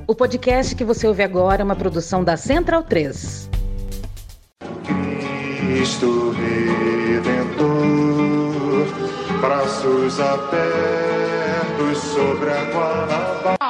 O podcast que você ouve agora é uma produção da Central 3. Cristo Redentor, braços abertos sobre a Guanabara.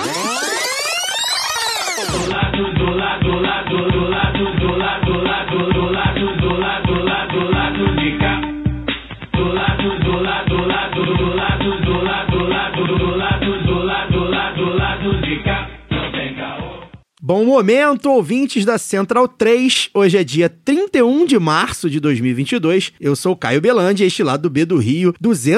Bom momento, ouvintes da Central 3. Hoje é dia 31 de março de 2022. Eu sou o Caio Belandi, este lado B do Rio,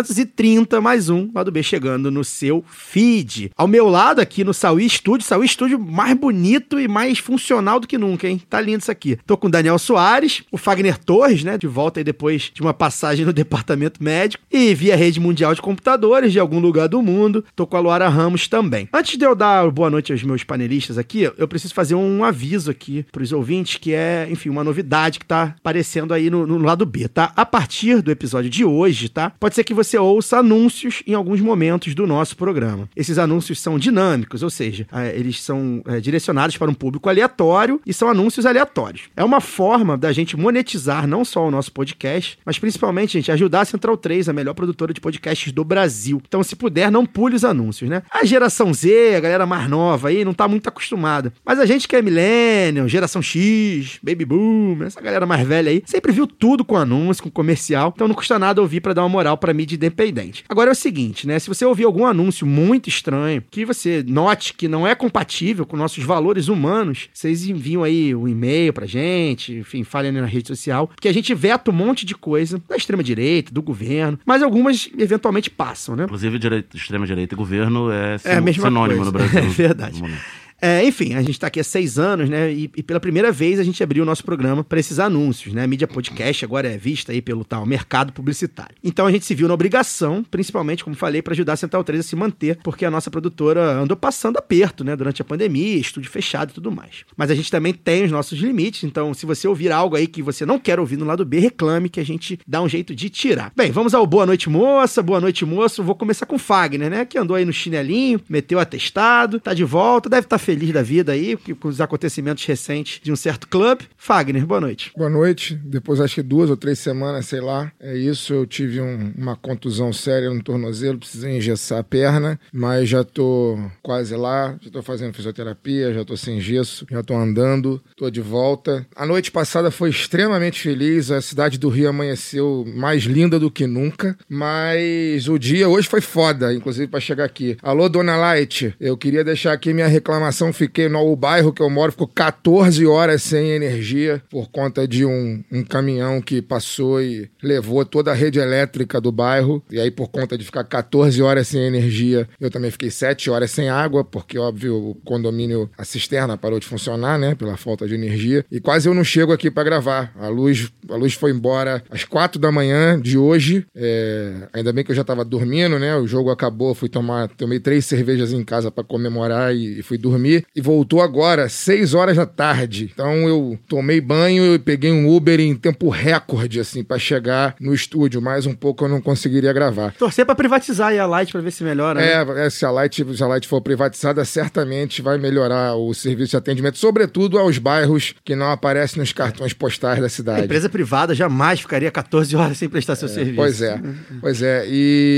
230 mais um, lado B chegando no seu feed. Ao meu lado aqui no Saui Estúdio mais bonito e mais funcional do que nunca, hein? Tá lindo isso aqui. Tô com o Daniel Soares, o Fagner Torres, né? De volta aí depois de uma passagem no departamento médico e via rede mundial de computadores de algum lugar do mundo. Tô com a Luara Ramos também. Antes de eu dar boa noite aos meus panelistas aqui, eu preciso fazer um aviso aqui para os ouvintes, que é, enfim, uma novidade que tá aparecendo aí no lado B, tá? A partir do episódio de hoje, tá? Pode ser que você ouça anúncios em alguns momentos do nosso programa. Esses anúncios são dinâmicos, ou seja, eles são direcionados para um público aleatório e são anúncios aleatórios. É uma forma da gente monetizar não só o nosso podcast, mas principalmente, gente, ajudar a Central 3, a melhor produtora de podcasts do Brasil. Então, se puder, não pule os anúncios, né? A geração Z, a galera mais nova aí, não tá muito acostumada. Mas a gente que é millennial, geração X, baby boom, essa galera mais velha aí, sempre viu tudo com anúncio, com comercial, então não custa nada ouvir pra dar uma moral pra mídia independente. Agora é o seguinte, né, se você ouvir algum anúncio muito estranho, que você note que não é compatível com nossos valores humanos, vocês enviam aí um e-mail pra gente, enfim, falem na rede social, porque a gente veta um monte de coisa da extrema-direita, do governo, mas algumas eventualmente passam, né? Inclusive, extrema-direita e governo é coisa. sinônimo no Brasil. É verdade. Enfim, a gente tá aqui há 6 anos, né, e pela primeira vez a gente abriu o nosso programa para esses anúncios, né, a mídia podcast agora é vista aí pelo tal mercado publicitário. Então a gente se viu na obrigação, principalmente, como falei, para ajudar a Central 3 a se manter, porque a nossa produtora andou passando aperto, né, durante a pandemia, estúdio fechado e tudo mais. Mas a gente também tem os nossos limites, então se você ouvir algo aí que você não quer ouvir no lado B, reclame que a gente dá um jeito de tirar. Bem, vamos ao boa noite moça, boa noite moço, vou começar com o Fagner, né, que andou aí no chinelinho, meteu atestado, tá de volta, deve estar feliz da vida aí, com os acontecimentos recentes de um certo clube. Fagner, boa noite. Boa noite. Depois, acho que 2 ou 3 semanas, sei lá, é isso. Eu tive uma contusão séria no tornozelo, precisei engessar a perna, mas já tô quase lá, já tô fazendo fisioterapia, já tô sem gesso, já tô andando, tô de volta. A noite passada foi extremamente feliz, a cidade do Rio amanheceu mais linda do que nunca, mas o dia hoje foi foda, inclusive pra chegar aqui. Alô, Dona Light, eu queria deixar aqui minha reclamação. Fiquei no bairro que eu moro, ficou 14 horas sem energia por conta de um caminhão que passou e levou toda a rede elétrica do bairro. E aí, por conta de ficar 14 horas sem energia, eu também fiquei 7 horas sem água, porque, óbvio, o condomínio, a cisterna parou de funcionar, né, pela falta de energia. E quase eu não chego aqui pra gravar. A luz foi embora às 4 da manhã de hoje. Ainda bem que eu já tava dormindo, né, o jogo acabou, tomei 3 cervejas em casa pra comemorar e fui dormir. E voltou agora, 6 horas da tarde. Então eu tomei banho e peguei um Uber em tempo recorde, assim, pra chegar no estúdio. Mais um pouco eu não conseguiria gravar. Torcer pra privatizar aí a Light pra ver se melhora, né? Se a Light for privatizada, certamente vai melhorar o serviço de atendimento, sobretudo aos bairros que não aparecem nos cartões postais da cidade. A empresa privada jamais ficaria 14 horas sem prestar seu serviço. Pois é.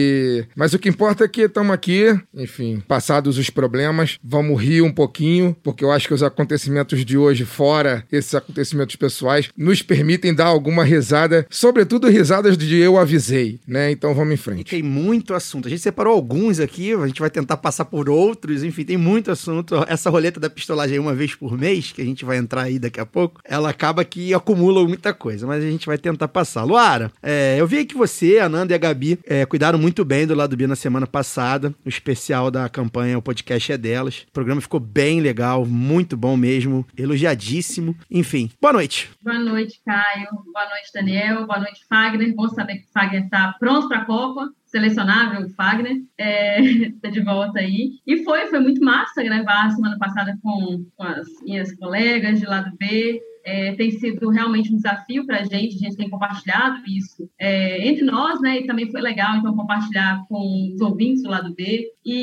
Mas o que importa é que estamos aqui, enfim, passados os problemas, vamos rir um pouquinho, porque eu acho que os acontecimentos de hoje, fora esses acontecimentos pessoais, nos permitem dar alguma risada, sobretudo risadas de eu avisei, né? Então vamos em frente. E tem muito assunto. A gente separou alguns aqui, a gente vai tentar passar por outros, enfim, tem muito assunto. Essa roleta da pistolagem aí uma vez por mês, que a gente vai entrar aí daqui a pouco, ela acaba que acumula muita coisa, mas a gente vai tentar passar. Luara, eu vi que você, a Nanda e a Gabi cuidaram muito bem do lado B na semana passada, o especial da campanha O Podcast é Delas. O programa ficou bem legal, muito bom mesmo, elogiadíssimo. Enfim, boa noite. Boa noite, Caio. Boa noite, Daniel. Boa noite, Fagner. Bom saber que o Fagner está pronto para a Copa. Selecionável, o Fagner. Tá de volta aí. E foi muito massa gravar semana passada com as minhas colegas de lado B. tem sido realmente um desafio para a gente tem compartilhado isso entre nós, né? E também foi legal, então, compartilhar com os ouvintes do lado B.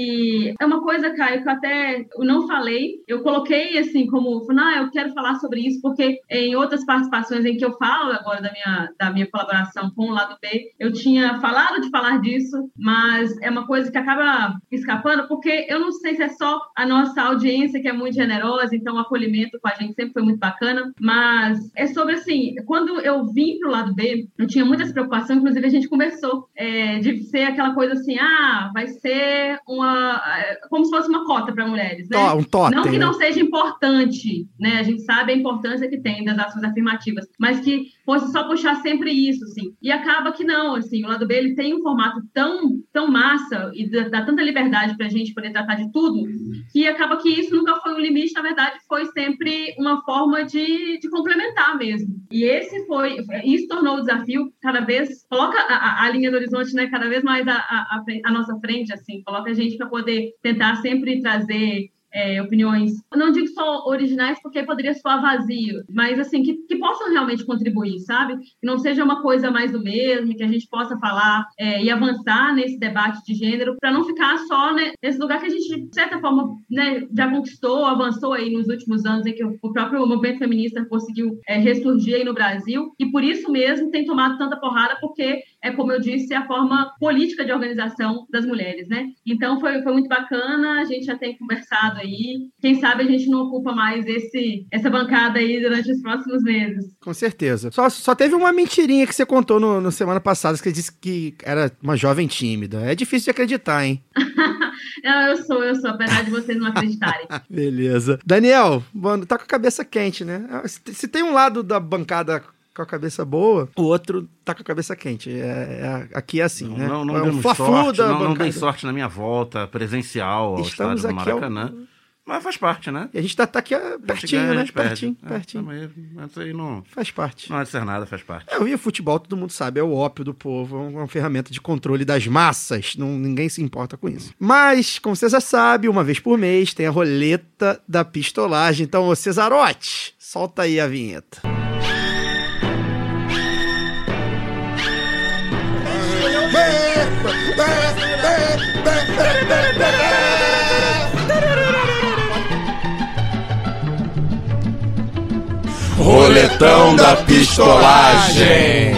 E é uma coisa, Caio, que eu não falei, eu coloquei assim como, eu quero falar sobre isso, porque em outras participações em que eu falo agora da minha colaboração com o lado B, eu tinha falado de falar disso, mas é uma coisa que acaba escapando, porque eu não sei se é só a nossa audiência que é muito generosa, então o acolhimento com a gente sempre foi muito bacana, mas é sobre assim, quando eu vim pro lado B, eu tinha muitas preocupações, inclusive a gente conversou de ser aquela coisa assim, vai ser como se fosse uma cota para mulheres, né? Um totem, não que né? não seja importante, né? A gente sabe a importância que tem das ações afirmativas, mas que fosse só puxar sempre isso, assim. E acaba que não, assim, o lado B, ele tem um formato tão massa e dá tanta liberdade pra gente poder tratar de tudo, que acaba que isso nunca foi um limite, na verdade, foi sempre uma forma de complementar mesmo. E isso tornou o desafio cada vez, coloca a linha do horizonte, né, cada vez mais à nossa frente, assim, coloca a gente para poder tentar sempre trazer opiniões, não digo só originais, porque poderia soar vazio, mas assim, que possam realmente contribuir, sabe? Que não seja uma coisa mais do mesmo, que a gente possa falar e avançar nesse debate de gênero, para não ficar só, né, nesse lugar que a gente, de certa forma, né, já conquistou, avançou aí nos últimos anos, em que o próprio movimento feminista conseguiu ressurgir aí no Brasil, e por isso mesmo tem tomado tanta porrada, porque como eu disse, a forma política de organização das mulheres, né? Então foi muito bacana, a gente já tem conversado aí, quem sabe a gente não ocupa mais essa bancada aí durante os próximos meses. Com certeza. Só teve uma mentirinha que você contou no semana passada, que você disse que era uma jovem tímida. É difícil de acreditar, hein? Não, eu sou, apesar de vocês não acreditarem. Beleza. Daniel, mano, tá com a cabeça quente, né? Se tem um lado da bancada com a cabeça boa, o outro tá com a cabeça quente. Aqui é assim, né? Não um sorte, não dei sorte na minha volta presencial ao Estamos estádio do aqui Maracanã. Mas faz parte, né? E a gente tá aqui pertinho, né? Pertinho. Mas aí não... Faz parte. Não há de ser nada, faz parte. E o futebol, todo mundo sabe, é o ópio do povo, é uma ferramenta de controle das massas, ninguém se importa com isso. Mas, como você já sabe, uma vez por mês tem a roleta da pistolagem. Então, ô Cesarotti, solta aí a vinheta. Roletão da pistolagem.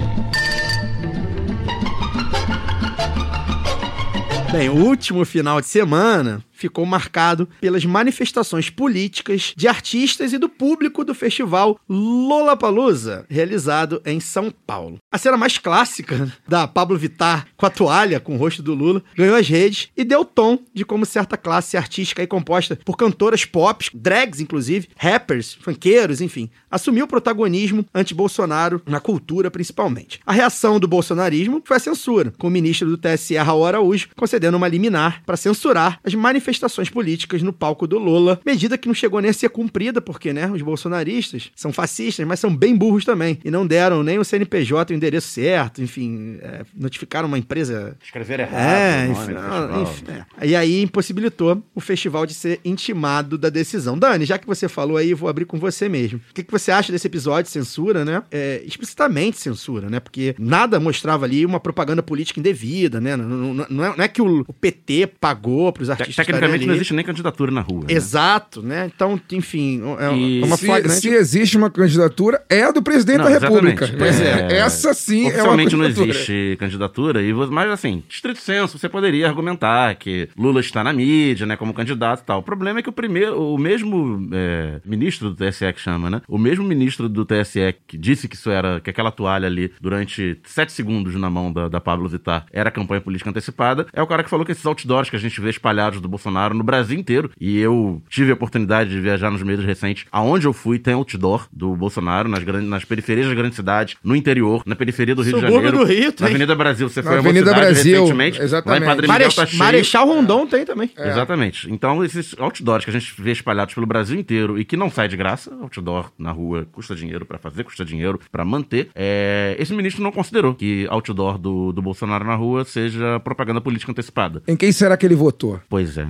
Bem, o último final de semana ficou marcado pelas manifestações políticas de artistas e do público do festival Lollapalooza, realizado em São Paulo. A cena mais clássica da Pablo Vittar com a toalha com o rosto do Lula ganhou as redes e deu tom de como certa classe artística aí composta por cantoras pop, drags inclusive, rappers, funkeiros, enfim, assumiu o protagonismo anti-Bolsonaro na cultura principalmente. A reação do bolsonarismo foi a censura, com o ministro do TSE, Raul Araújo, concedendo uma liminar para censurar as manifestações políticas no palco do Lula, medida que não chegou nem a ser cumprida, porque, né, os bolsonaristas são fascistas, mas são bem burros também, e não deram nem o CNPJ, o endereço certo, enfim, notificaram uma empresa... Escreveram errado. Enfim. E aí impossibilitou o festival de ser intimado da decisão. Dani, já que você falou aí, eu vou abrir com você mesmo. O que você acha desse episódio de censura, né? Explicitamente censura, né? Porque nada mostrava ali uma propaganda política indevida, né? Não é que o PT pagou para os artistas. Tecnicamente não existe nem candidatura na rua. Exato, né? Então, enfim, uma flagrante... Se existe uma candidatura, é a do presidente da República. Pois essa sim é uma oficialmente candidatura. não existe candidatura, mas assim, estrito senso, você poderia argumentar que Lula está na mídia, né, como candidato e tal. O problema é que o mesmo ministro do TSE que chama, né? O mesmo ministro do TSE que disse que aquela toalha ali, durante 7 segundos na mão da Pablo Vittar, era campanha política antecipada, é o cara que falou que esses outdoors que a gente vê espalhados do Bolsonaro no Brasil inteiro, e eu tive a oportunidade de viajar nos meses recentes, aonde eu fui tem outdoor do Bolsonaro, nas periferias das grandes cidades, no interior, na periferia do Rio de Janeiro, do Rio, na Avenida Brasil, você Na foi a uma Avenida cidade Brasil, recentemente, exatamente. lá em Padre Miguel tá cheio. Marechal Rondon tem também. Exatamente. Então, esses outdoors que a gente vê espalhados pelo Brasil inteiro e que não sai de graça, outdoor na rua custa dinheiro pra fazer, custa dinheiro pra manter, esse ministro não considerou que outdoor do Bolsonaro na rua seja propaganda política antecipada. Em quem será que ele votou? Pois é,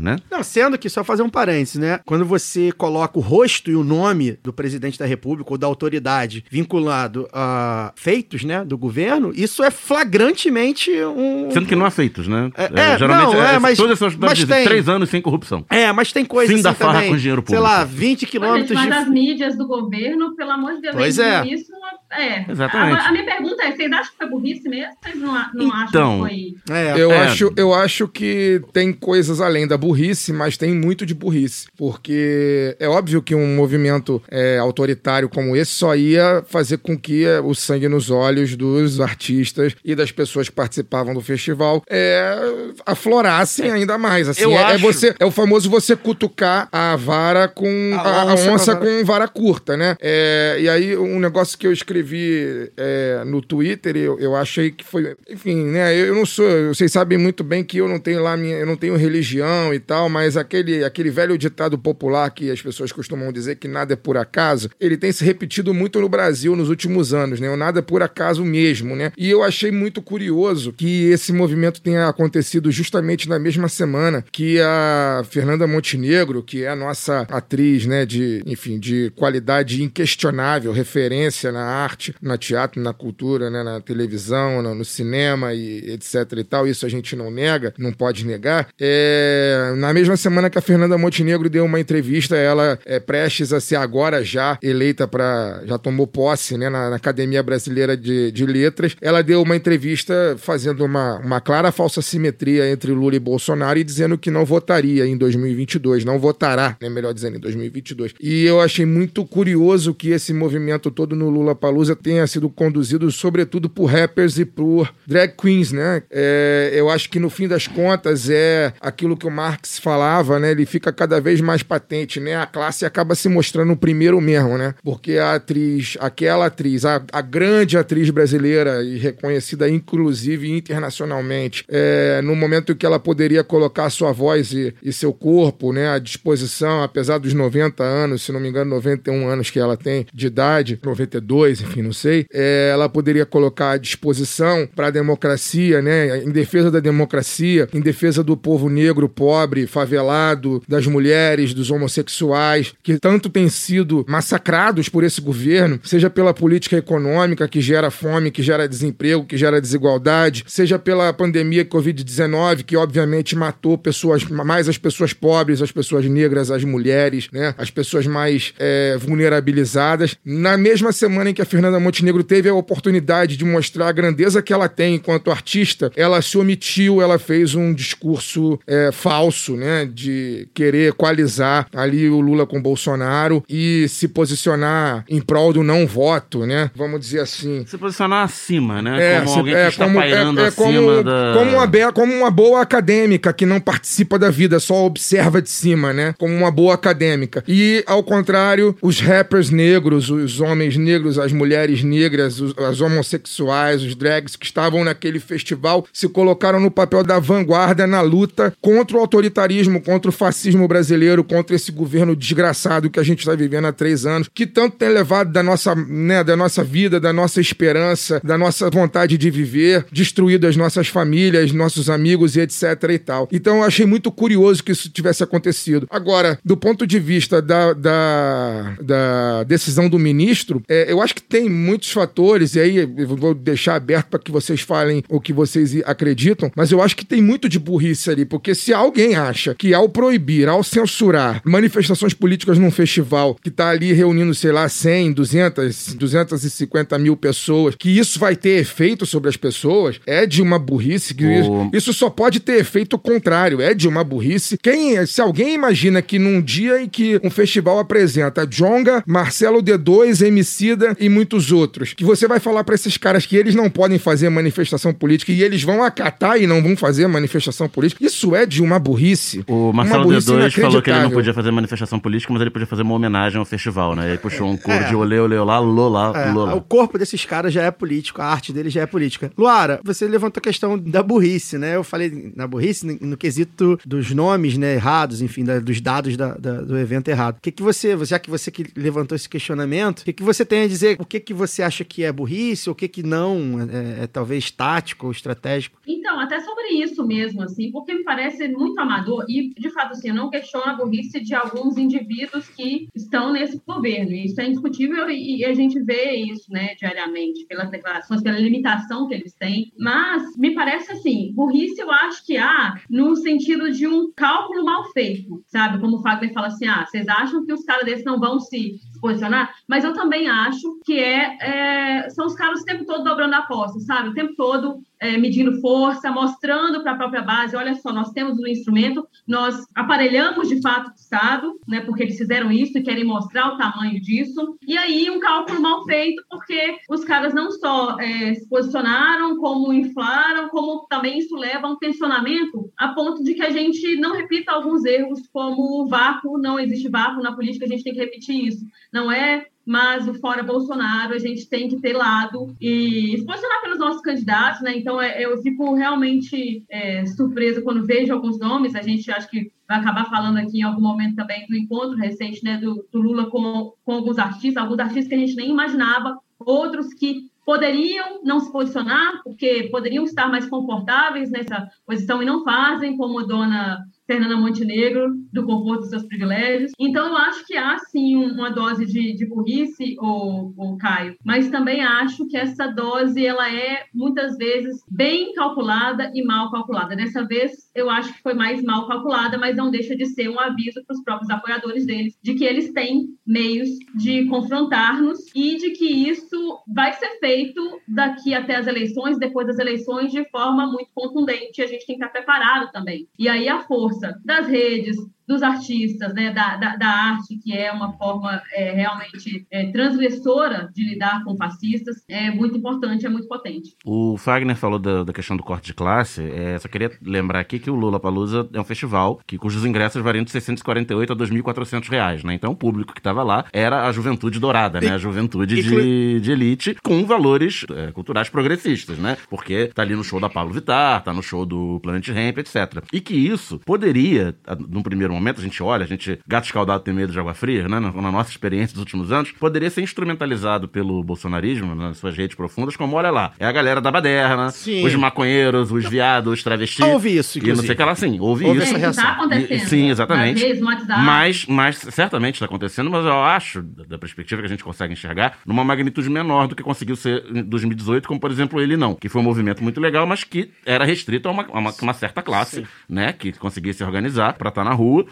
né? Não, sendo que, só fazer um parênteses, né? Quando você coloca o rosto e o nome do presidente da República ou da autoridade vinculado a feitos, né, do governo, isso é flagrantemente um... Sendo que não há feitos, né? Geralmente, mas todas essas dizem 3 anos sem corrupção. Mas tem coisa fim assim da farra também, com dinheiro público. sei lá, 20 quilômetros mas as mídias do governo, pelo amor de Deus, pois isso exatamente. A minha pergunta é, vocês acham que foi burrice mesmo? Vocês não então, acham que foi... Eu acho que tem coisas além da burrice, mas tem muito de burrice. Porque é óbvio que um movimento autoritário como esse só ia fazer com que o sangue nos olhos dos artistas e das pessoas que participavam do festival aflorassem ainda mais. Assim, é o famoso você cutucar a vara com a onça com vara curta, né? E aí, um negócio que eu escrevi no Twitter, eu achei que foi... Enfim, né? Eu não sou... Vocês sabem muito bem que eu não tenho eu não tenho religião e tal, mas aquele velho ditado popular que as pessoas costumam dizer que nada é por acaso, ele tem se repetido muito no Brasil nos últimos anos, né? O nada é por acaso mesmo, né? E eu achei muito curioso que esse movimento tenha acontecido justamente na mesma semana que a Fernanda Montenegro, que é a nossa atriz, né, de qualidade inquestionável, referência na arte, no teatro, na cultura, né, na televisão, no cinema e etc e tal, isso a gente não nega, não pode negar. Na mesma semana que a Fernanda Montenegro deu uma entrevista, ela é prestes a ser agora já eleita já tomou posse, né, na Academia Brasileira de Letras, ela deu uma entrevista fazendo uma clara falsa simetria entre Lula e Bolsonaro e dizendo que não votaria em 2022, não votará, né, melhor dizendo, em 2022. E eu achei muito curioso que esse movimento todo no Lollapalooza tenha sido conduzido sobretudo por rappers e por drag queens, né? Eu acho que no fim das contas é aquilo que o Marx falava, né? Ele fica cada vez mais patente, né? A classe acaba se mostrando o primeiro mesmo, né? Porque aquela atriz, a grande atriz brasileira e reconhecida inclusive internacionalmente, no momento que ela poderia colocar sua voz e seu corpo, né, à disposição, apesar dos 90 anos, se não me engano, 91 anos que ela tem de idade, 92, enfim, não sei, ela poderia colocar à disposição para a democracia, né, em defesa da democracia, em defesa do povo negro, pobre, favelado, das mulheres, dos homossexuais, que tanto têm sido massacrados por esse governo, seja pela política econômica que gera fome, que gera desemprego, que gera desigualdade, seja pela pandemia Covid-19, que obviamente matou mais as pessoas pobres, as pessoas negras, as mulheres, né, as pessoas mais vulnerabilizadas. Na mesma semana em que a Fernanda Montenegro teve a oportunidade de mostrar a grandeza que ela tem enquanto artista, ela se omitiu, ela fez um discurso falso, né, de querer equalizar ali o Lula com o Bolsonaro e se posicionar em prol do não voto, né, vamos dizer assim. Se posicionar acima, né, como alguém que está pairando acima como uma boa acadêmica que não participa da vida, só observa de cima, né, como uma boa acadêmica. E, ao contrário, os rappers negros, os homens negros, as mulheres negras, as homossexuais, os drags que estavam naquele festival se colocaram no papel da vanguarda na luta contra o autoritarismo, contra o fascismo brasileiro, contra esse governo desgraçado que a gente está vivendo há 3 anos, que tanto tem levado da nossa vida, da nossa esperança, da nossa vontade de viver, destruído as nossas famílias, nossos amigos e etc e tal. Então eu achei muito curioso que isso tivesse acontecido. Agora, do ponto de vista da decisão do ministro, eu acho que tem muitos fatores, e aí eu vou deixar aberto para que vocês falem o que vocês acreditam, mas eu acho que tem muito de burrice ali, porque se alguém acha que ao proibir, ao censurar manifestações políticas num festival que tá ali reunindo, sei lá, 100, 250 mil pessoas, que isso vai ter efeito sobre as pessoas, é de uma burrice, que isso só pode ter efeito contrário, é de uma burrice. Se alguém imagina que num dia em que um festival apresenta Djonga, Marcelo D2, Emicida e muitos outros, que você vai falar pra esses caras que eles não podem fazer manifestação política e eles vão acatar e não vão fazer manifestação política, isso é de uma burrice. O Marcelo D2 falou que ele não podia fazer manifestação política, mas ele podia fazer uma homenagem ao festival, né? Ele puxou um coro de olê, olê, olá, lolá. O corpo desses caras já é político, a arte deles já é política. Luara, você levantou a questão da burrice, né? Eu falei na burrice no quesito dos nomes, né, errados, enfim, dos dados do evento errado. O que você, já que você que levantou esse questionamento, o que você tem a dizer? que você acha que é burrice, o que não é talvez tático ou estratégico? Então, até sobre isso mesmo, assim, porque me parece muito amador e, de fato, assim, eu não questiono a burrice de alguns indivíduos que estão nesse governo. Isso é indiscutível e a gente vê isso, né, diariamente, pelas declarações, pela limitação que eles têm. Mas me parece, assim, burrice eu acho que há no sentido de um cálculo mal feito, sabe? Como o Fagner fala assim, vocês acham que os caras desses não vão se posicionar? Mas eu também acho que são os caras o tempo todo dobrando a aposta, sabe? O tempo todo medindo força, mostrando para a própria base, olha só, nós temos um instrumento, nós aparelhamos de fato o Estado, né, porque eles fizeram isso e querem mostrar o tamanho disso, e aí um cálculo mal feito, porque os caras não só se posicionaram, como inflaram, como também isso leva a um tensionamento a ponto de que a gente não repita alguns erros, como o vácuo, não existe vácuo na política, a gente tem que repetir isso, não é? Mas o fora Bolsonaro, a gente tem que ter lado e se posicionar pelos nossos candidatos, né? Então, eu fico realmente surpresa quando vejo alguns nomes. A gente acho que vai acabar falando aqui em algum momento também do encontro recente, né, do Lula com alguns artistas que a gente nem imaginava, outros que poderiam não se posicionar, porque poderiam estar mais confortáveis nessa posição e não fazem, como a dona Fernanda Montenegro, do conforto dos seus privilégios. Então, eu acho que há, sim, uma dose de burrice, o Caio, mas também acho que essa dose, ela é, muitas vezes, bem calculada e mal calculada. Dessa vez, eu acho que foi mais mal calculada, mas não deixa de ser um aviso para os próprios apoiadores deles, de que eles têm meios de confrontar-nos e de que isso vai ser feito daqui até as eleições, depois das eleições, de forma muito contundente. A gente tem que estar preparado também. E aí a força das redes, dos artistas, né, da arte, que é uma forma realmente transgressora de lidar com fascistas, é muito importante, é muito potente. O Fagner falou da questão do corte de classe, só queria lembrar aqui que o Lollapalooza é um festival cujos ingressos variam de R$648 a R$2.400, né? Então o público que estava lá era a juventude dourada, né? A juventude de elite com valores culturais progressistas, né? Porque tá ali no show da Pablo Vittar, tá no show do Planet Hemp, etc. E que isso poderia, num primeiro momento, a gente, gato escaldado tem medo de água fria, né? Na nossa experiência dos últimos anos, poderia ser instrumentalizado pelo bolsonarismo, nas suas redes profundas, como, olha lá, é a galera da baderna, sim, os maconheiros, os viados, os travestis. Ouvi isso, inclusive. E não sei o que lá, sim, ouvi isso. Essa reação. Tá acontecendo. Sim, exatamente. Vezes, mas certamente está acontecendo, mas eu acho, da perspectiva que a gente consegue enxergar, numa magnitude menor do que conseguiu ser em 2018, como, por exemplo, Ele Não, que foi um movimento muito legal, mas que era restrito a uma certa classe, sim, né? Que conseguia se organizar para estar na rua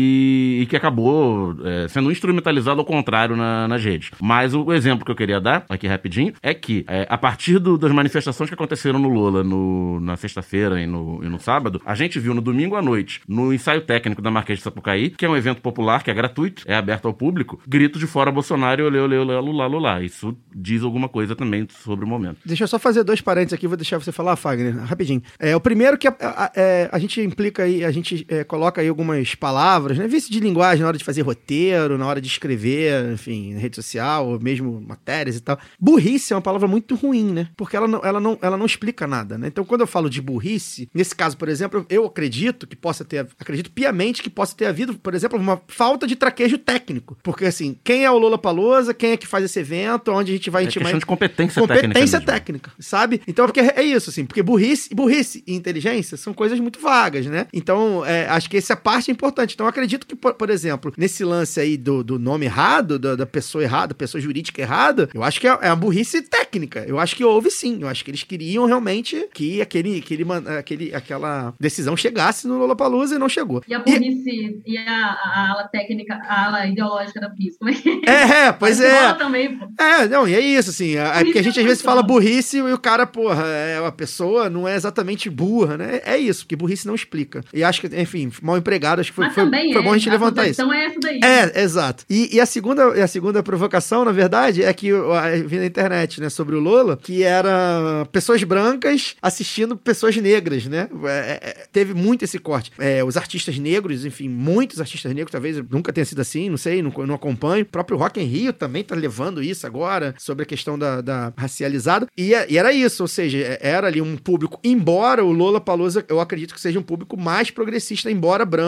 e que acabou sendo instrumentalizado ao contrário nas redes. Mas o exemplo que eu queria dar, aqui rapidinho, é que a partir das manifestações que aconteceram no Lola na sexta-feira e no sábado, a gente viu no domingo à noite, no ensaio técnico da Marquês de Sapucaí, que é um evento popular, que é gratuito, é aberto ao público, grito de fora Bolsonaro e olê, olê, olê, lulá, lulá. Isso diz alguma coisa também sobre o momento. Deixa eu só fazer 2 parênteses aqui, vou deixar você falar, Fagner, rapidinho. O primeiro que a gente implica aí, a gente coloca aí algumas palavras, né? Vício de linguagem na hora de fazer roteiro, na hora de escrever, enfim, na rede social, ou mesmo matérias e tal. Burrice é uma palavra muito ruim, né? Porque ela não explica nada, né? Então, quando eu falo de burrice, nesse caso, por exemplo, eu acredito piamente que possa ter havido, por exemplo, uma falta de traquejo técnico. Porque, assim, quem é o Lollapalooza, quem é que faz esse evento, onde a gente vai intimar... questão de competência técnica, sabe? Então, porque é isso, assim, porque burrice e inteligência são coisas muito vagas, né? Então, acho que essa parte é importante. Então, eu acredito que, por exemplo, nesse lance aí do nome errado, da pessoa errada, pessoa jurídica errada, eu acho que é uma burrice técnica. Eu acho que houve sim. Eu acho que eles queriam realmente que aquela decisão chegasse no Lollapalooza e não chegou. E a burrice e a ala técnica, a ala ideológica da polícia, como é que pois é. Também, pô. Não, e é isso, assim. Porque a gente às vezes fala burrice e o cara, porra, a pessoa não é exatamente burra, né? É isso, porque burrice não explica. E acho que, enfim, mal empregado, acho que foi bom a gente levantar isso. Então é essa daí. Exato. E a segunda provocação, na verdade, é que eu vi na internet, né, sobre o Lola, que era pessoas brancas assistindo pessoas negras, né? Teve muito esse corte. Os artistas negros, enfim, muitos artistas negros, talvez nunca tenha sido assim, não sei, não acompanho. O próprio Rock in Rio também tá levando isso agora, sobre a questão da racializada. E era isso, ou seja, era ali um público, embora o Lollapalooza, eu acredito que seja um público mais progressista, embora branco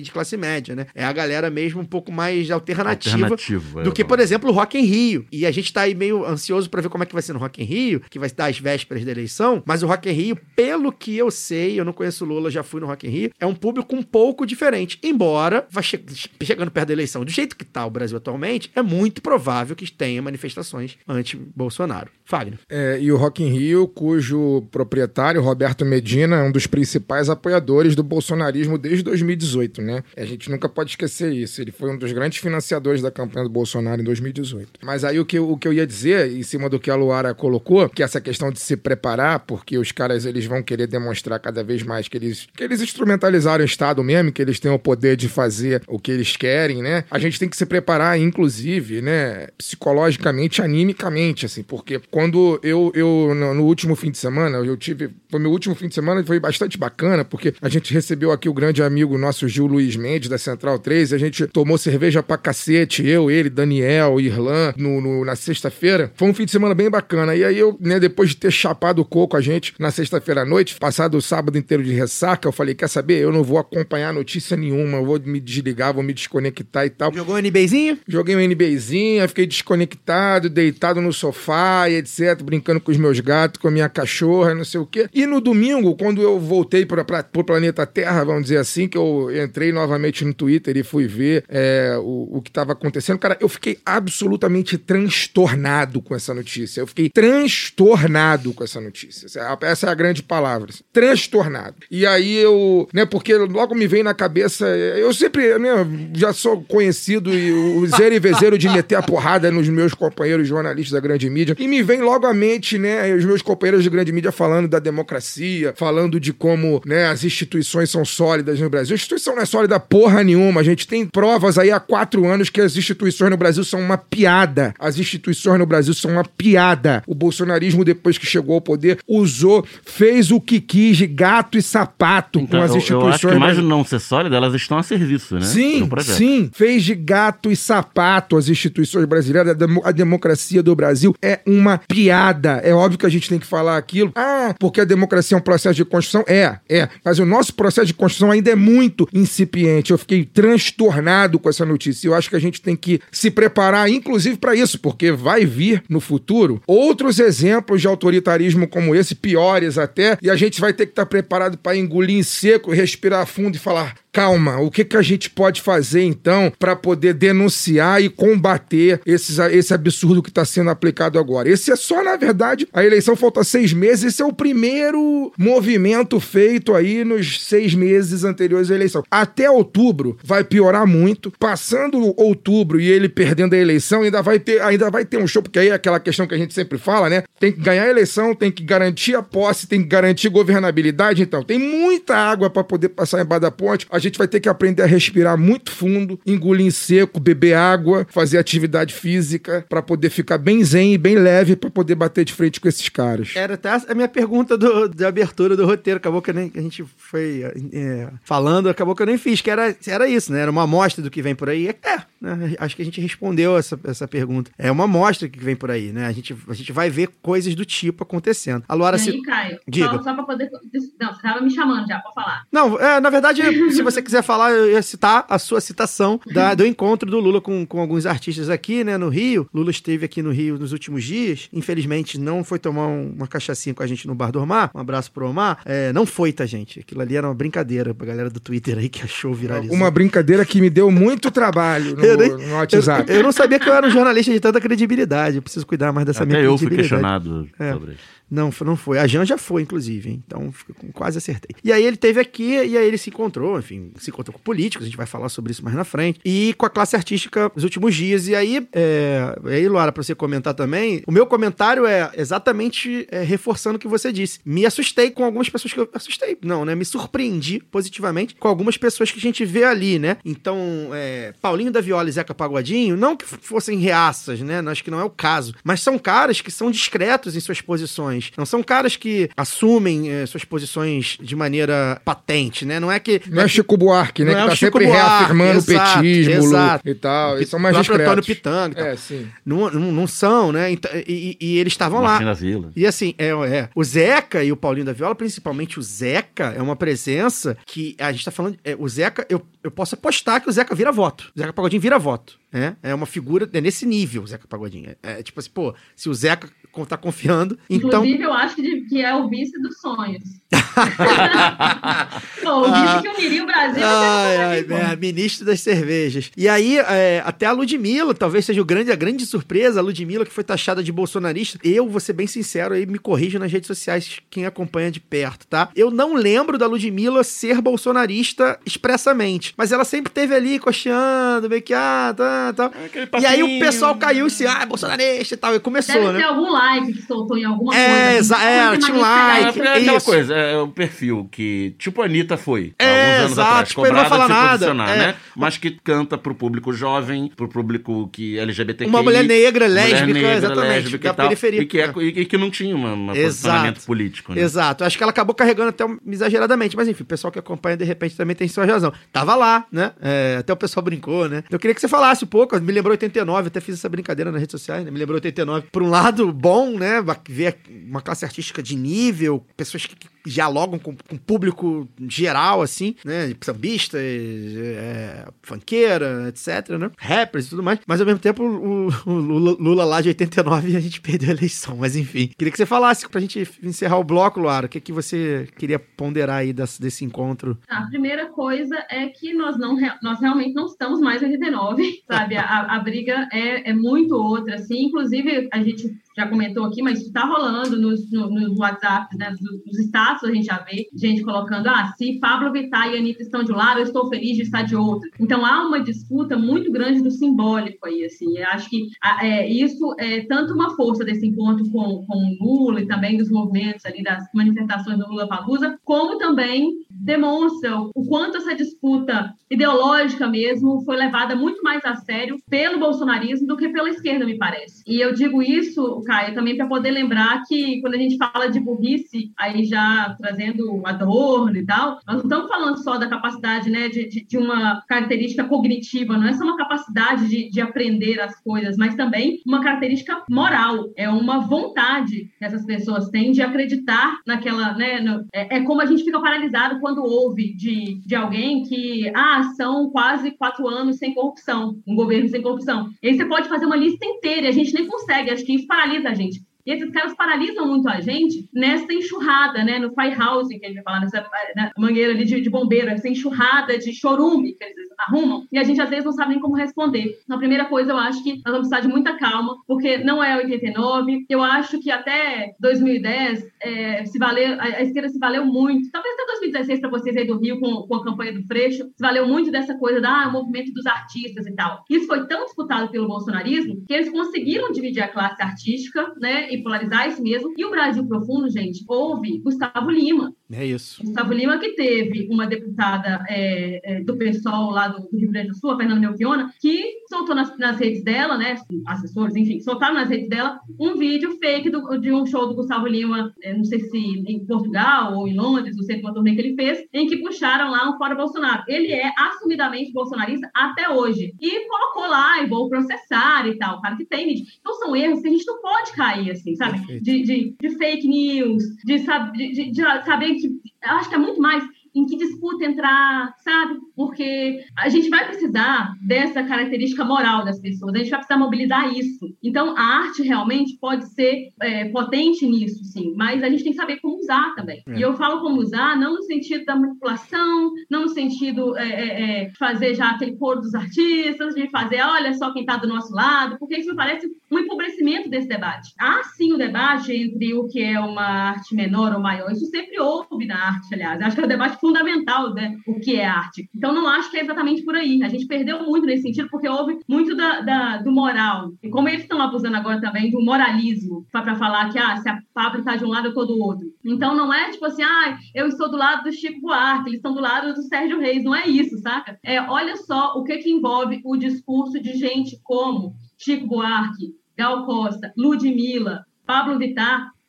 de classe média, né? É a galera mesmo um pouco mais alternativa do que, é, por exemplo, o Rock in Rio. E a gente tá aí meio ansioso pra ver como é que vai ser no Rock in Rio, que vai dar as vésperas da eleição, mas o Rock in Rio, pelo que eu sei, eu não conheço o Lula, já fui no Rock in Rio, é um público um pouco diferente, embora vai chegando perto da eleição, do jeito que tá o Brasil atualmente, é muito provável que tenha manifestações anti-Bolsonaro. Fagner. E o Rock in Rio, cujo proprietário, Roberto Medina, é um dos principais apoiadores do bolsonarismo desde 2018, né? A gente nunca pode esquecer isso. Ele foi um dos grandes financiadores da campanha do Bolsonaro em 2018. Mas aí o que eu ia dizer, em cima do que a Luara colocou, que essa questão de se preparar, porque os caras eles vão querer demonstrar cada vez mais que eles instrumentalizaram o Estado mesmo, que eles têm o poder de fazer o que eles querem, né? A gente tem que se preparar, inclusive, né, psicologicamente, animicamente, assim, porque quando eu no último fim de semana, foi meu último fim de semana e foi bastante bacana, porque a gente recebeu aqui o grande amigo nosso Gil Luiz Mendes, da Central 3, e a gente tomou cerveja pra cacete, ele, Daniel, Irlan, na sexta-feira. Foi um fim de semana bem bacana. E aí eu, né, depois de ter chapado o coco a gente na sexta-feira à noite, passado o sábado inteiro de ressaca, eu falei, quer saber? Eu não vou acompanhar notícia nenhuma, eu vou me desligar, vou me desconectar e tal. Jogou um NBzinho? Joguei um NBzinho, fiquei desconectado, deitado no sofá e etc, brincando com os meus gatos, com a minha cachorra, não sei o quê. E no domingo, quando eu voltei pro planeta Terra, vamos dizer assim, que eu entrei novamente no Twitter e fui ver o que estava acontecendo, cara, eu fiquei absolutamente transtornado com essa notícia. Eu fiquei transtornado com essa notícia. Essa é a grande palavra. Transtornado. E aí eu, né, porque logo me vem na cabeça, eu sempre, né, já sou conhecido e o zero e vezeiro de meter a porrada nos meus companheiros jornalistas da grande mídia, e me vem logo à mente, né, os meus companheiros de grande mídia falando da democracia, falando de como, né, as instituições são sólidas no Brasil. A instituição não é sólida porra nenhuma. A gente tem provas aí há 4 anos que as instituições no Brasil são uma piada. As instituições no Brasil são uma piada. O bolsonarismo, depois que chegou ao poder, fez o que quis de gato e sapato então, com as instituições. Eu acho que mais de não ser sólida, elas estão a serviço, né? Sim, fez de gato e sapato as instituições brasileiras. A democracia do Brasil é uma piada. É óbvio que a gente tem que falar aquilo. Porque a democracia é um processo de construção. Mas o nosso processo de construção ainda é muito incipiente. Eu fiquei transtornado com essa notícia. Eu acho que a gente tem que se preparar, inclusive, para isso, porque vai vir no futuro outros exemplos de autoritarismo como esse, piores até, e a gente vai ter que estar preparado para engolir em seco, respirar fundo e falar: calma, o que a gente pode fazer, então, para poder denunciar e combater esse absurdo que está sendo aplicado agora? Esse é só, na verdade, a eleição falta 6 meses, esse é o primeiro movimento feito aí nos 6 meses anteriores à eleição. Até outubro vai piorar muito. Passando outubro e ele perdendo a eleição, ainda vai ter um show, porque aí é aquela questão que a gente sempre fala, né? Tem que ganhar a eleição, tem que garantir a posse, tem que garantir governabilidade, então tem muita água para poder passar embaixo da ponte. A gente vai ter que aprender a respirar muito fundo, engolir em seco, beber água, fazer atividade física para poder ficar bem zen e bem leve para poder bater de frente com esses caras. Era até a minha pergunta de abertura do roteiro, acabou que a gente foi falando, acabou que eu nem fiz, que era isso, né? Era uma amostra do que vem por aí. Né? Acho que a gente respondeu essa pergunta. É uma amostra que vem por aí, né? A gente vai ver coisas do tipo acontecendo. A Luara... Caio, diga. Só pra poder... Não, você tava me chamando já, pra falar. Não, na verdade, se você quiser falar, eu ia citar a sua citação do encontro do Lula com alguns artistas aqui, né, no Rio. Lula esteve aqui no Rio nos últimos dias. Infelizmente, não foi tomar uma cachaçinha com a gente no Bar do Omar. Um abraço pro Omar. Não foi, tá, gente? Aquilo ali era uma brincadeira pra galera do Twitter aí que achou viralizou. Uma brincadeira que me deu muito trabalho no WhatsApp. Eu não sabia que eu era um jornalista de tanta credibilidade. Eu preciso cuidar mais dessa minha credibilidade. Até eu fui questionado sobre isso. Não foi. A Jan já foi, inclusive, hein? Então quase acertei. E aí ele esteve aqui, e aí ele se encontrou com políticos, a gente vai falar sobre isso mais na frente, e com a classe artística nos últimos dias. E aí, Luara, pra você comentar também, o meu comentário é exatamente reforçando o que você disse. Me assustei com algumas pessoas que eu... Assustei, não, né? Me surpreendi positivamente com algumas pessoas que a gente vê ali, né? Então, Paulinho da Viola e Zeca Pagodinho, não que fossem reaças, né? Acho que não é o caso, mas são caras que são discretos em suas posições. Não são caras que assumem suas posições de maneira patente, né? Não é Chico Buarque, né? Que tá sempre reafirmando o petismo e tal. Eles são mais discretos. Antônio Pitanga e tal. Sim. Não são, né? E eles estavam lá. Da Vila. E assim, o Zeca e o Paulinho da Viola, principalmente o Zeca, é uma presença que a gente tá falando... o Zeca, eu posso apostar que o Zeca vira voto. O Zeca Pagodinho vira voto. É uma figura, é nesse nível, o Zeca Pagodinho. É tipo assim, pô, se o Zeca tá confiando, então... Inclusive, eu acho que é o vice dos sonhos. Pô, o vice que uniria o Brasil... Ministro das cervejas. E aí, até a Ludmilla, talvez seja a grande surpresa, a Ludmilla que foi taxada de bolsonarista. Eu, vou ser bem sincero, aí me corrija nas redes sociais quem acompanha de perto, tá? Eu não lembro da Ludmilla ser bolsonarista expressamente, mas ela sempre teve ali coxeando, meio que, tá. E aí o pessoal caiu e é bolsonarista e tal, e começou, Deve né? ter algum like que soltou em alguma coisa. Tinha um like. É aquela coisa, é o perfil que, tipo a Anitta foi, há alguns anos atrás, tipo, ele não fala nada, né? Mas que canta pro público jovem, pro público que LGBTQI. Uma mulher negra, lésbica, exatamente, da periferia. E que não tinha um posicionamento político, né? Exato, acho que ela acabou carregando até exageradamente, mas enfim, o pessoal que acompanha, de repente, também tem sua razão. Tava lá, né? Até o pessoal brincou, né? Eu queria que você falasse um pouco, me lembrou 89, até fiz essa brincadeira nas redes sociais, né? Me lembrou 89. Por um lado, bom, né? Ver uma classe artística de nível, pessoas que dialogam com o público geral, assim, né? Sambistas, funkeira, etc, né? Rappers e tudo mais. Mas, ao mesmo tempo, o Lula lá de 89, a gente perdeu a eleição. Mas, enfim. Queria que você falasse, pra gente encerrar o bloco, Luara, o que você queria ponderar aí desse encontro? A primeira coisa é que nós realmente não estamos mais em 89, sabe? A briga é muito outra, assim. Inclusive, a gente já comentou aqui, mas isso tá rolando nos WhatsApp, né? Nos status, a gente já vê gente colocando, se Pablo Vittar e Anitta estão de um lado, eu estou feliz de estar de outro. Então, há uma disputa muito grande do simbólico aí, assim. Eu acho que isso é tanto uma força desse encontro com o Lula e também dos movimentos ali, das manifestações do Lula-Palusa, como também demonstra o quanto essa disputa ideológica mesmo foi levada muito mais a sério pelo bolsonarismo do que pela esquerda, me parece. E eu digo isso, Caio, também para poder lembrar que quando a gente fala de burrice, aí já trazendo Adorno e tal, nós não estamos falando só da capacidade, né, de uma característica cognitiva, não é só uma capacidade de aprender as coisas, mas também uma característica moral, é uma vontade que essas pessoas têm de acreditar naquela, né, é como a gente fica paralisado quando ouve de alguém que, são quase 4 anos sem corrupção, um governo sem corrupção. E aí você pode fazer uma lista inteira e a gente nem consegue, acho que isso paralisa a gente. E esses caras paralisam muito a gente nessa enxurrada, né? No firehouse, que a gente vai falar, nessa mangueira ali de bombeiro, essa enxurrada de chorume que eles arrumam, e a gente às vezes não sabe nem como responder. Então, a primeira coisa, eu acho que nós vamos precisar de muita calma, porque não é 89, eu acho que até 2010 a esquerda se valeu muito, talvez até 2016 para vocês aí do Rio, com a campanha do Freixo, se valeu muito dessa coisa o movimento dos artistas e tal. Isso foi tão disputado pelo bolsonarismo que eles conseguiram dividir a classe artística, né, e polarizar isso mesmo. E o Brasil Profundo, gente, houve Gustavo Lima. É isso. Gustavo Lima, que teve uma deputada do PSOL lá do Rio Grande do Sul, a Fernanda Melchiona, que soltou nas redes dela, né, assessores, enfim, soltaram nas redes dela um vídeo fake de um show do Gustavo Lima, não sei se em Portugal ou em Londres, não sei qual turnê que ele fez, em que puxaram lá um fora Bolsonaro. Ele é assumidamente bolsonarista até hoje. E colocou lá, e vou processar e tal, cara, que tem vídeo. Então são erros que a gente não pode cair, assim, sabe? De fake news, de saber que... Eu acho que é muito mais em que disputa entrar, sabe? Porque a gente vai precisar dessa característica moral das pessoas, a gente vai precisar mobilizar isso. Então, a arte realmente pode ser potente nisso, sim, mas a gente tem que saber como usar também. E eu falo como usar, não no sentido da manipulação, não no sentido de fazer já aquele coro dos artistas, de fazer, olha só quem está do nosso lado, porque isso me parece um empobrecimento desse debate. Há, sim, o debate entre o que é uma arte menor ou maior. Isso sempre houve na arte, aliás. Acho que é o debate fundamental, né? O que é arte. Então, não acho que é exatamente por aí. A gente perdeu muito nesse sentido, porque houve muito do moral. E como eles estão abusando agora também do moralismo, para falar que se a Pablo está de um lado, eu estou do outro. Então, não é tipo assim, eu estou do lado do Chico Buarque, eles estão do lado do Sérgio Reis. Não é isso, saca? Olha só o que envolve o discurso de gente como Chico Buarque, Gal Costa, Ludmilla, Pablo Vittar,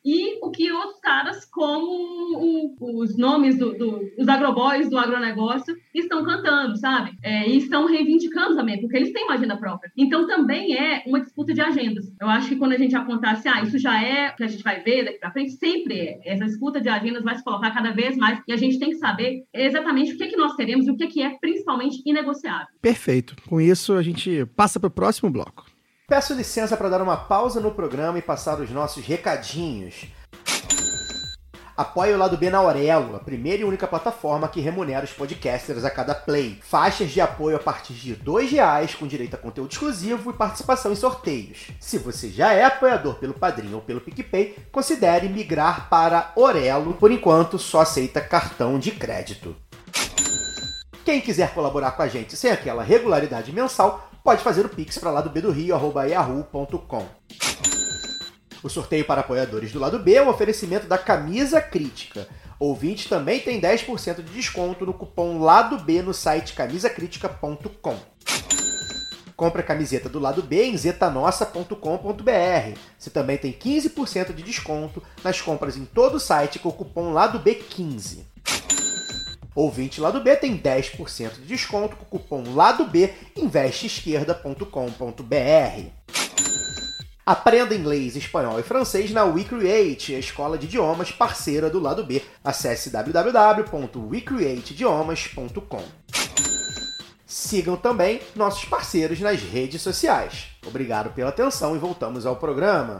e o que outros caras, como os nomes dos agroboys do agronegócio, estão cantando, sabe? E estão reivindicando também, porque eles têm uma agenda própria. Então, também é uma disputa de agendas. Eu acho que quando a gente apontasse, isso já é o que a gente vai ver daqui para frente, sempre é. Essa disputa de agendas vai se colocar cada vez mais, e a gente tem que saber exatamente o que nós teremos e o que é principalmente inegociável. Perfeito. Com isso, a gente passa para o próximo bloco. Peço licença para dar uma pausa no programa e passar os nossos recadinhos. Apoie o Lado B na Aurelo, a primeira e única plataforma que remunera os podcasters a cada play. Faixas de apoio a partir de R$2, com direito a conteúdo exclusivo e participação em sorteios. Se você já é apoiador pelo Padrim ou pelo PicPay, considere migrar para Aurelo. Por enquanto, só aceita cartão de crédito. Quem quiser colaborar com a gente sem aquela regularidade mensal, pode fazer o Pix para ladobedorio@yahoo.com. O sorteio para apoiadores do Lado B é um oferecimento da Camisa Crítica. Ouvinte também tem 10% de desconto no cupom Lado B no site camisacritica.com. Compre a camiseta do Lado B em zetanossa.com.br. Você também tem 15% de desconto nas compras em todo o site com o cupom Lado B15. Ouvinte Lado B tem 10% de desconto com o cupom Lado B em vesteesquerda.com.br. Aprenda inglês, espanhol e francês na WeCreate, a escola de idiomas parceira do Lado B. Acesse www.wecreateidiomas.com. Sigam também nossos parceiros nas redes sociais. Obrigado pela atenção e voltamos ao programa.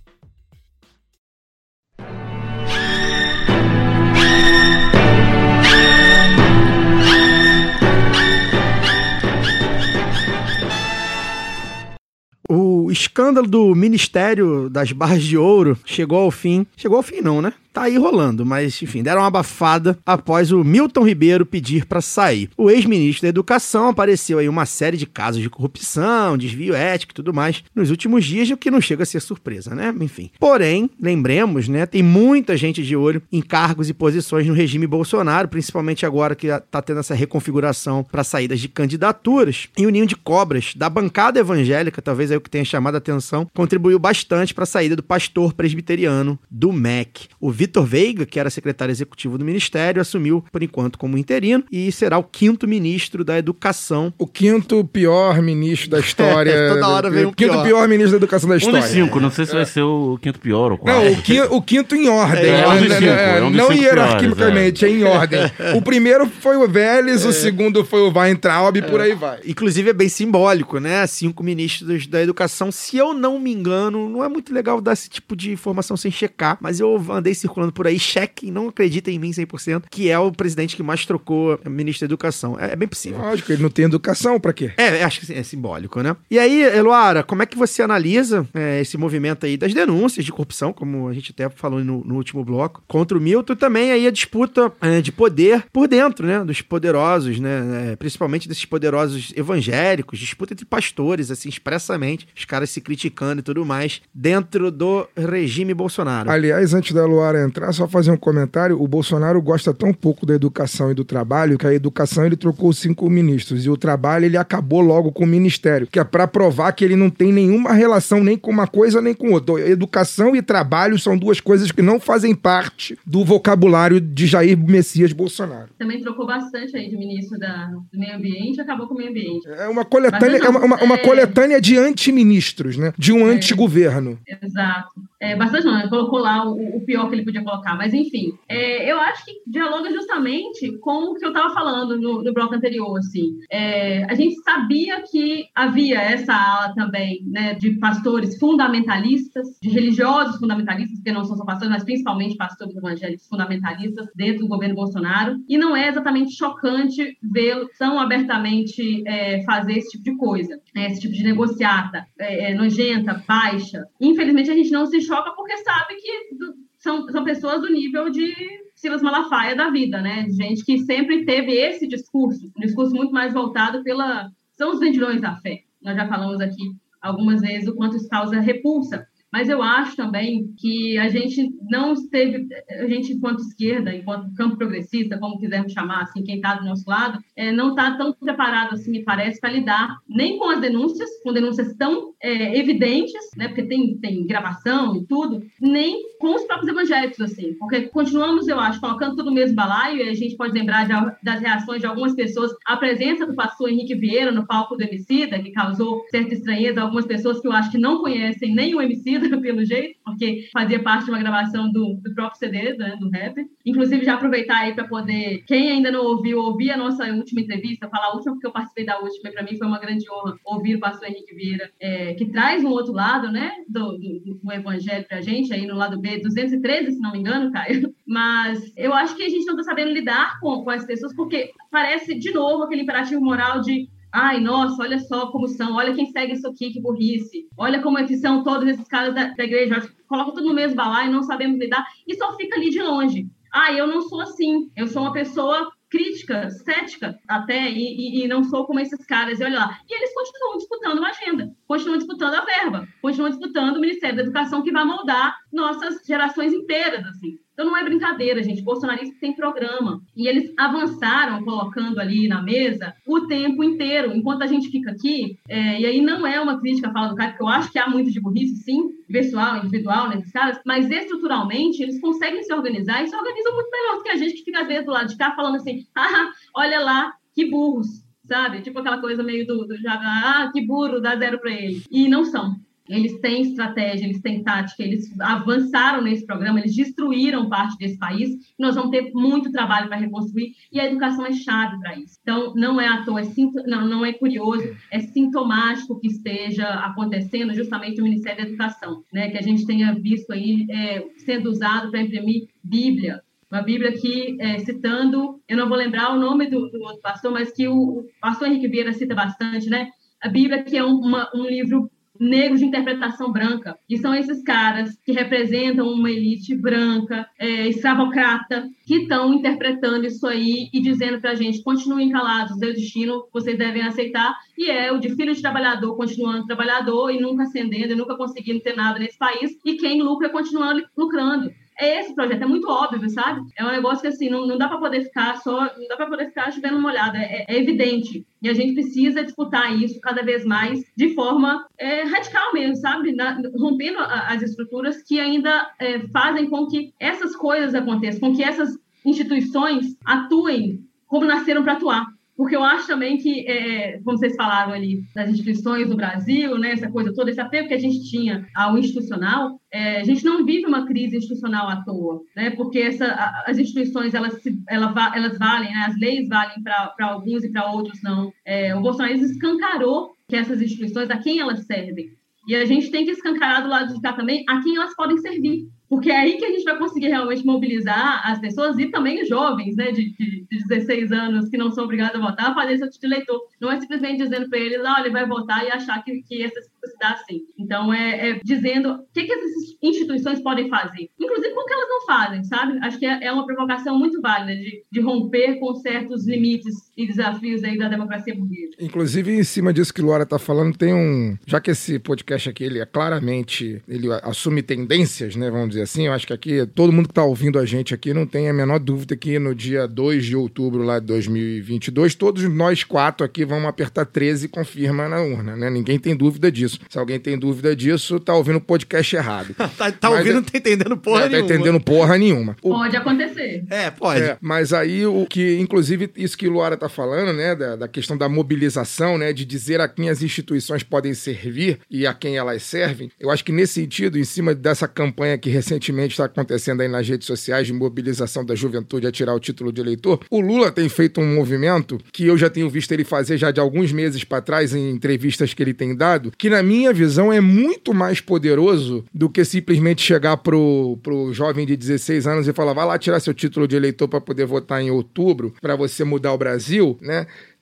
O escândalo do Ministério das Barras de Ouro chegou ao fim. Chegou ao fim não, né? Tá aí rolando, mas enfim, deram uma abafada após o Milton Ribeiro pedir para sair. O ex-ministro da Educação apareceu aí uma série de casos de corrupção, desvio ético e tudo mais nos últimos dias, o que não chega a ser surpresa, né? Enfim. Porém, lembremos, né, tem muita gente de olho em cargos e posições no regime Bolsonaro, principalmente agora que tá tendo essa reconfiguração para saídas de candidaturas. E o ninho de cobras da bancada evangélica, talvez aí o que tenha chamado a atenção, contribuiu bastante para a saída do pastor presbiteriano do MEC. O Vitor Veiga, que era secretário executivo do Ministério, assumiu, por enquanto, como interino e será o 5º ministro da Educação. O 5º pior ministro da história. Toda hora vem um pior. O 5º pior ministro da Educação da história. Um dos 5, não sei se vai ser o 5º pior ou qual. Não, o 5º em ordem. É um dos 5. É um dos não 5 hierarquicamente, é em ordem. O primeiro foi o Vélez, o segundo foi o Weintraub e por aí vai. Inclusive é bem simbólico, né? 5 ministros da Educação. Se eu não me engano, não é muito legal dar esse tipo de informação sem checar, mas eu andei circulando por aí, cheque, não acreditem em mim 100%, que é o presidente que mais trocou ministro da Educação. É bem possível. Lógico, ele não tem educação, pra quê? Acho que é simbólico, né? E aí, Eloara, como é que você analisa esse movimento aí das denúncias de corrupção, como a gente até falou no último bloco, contra o Milton, e também aí a disputa de poder por dentro, né? Dos poderosos, né? Principalmente desses poderosos evangélicos, disputa entre pastores, assim, expressamente, os caras se criticando e tudo mais, dentro do regime Bolsonaro. Aliás, antes da Luara entrar, só fazer um comentário, o Bolsonaro gosta tão pouco da educação e do trabalho, que a educação ele trocou 5 ministros, e o trabalho ele acabou logo com o ministério, que é pra provar que ele não tem nenhuma relação nem com uma coisa nem com outra. Educação e trabalho são duas coisas que não fazem parte do vocabulário de Jair Messias Bolsonaro. Também trocou bastante aí de ministro do meio ambiente e acabou com o meio ambiente. É uma coletânea, uma coletânea de antiministros, né? De um antigoverno. Exato. Bastante não, ele colocou lá o pior que ele podia colocar, mas enfim, eu acho que dialoga justamente com o que eu estava falando no bloco anterior, assim. A gente sabia que havia essa ala também, né, de pastores fundamentalistas, de religiosos fundamentalistas, porque não são só pastores, mas principalmente pastores evangélicos fundamentalistas dentro do governo Bolsonaro, e não é exatamente chocante vê-lo tão abertamente fazer esse tipo de coisa, esse tipo de negociata, nojenta, baixa. Infelizmente a gente não se choca porque sabe que são pessoas do nível de Silas Malafaia da vida, né? Gente que sempre teve esse discurso, um discurso muito mais voltado são os vendilhões da fé. Nós já falamos aqui algumas vezes o quanto isso causa repulsa Mas eu acho também que a gente não esteve, a gente enquanto esquerda, enquanto campo progressista, como quisermos chamar, assim, quem está do nosso lado, não está tão preparado, assim, me parece, para lidar nem com as denúncias, com denúncias tão evidentes, né, porque tem gravação e tudo, nem com os próprios evangélicos, assim, porque continuamos, eu acho, colocando tudo no mesmo balaio, e a gente pode lembrar das reações de algumas pessoas, a presença do pastor Henrique Vieira no palco do Emicida, que causou certa estranheza a algumas pessoas que eu acho que não conhecem nem o Emicida, pelo jeito, porque fazia parte de uma gravação do próprio CD, né, do rap. Inclusive, já aproveitar aí para poder, quem ainda não ouviu, ouvir a nossa última entrevista, falar a última porque eu participei da última, e para mim foi uma grande honra ouvir o pastor Henrique Vieira, que traz um outro lado, né, do evangelho pra gente, aí no lado B, 213, se não me engano, Caio. Mas eu acho que a gente não está sabendo lidar com as pessoas, porque parece, de novo, aquele imperativo moral de ai, nossa, olha só como são, olha quem segue isso aqui, que burrice. Olha como são todos esses caras da igreja. Coloca tudo no mesmo balaio, não sabemos lidar, e só fica ali de longe. Ah, eu não sou assim, eu sou uma pessoa crítica, cética até, e não sou como esses caras, e olha lá. E eles continuam disputando uma agenda, continuam disputando a verba, continuam disputando o Ministério da Educação, que vai moldar nossas gerações inteiras, assim. Então não é brincadeira, gente. Bolsonarista tem programa. E eles avançaram colocando ali na mesa o tempo inteiro. Enquanto a gente fica aqui, e aí não é uma crítica à fala do Caio, porque eu acho que há muito de burrice, sim, pessoal, individual, nesses caras, mas estruturalmente eles conseguem se organizar e se organizam muito melhor do que a gente que fica às vezes do lado de cá falando assim, olha lá, que burros, sabe? Tipo aquela coisa meio do que burro, dá 0 para ele. E não são. Eles têm estratégia, eles têm tática, eles avançaram nesse programa, eles destruíram parte desse país, nós vamos ter muito trabalho para reconstruir, e a educação é chave para isso. Então, não é à toa, não é curioso, é sintomático que esteja acontecendo justamente o Ministério da Educação, né, que a gente tenha visto aí sendo usado para imprimir Bíblia. Uma Bíblia que, citando, eu não vou lembrar o nome do outro pastor, mas que o pastor Henrique Vieira cita bastante, né? A Bíblia que é um livro negro de interpretação branca, e são esses caras que representam uma elite branca, escravocrata, que estão interpretando isso aí e dizendo pra gente, continuem calados, o seu destino vocês devem aceitar, e é o de filho de trabalhador continuando trabalhador e nunca ascendendo e nunca conseguindo ter nada nesse país, e quem lucra continuando lucrando. É esse projeto, é muito óbvio, sabe? É um negócio que, assim, não dá para poder ficar chovendo uma olhada, é evidente. E a gente precisa disputar isso cada vez mais de forma radical mesmo, sabe? Rompendo as estruturas que ainda fazem com que essas coisas aconteçam, com que essas instituições atuem como nasceram para atuar. Porque eu acho também que, como vocês falaram ali, das instituições do Brasil, né, essa coisa toda, esse apego que a gente tinha ao institucional, a gente não vive uma crise institucional à toa, né, porque as instituições, elas valem, né, as leis valem para alguns e para outros não. O bolsonarismo escancarou que essas instituições, a quem elas servem. E a gente tem que escancarar do lado de cá também a quem elas podem servir. Porque é aí que a gente vai conseguir realmente mobilizar as pessoas e também os jovens, né, de 16 anos que não são obrigados a votar, a fazer seu título de eleitor. Não é simplesmente dizendo para eles, ele vai votar e achar que essa se dá assim. Então, dizendo o que essas instituições podem fazer. Inclusive, porque elas não fazem, sabe? Acho que é uma provocação muito válida de romper com certos limites e desafios aí da democracia burguesa. Inclusive, em cima disso que Luara está falando, tem já que esse podcast aqui, ele assume tendências, né, vamos dizer assim, eu acho que aqui todo mundo que está ouvindo a gente aqui não tem a menor dúvida que no dia 2 de outubro lá de 2022, todos nós 4 aqui vamos apertar 13 e confirma na urna, né? Ninguém tem dúvida disso. Se alguém tem dúvida disso, tá ouvindo o podcast errado. tá ouvindo, não tá entendendo porra nenhuma. Tá entendendo porra nenhuma. Pode acontecer. Pode. Mas aí, inclusive, isso que Luara tá falando, né, da questão da mobilização, né, de dizer a quem as instituições podem servir e a quem elas servem, eu acho que nesse sentido, em cima dessa campanha que recentemente está acontecendo aí nas redes sociais de mobilização da juventude a tirar o título de eleitor, o Lula tem feito um movimento que eu já tenho visto ele fazer já de alguns meses para trás em entrevistas que ele tem dado, que na minha visão é muito mais poderoso do que simplesmente chegar pro jovem de 16 anos e falar, vai lá tirar seu título de eleitor para poder votar em outubro, para você mudar o Brasil, né?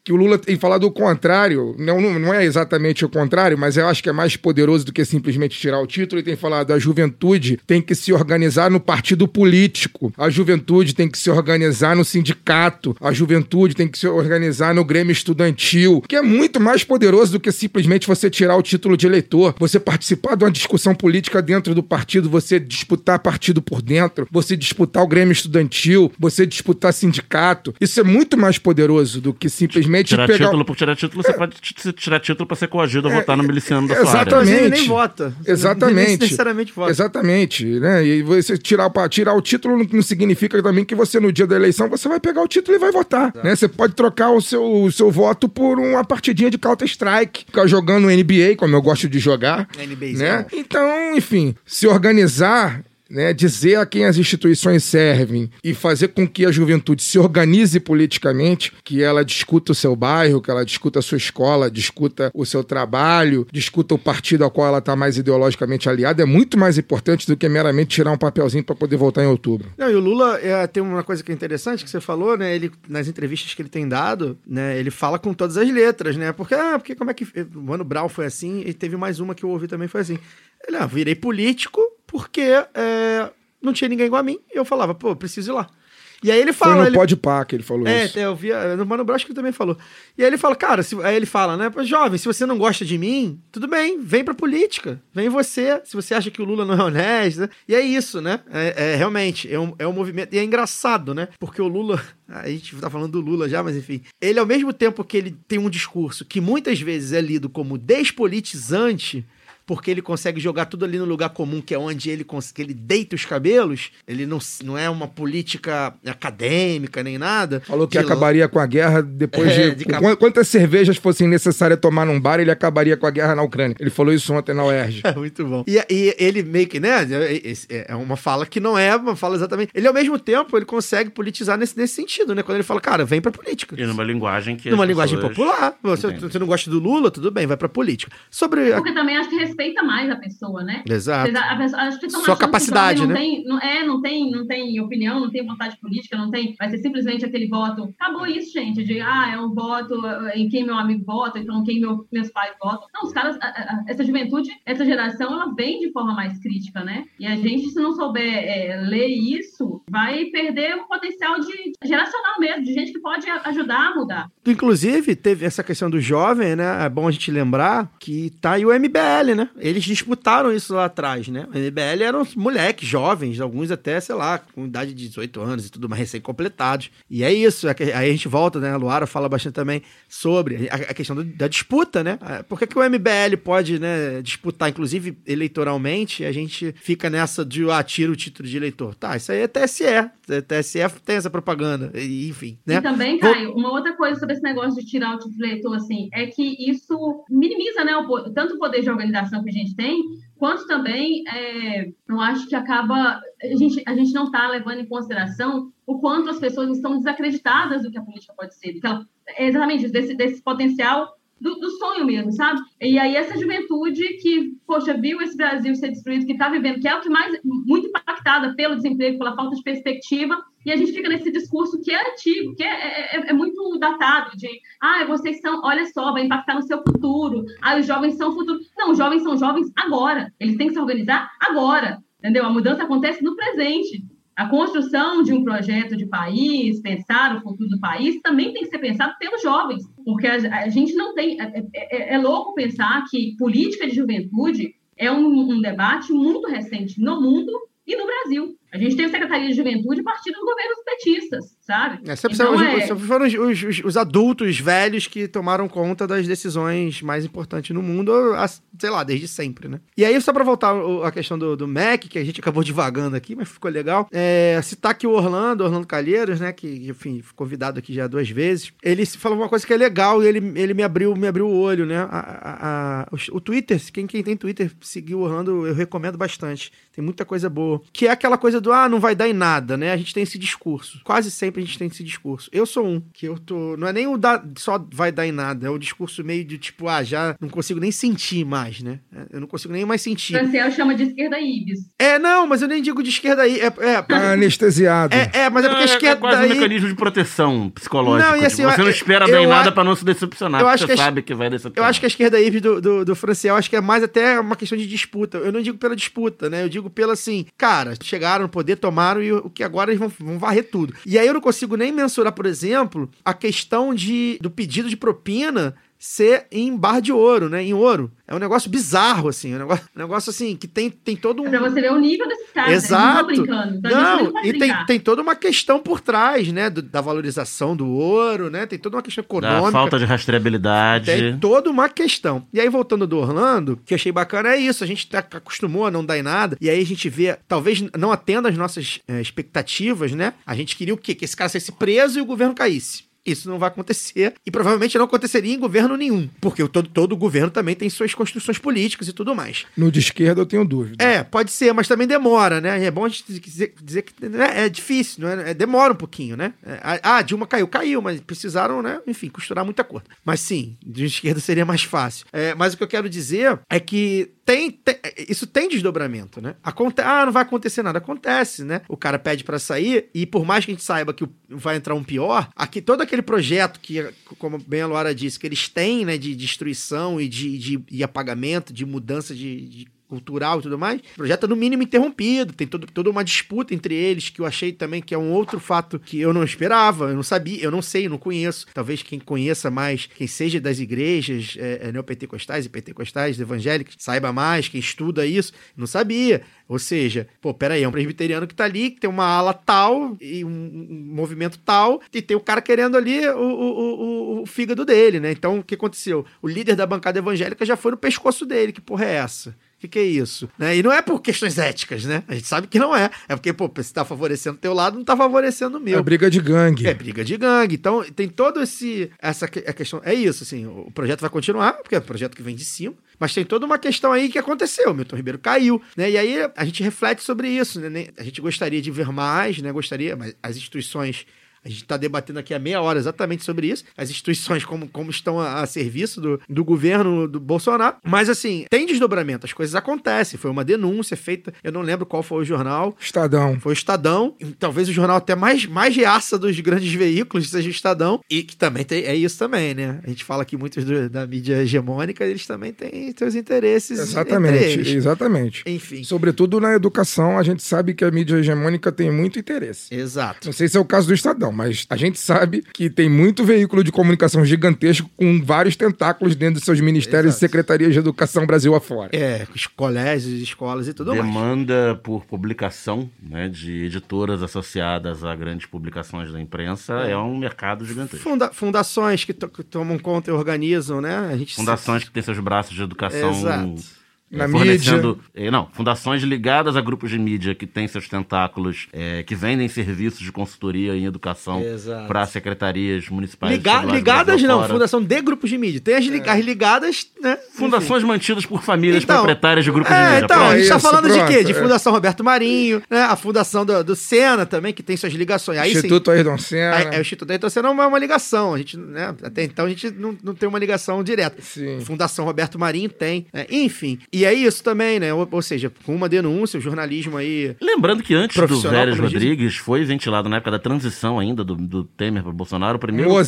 que o Lula tem falado o contrário, não é exatamente o contrário, mas eu acho que é mais poderoso do que simplesmente tirar o título. Ele tem falado a juventude tem que se organizar no partido político, a juventude tem que se organizar no sindicato, a juventude tem que se organizar no Grêmio Estudantil, que é muito mais poderoso do que simplesmente você tirar o título de eleitor, você participar de uma discussão política dentro do partido, você disputar partido por dentro, você disputar o Grêmio Estudantil, você disputar sindicato. Isso é muito mais poderoso do que simplesmente tirar pegar... título por tirar título, você pode tirar título pra ser coagido a votar no miliciano da sua área. Mas ele Exatamente. nem vota. Exatamente. Nem necessariamente vota. Exatamente, né? E você tirar o título não significa também que você, no dia da eleição, você vai pegar o título e vai votar, né? Você pode trocar o seu voto por uma partidinha de Counter-Strike, ficar jogando NBA, como eu gosto de jogar, né? Então, enfim, se organizar, né, dizer a quem as instituições servem e fazer com que a juventude se organize politicamente, que ela discuta o seu bairro, que ela discuta a sua escola, discuta o seu trabalho, discuta o partido ao qual ela está mais ideologicamente aliada, é muito mais importante do que meramente tirar um papelzinho para poder votar em outubro. Não, e o Lula tem uma coisa que é interessante que você falou, né? Ele, nas entrevistas que ele tem dado, né, ele fala com todas as letras, né? Porque como é que o Mano Brown foi assim, e teve mais uma que eu ouvi também foi assim. Ele, virei político porque não tinha ninguém igual a mim. E eu falava, pô, preciso ir lá. E aí ele fala... Foi no Podpah que ele falou isso. Eu via... No Mano Brown que ele também falou. E aí ele fala, cara... Aí ele fala, né? Jovem, se você não gosta de mim, tudo bem, vem pra política. Vem você. Se você acha que o Lula não é honesto... Né? E é isso, né? Realmente, é um movimento... E é engraçado, né? Porque o Lula... A gente tá falando do Lula já, mas enfim. Ele, ao mesmo tempo que ele tem um discurso que muitas vezes é lido como despolitizante... porque ele consegue jogar tudo ali no lugar comum, que é onde que ele deita os cabelos, ele não é uma política acadêmica nem nada. Falou que acabaria com a guerra depois quantas cervejas fossem necessárias tomar num bar, ele acabaria com a guerra na Ucrânia. Ele falou isso ontem na UERJ. Muito bom. E ele meio que, né, é uma fala que não é uma fala exatamente... Ele, ao mesmo tempo, ele consegue politizar nesse sentido, né? Quando ele fala, cara, vem pra política. E numa linguagem que... Numa linguagem popular. Você não gosta do Lula, tudo bem, vai pra política. Porque também acho que respeita mais a pessoa, né? Exato. Acho que sua capacidade, não né? Não tem opinião, não tem vontade política, não tem... Vai ser simplesmente aquele voto. Acabou isso, gente, de, é um voto em quem meu amigo vota, então quem meus pais votam. Não, os caras, essa juventude, essa geração, ela vem de forma mais crítica, né? E a gente, se não souber ler isso, vai perder o potencial geracional mesmo, de gente que pode ajudar a mudar. Inclusive, teve essa questão do jovem, né? É bom a gente lembrar que tá aí o MBL, né? Eles disputaram isso lá atrás, né? O MBL eram moleques, jovens, alguns até, sei lá, com idade de 18 anos e tudo mais, recém-completados. E é isso, aí a gente volta, né? A Luara fala bastante também sobre a questão da disputa, né? Por que o MBL pode, né, disputar, inclusive eleitoralmente, e a gente fica nessa de, tira o título de eleitor. Tá, isso aí é TSE. TSE tem essa propaganda, enfim, né? E também, Caio, uma outra coisa sobre esse negócio de tirar o título de eleitor, assim, é que isso minimiza, né, tanto o poder de organização que a gente tem, quanto também, eu acho que acaba... A gente não está levando em consideração o quanto as pessoas estão desacreditadas do que a política pode ser. Exatamente, desse potencial do sonho mesmo, sabe? E aí essa juventude que, poxa, viu esse Brasil ser destruído, que está vivendo, que é o que mais, muito impactada pelo desemprego, pela falta de perspectiva, e a gente fica nesse discurso que é antigo, que é muito datado, de, vocês são, olha só, vai impactar no seu futuro, os jovens são o futuro. Não, os jovens são jovens agora, eles têm que se organizar agora, entendeu? A mudança acontece no presente. A construção de um projeto de país, pensar o futuro do país, também tem que ser pensado pelos jovens, porque a gente não tem... É louco pensar que política de juventude é um debate muito recente no mundo e no Brasil. A gente tem a Secretaria de Juventude a partir dos governos petistas, sabe? Sempre foram os adultos velhos que tomaram conta das decisões mais importantes no mundo, sei lá, desde sempre, né? E aí, só pra voltar à questão do MEC, que a gente acabou divagando aqui, mas ficou legal, citar aqui o Orlando Calheiros, né, que, enfim, foi convidado aqui já 2 vezes, ele falou uma coisa que é legal e ele me abriu o olho, né? O Twitter, quem tem Twitter, seguir o Orlando, eu recomendo bastante. Tem muita coisa boa. Que é aquela coisa coisa do, não vai dar em nada, né? A gente tem esse discurso. Quase sempre a gente tem esse discurso. Eu sou um, que eu tô... Não é nem o só vai dar em nada, é o discurso meio de tipo, já não consigo nem sentir mais, né? Eu não consigo nem mais sentir. Franciel chama de esquerda ibis. Não, mas eu nem digo de esquerda aí. Anestesiado. Mas é porque a esquerda é quase aí... um mecanismo de proteção psicológica. Não, e assim, você não espera dar em nada pra não se decepcionar, porque você sabe que vai decepcionar. Eu acho que a esquerda aí do Franciel, acho que é mais até uma questão de disputa. Eu não digo pela disputa, né? Eu digo pela assim, cara, chegaram no poder, tomaram e o que agora eles vão varrer tudo. E aí eu não consigo nem mensurar, por exemplo, a questão do pedido de propina ser em barra de ouro, né? Em ouro. É um negócio bizarro, assim. Um negócio assim, que tem todo um... É pra você ver o nível desses caras. Exato. Eles não estão brincando. Então não, e tem toda uma questão por trás, né? Da valorização do ouro, né? Tem toda uma questão econômica. Da falta de rastreabilidade. Tem toda uma questão. E aí, voltando do Orlando, o que eu achei bacana é isso. A gente acostumou a não dar em nada. E aí a gente vê, talvez não atenda às nossas expectativas, né? A gente queria o quê? Que esse cara fosse preso e o governo caísse. Isso não vai acontecer e provavelmente não aconteceria em governo nenhum, porque todo governo também tem suas construções políticas e tudo mais. No de esquerda eu tenho dúvida. Pode ser, mas também demora, né? É bom a gente dizer que é difícil, não é? Demora um pouquinho, né? Dilma caiu, mas precisaram, né? Enfim, costurar muita coisa. Mas sim, de esquerda seria mais fácil. Mas o que eu quero dizer é que isso tem desdobramento, né? Não vai acontecer nada. Acontece, né? O cara pede pra sair e por mais que a gente saiba que vai entrar um pior, todo aquele projeto que, como bem a Luara disse, que eles têm, né, de destruição e de apagamento, de mudança de cultural e tudo mais, o projeto é no mínimo interrompido, tem toda uma disputa entre eles, que eu achei também que é um outro fato que eu não esperava, eu não sabia, eu não sei, eu não conheço, talvez quem conheça mais, quem seja das igrejas neopentecostais e pentecostais, evangélicas, saiba mais, quem estuda isso, não sabia, ou seja, peraí, é um presbiteriano que tá ali, que tem uma ala tal, e um movimento tal, e tem o cara querendo ali o fígado dele, né, então o que aconteceu? O líder da bancada evangélica já foi no pescoço dele, que porra é essa? O que é isso? Né? E não é por questões éticas, né? A gente sabe que não é. É porque, se tá favorecendo o teu lado, não tá favorecendo o meu. É briga de gangue. É briga de gangue. Então, tem todo essa questão. É isso, assim, o projeto vai continuar, porque é um projeto que vem de cima, mas tem toda uma questão aí que aconteceu. O Milton Ribeiro caiu, né? E aí a gente reflete sobre isso, né? A gente gostaria de ver mais, né? Mas as instituições... A gente está debatendo aqui há meia hora exatamente sobre isso. As instituições como estão a serviço do governo do Bolsonaro. Mas, assim, tem desdobramento. As coisas acontecem. Foi uma denúncia feita... Eu não lembro qual foi o jornal. Estadão. Foi o Estadão. Talvez o jornal até mais reaça dos grandes veículos seja o Estadão. E que também é isso também, né? A gente fala que muitos da mídia hegemônica, eles também têm seus interesses. Exatamente. Enfim. Sobretudo na educação, a gente sabe que a mídia hegemônica tem muito interesse. Exato. Não sei se é o caso do Estadão, mas a gente sabe que tem muito veículo de comunicação gigantesco com vários tentáculos dentro de seus ministérios e secretarias de educação Brasil afora. Os colégios, escolas e tudo mais. Demanda por publicação, né, de editoras associadas a grandes publicações da imprensa é um mercado gigantesco. Fundações que tomam conta e organizam, né? Fundações que têm seus braços de educação... Exato. Na mídia. Fundações ligadas a grupos de mídia que têm seus tentáculos, que vendem serviços de consultoria em educação para secretarias municipais. Ligadas não, fundação de grupos de mídia. Tem as ligadas, né? Fundações mantidas por famílias proprietárias de grupos de mídia. Então, a gente tá falando de quê? De Fundação Roberto Marinho, né? A fundação do Senna também, que tem suas ligações. Aí, Instituto Ayrton Senna. O Instituto Ayrton Senna não é uma ligação. A gente, né? Até então a gente não tem uma ligação direta. Sim. Fundação Roberto Marinho tem. Enfim. E é isso também, né? Ou seja, com uma denúncia, o jornalismo aí... Lembrando que antes do Vélez Rodrigues foi ventilado na época da transição ainda do Temer para Bolsonaro,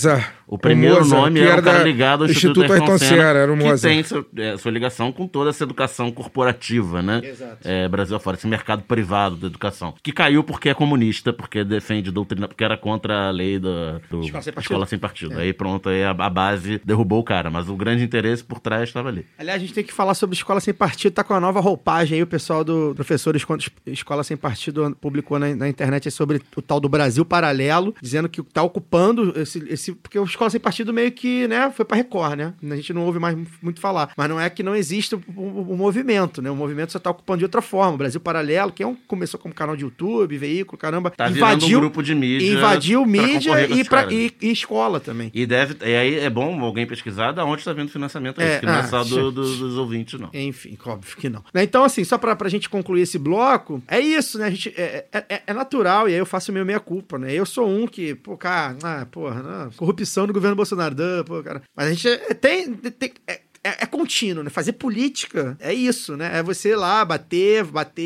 o primeiro nome era um cara ligado ao Instituto Ayrton Senna, era o Mozart. Que tem sua ligação com toda essa educação corporativa, né? Exato. Brasil afora, esse mercado privado da educação. Que caiu porque é comunista, porque defende doutrina, porque era contra a lei do Escola Sem Partido. Aí pronto, aí a base derrubou o cara, mas o grande interesse por trás estava ali. Aliás, a gente tem que falar sobre Escola Sem Partido, tá com a nova roupagem aí, o pessoal do Professores contra Escola Sem Partido publicou na internet sobre o tal do Brasil Paralelo, dizendo que tá ocupando esse porque o Escola Sem Partido meio que, né, foi pra Record, né? A gente não ouve mais muito falar. tal. Mas não é que não existe o movimento, né? O movimento só tá ocupando de outra forma. O Brasil Paralelo, que começou como canal de YouTube, veículo, caramba, tá invadiu um grupo de mídia. Invadiu mídia e escola também. E aí é bom alguém pesquisar de onde está vendo financiamento que não é só dos ouvintes, não. Enfim, óbvio que não. Então, assim, só pra gente concluir esse bloco, é isso, né? A gente, é natural, e aí eu faço o meu meia-culpa, né? Eu sou um que, corrupção do governo Bolsonaro, cara. Mas a gente é contínuo, né? Fazer política é isso, né? É você ir lá bater.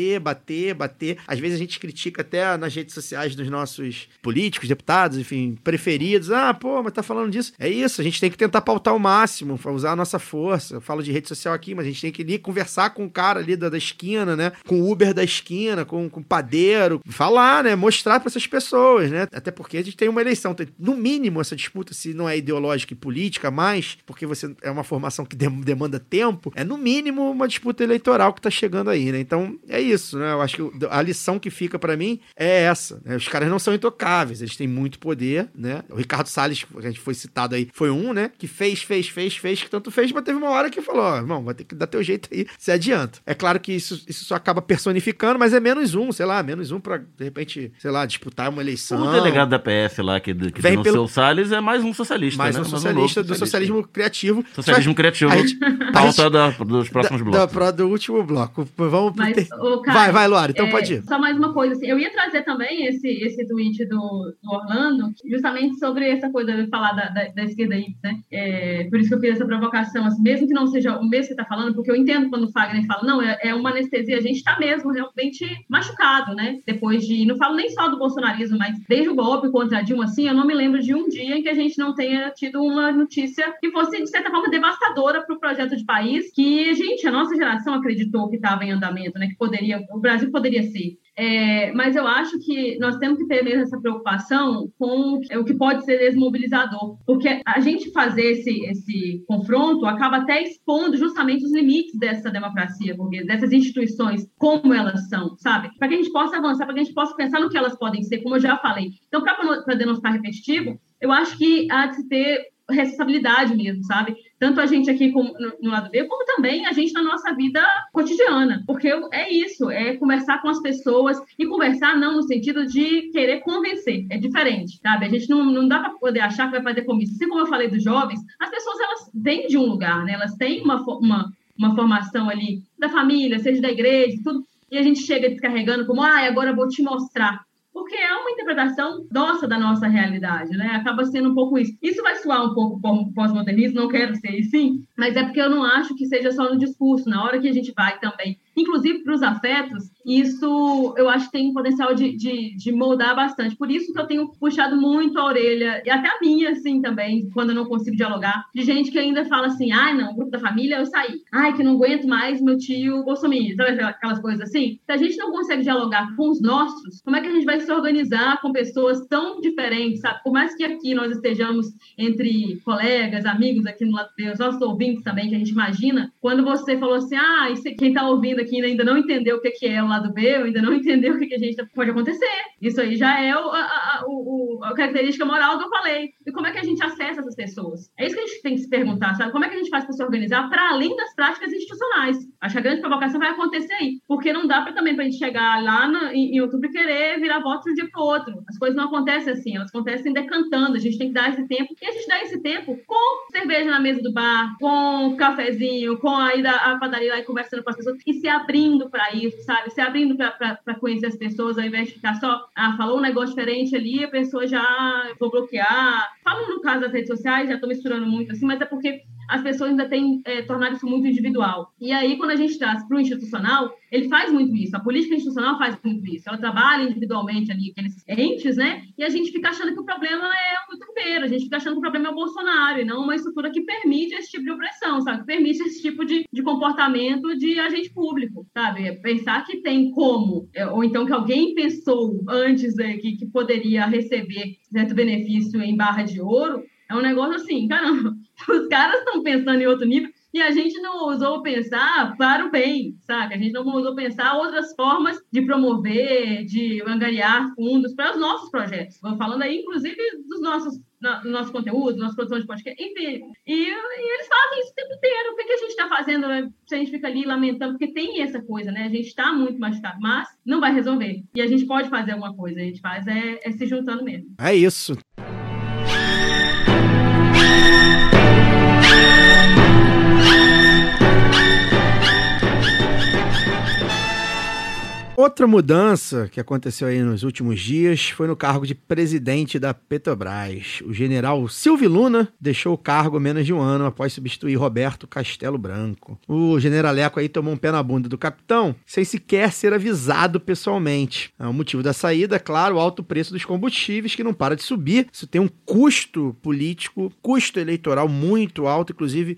Às vezes a gente critica até nas redes sociais dos nossos políticos, deputados, enfim, preferidos. Mas tá falando disso. É isso, a gente tem que tentar pautar o máximo, usar a nossa força. Eu falo de rede social aqui, mas a gente tem que ir conversar com o cara ali da esquina, né? Com o Uber da esquina, com o padeiro. Falar, né? Mostrar pra essas pessoas, né? Até porque a gente tem uma eleição. Tem, no mínimo, essa disputa, se não é ideológica e política, mais, porque você é uma formação que demanda tempo, é no mínimo uma disputa eleitoral que tá chegando aí, né? Então, é isso, né? Eu acho que a lição que fica pra mim é essa, né? Os caras não são intocáveis, eles têm muito poder, né? O Ricardo Salles, que a gente foi citado aí, foi um, né? Que fez, que tanto fez, mas teve uma hora que falou, irmão, vai ter que dar teu jeito aí, se adianta. É claro que isso só acaba personificando, mas é menos um pra, de repente, sei lá, disputar uma eleição. O delegado da PF lá, que denunciou o Salles, é mais um socialista, mais né? Um socialista do socialismo criativo. Socialismo criativo. Pauta dos próximos blocos. Do último bloco. Vamos Caio, vai, Luara, então pode ir. Só mais uma coisa, assim, eu ia trazer também esse tweet do Orlando, justamente sobre essa coisa de falar da esquerda aí, né? Por isso que eu fiz essa provocação, assim, mesmo que não seja o mesmo que você está falando, porque eu entendo quando o Fagner fala, não, é uma anestesia, a gente está mesmo realmente machucado, né? Depois de, não falo nem só do bolsonarismo, mas desde o golpe contra a Dilma, assim, eu não me lembro de um dia em que a gente não tenha tido uma notícia que fosse, de certa forma, devastadora para o projeto de país que, gente, a nossa geração acreditou que estava em andamento, né? Que o Brasil poderia ser. Mas eu acho que nós temos que ter mesmo essa preocupação com o que pode ser desmobilizador, porque a gente fazer esse confronto acaba até expondo justamente os limites dessa democracia burguesa, dessas instituições, como elas são, sabe? Para que a gente possa avançar, para que a gente possa pensar no que elas podem ser, como eu já falei. Então, para não ficar repetitivo, eu acho que há de se ter responsabilidade mesmo, sabe? Tanto a gente aqui no lado B, como também a gente na nossa vida cotidiana. Porque é isso, é conversar com as pessoas e conversar não no sentido de querer convencer, é diferente, sabe? A gente não dá para poder achar que vai fazer comício. Assim como eu falei dos jovens, as pessoas, elas vêm de um lugar, né? Elas têm uma formação ali da família, seja da igreja, tudo, e a gente chega descarregando como, agora eu vou te mostrar. Porque é uma interpretação nossa da nossa realidade, né? Acaba sendo um pouco isso. Isso vai soar um pouco como pós-modernismo, não quero ser assim, mas é porque eu não acho que seja só no discurso. Na hora que a gente vai também, inclusive para os afetos, isso eu acho que tem um potencial de moldar bastante. Por isso que eu tenho puxado muito a orelha, e até a minha, assim, também, quando eu não consigo dialogar, de gente que ainda fala assim, não, grupo da família, eu saí. Que não aguento mais meu tio Bolsonaro. Sabe aquelas coisas assim? Se a gente não consegue dialogar com os nossos, como é que a gente vai se organizar com pessoas tão diferentes, sabe? Por mais que aqui nós estejamos entre colegas, amigos aqui no lado B, os nossos ouvintes também, que a gente imagina, quando você falou assim, quem está ouvindo aqui ainda não entendeu o que é o lado B, ou ainda não entendeu o que a gente pode acontecer. Isso aí já é a característica moral que eu falei. E como é que a gente acessa essas pessoas? É isso que a gente tem que se perguntar, sabe? Como é que a gente faz para se organizar para além das práticas institucionais? Acho que a grande provocação vai acontecer aí, porque não dá para a gente chegar lá em outubro e querer virar voto de um dia para o outro. As coisas não acontecem assim, elas acontecem decantando. A gente tem que dar esse tempo, e a gente dá esse tempo com cerveja na mesa do bar, com cafezinho, com a ida à padaria lá e conversando com as pessoas, e se abrindo para isso, sabe? Se abrindo para conhecer as pessoas, ao invés de ficar só, falou um negócio diferente ali, a pessoa já vou bloquear. Falo no caso das redes sociais, já estou misturando muito assim, mas é porque as pessoas ainda têm tornado isso muito individual. E aí, quando a gente traz para o institucional, ele faz muito isso. A política institucional faz muito isso. Ela trabalha individualmente ali, aqueles entes, né? E a gente fica achando que o problema é o youtuber, a gente fica achando que o problema é o Bolsonaro, e não uma estrutura que permite esse tipo de opressão, sabe? Que permite esse tipo de comportamento de agente público, sabe? Pensar que tem como, ou então que alguém pensou antes que poderia receber certo benefício em barra de ouro, é um negócio assim, caramba, os caras estão pensando em outro nível. E a gente não ousou pensar para o bem, sabe? A gente não ousou pensar outras formas de promover, de angariar fundos para os nossos projetos. Vou falando aí, inclusive, dos nosso conteúdo, nossa produção de podcast, enfim. E eles fazem isso o tempo inteiro. O que a gente está fazendo, né? Se a gente fica ali lamentando, porque tem essa coisa, né? A gente está muito machucado, mas não vai resolver. E a gente pode fazer alguma coisa. A gente faz se juntando mesmo. É isso. Outra mudança que aconteceu aí nos últimos dias foi no cargo de presidente da Petrobras. O general Silvio Luna deixou o cargo há menos de um ano após substituir Roberto Castelo Branco. O generaleco aí tomou um pé na bunda do capitão sem sequer ser avisado pessoalmente. O motivo da saída, claro, o alto preço dos combustíveis que não para de subir. Isso tem um custo político, custo eleitoral muito alto. Inclusive,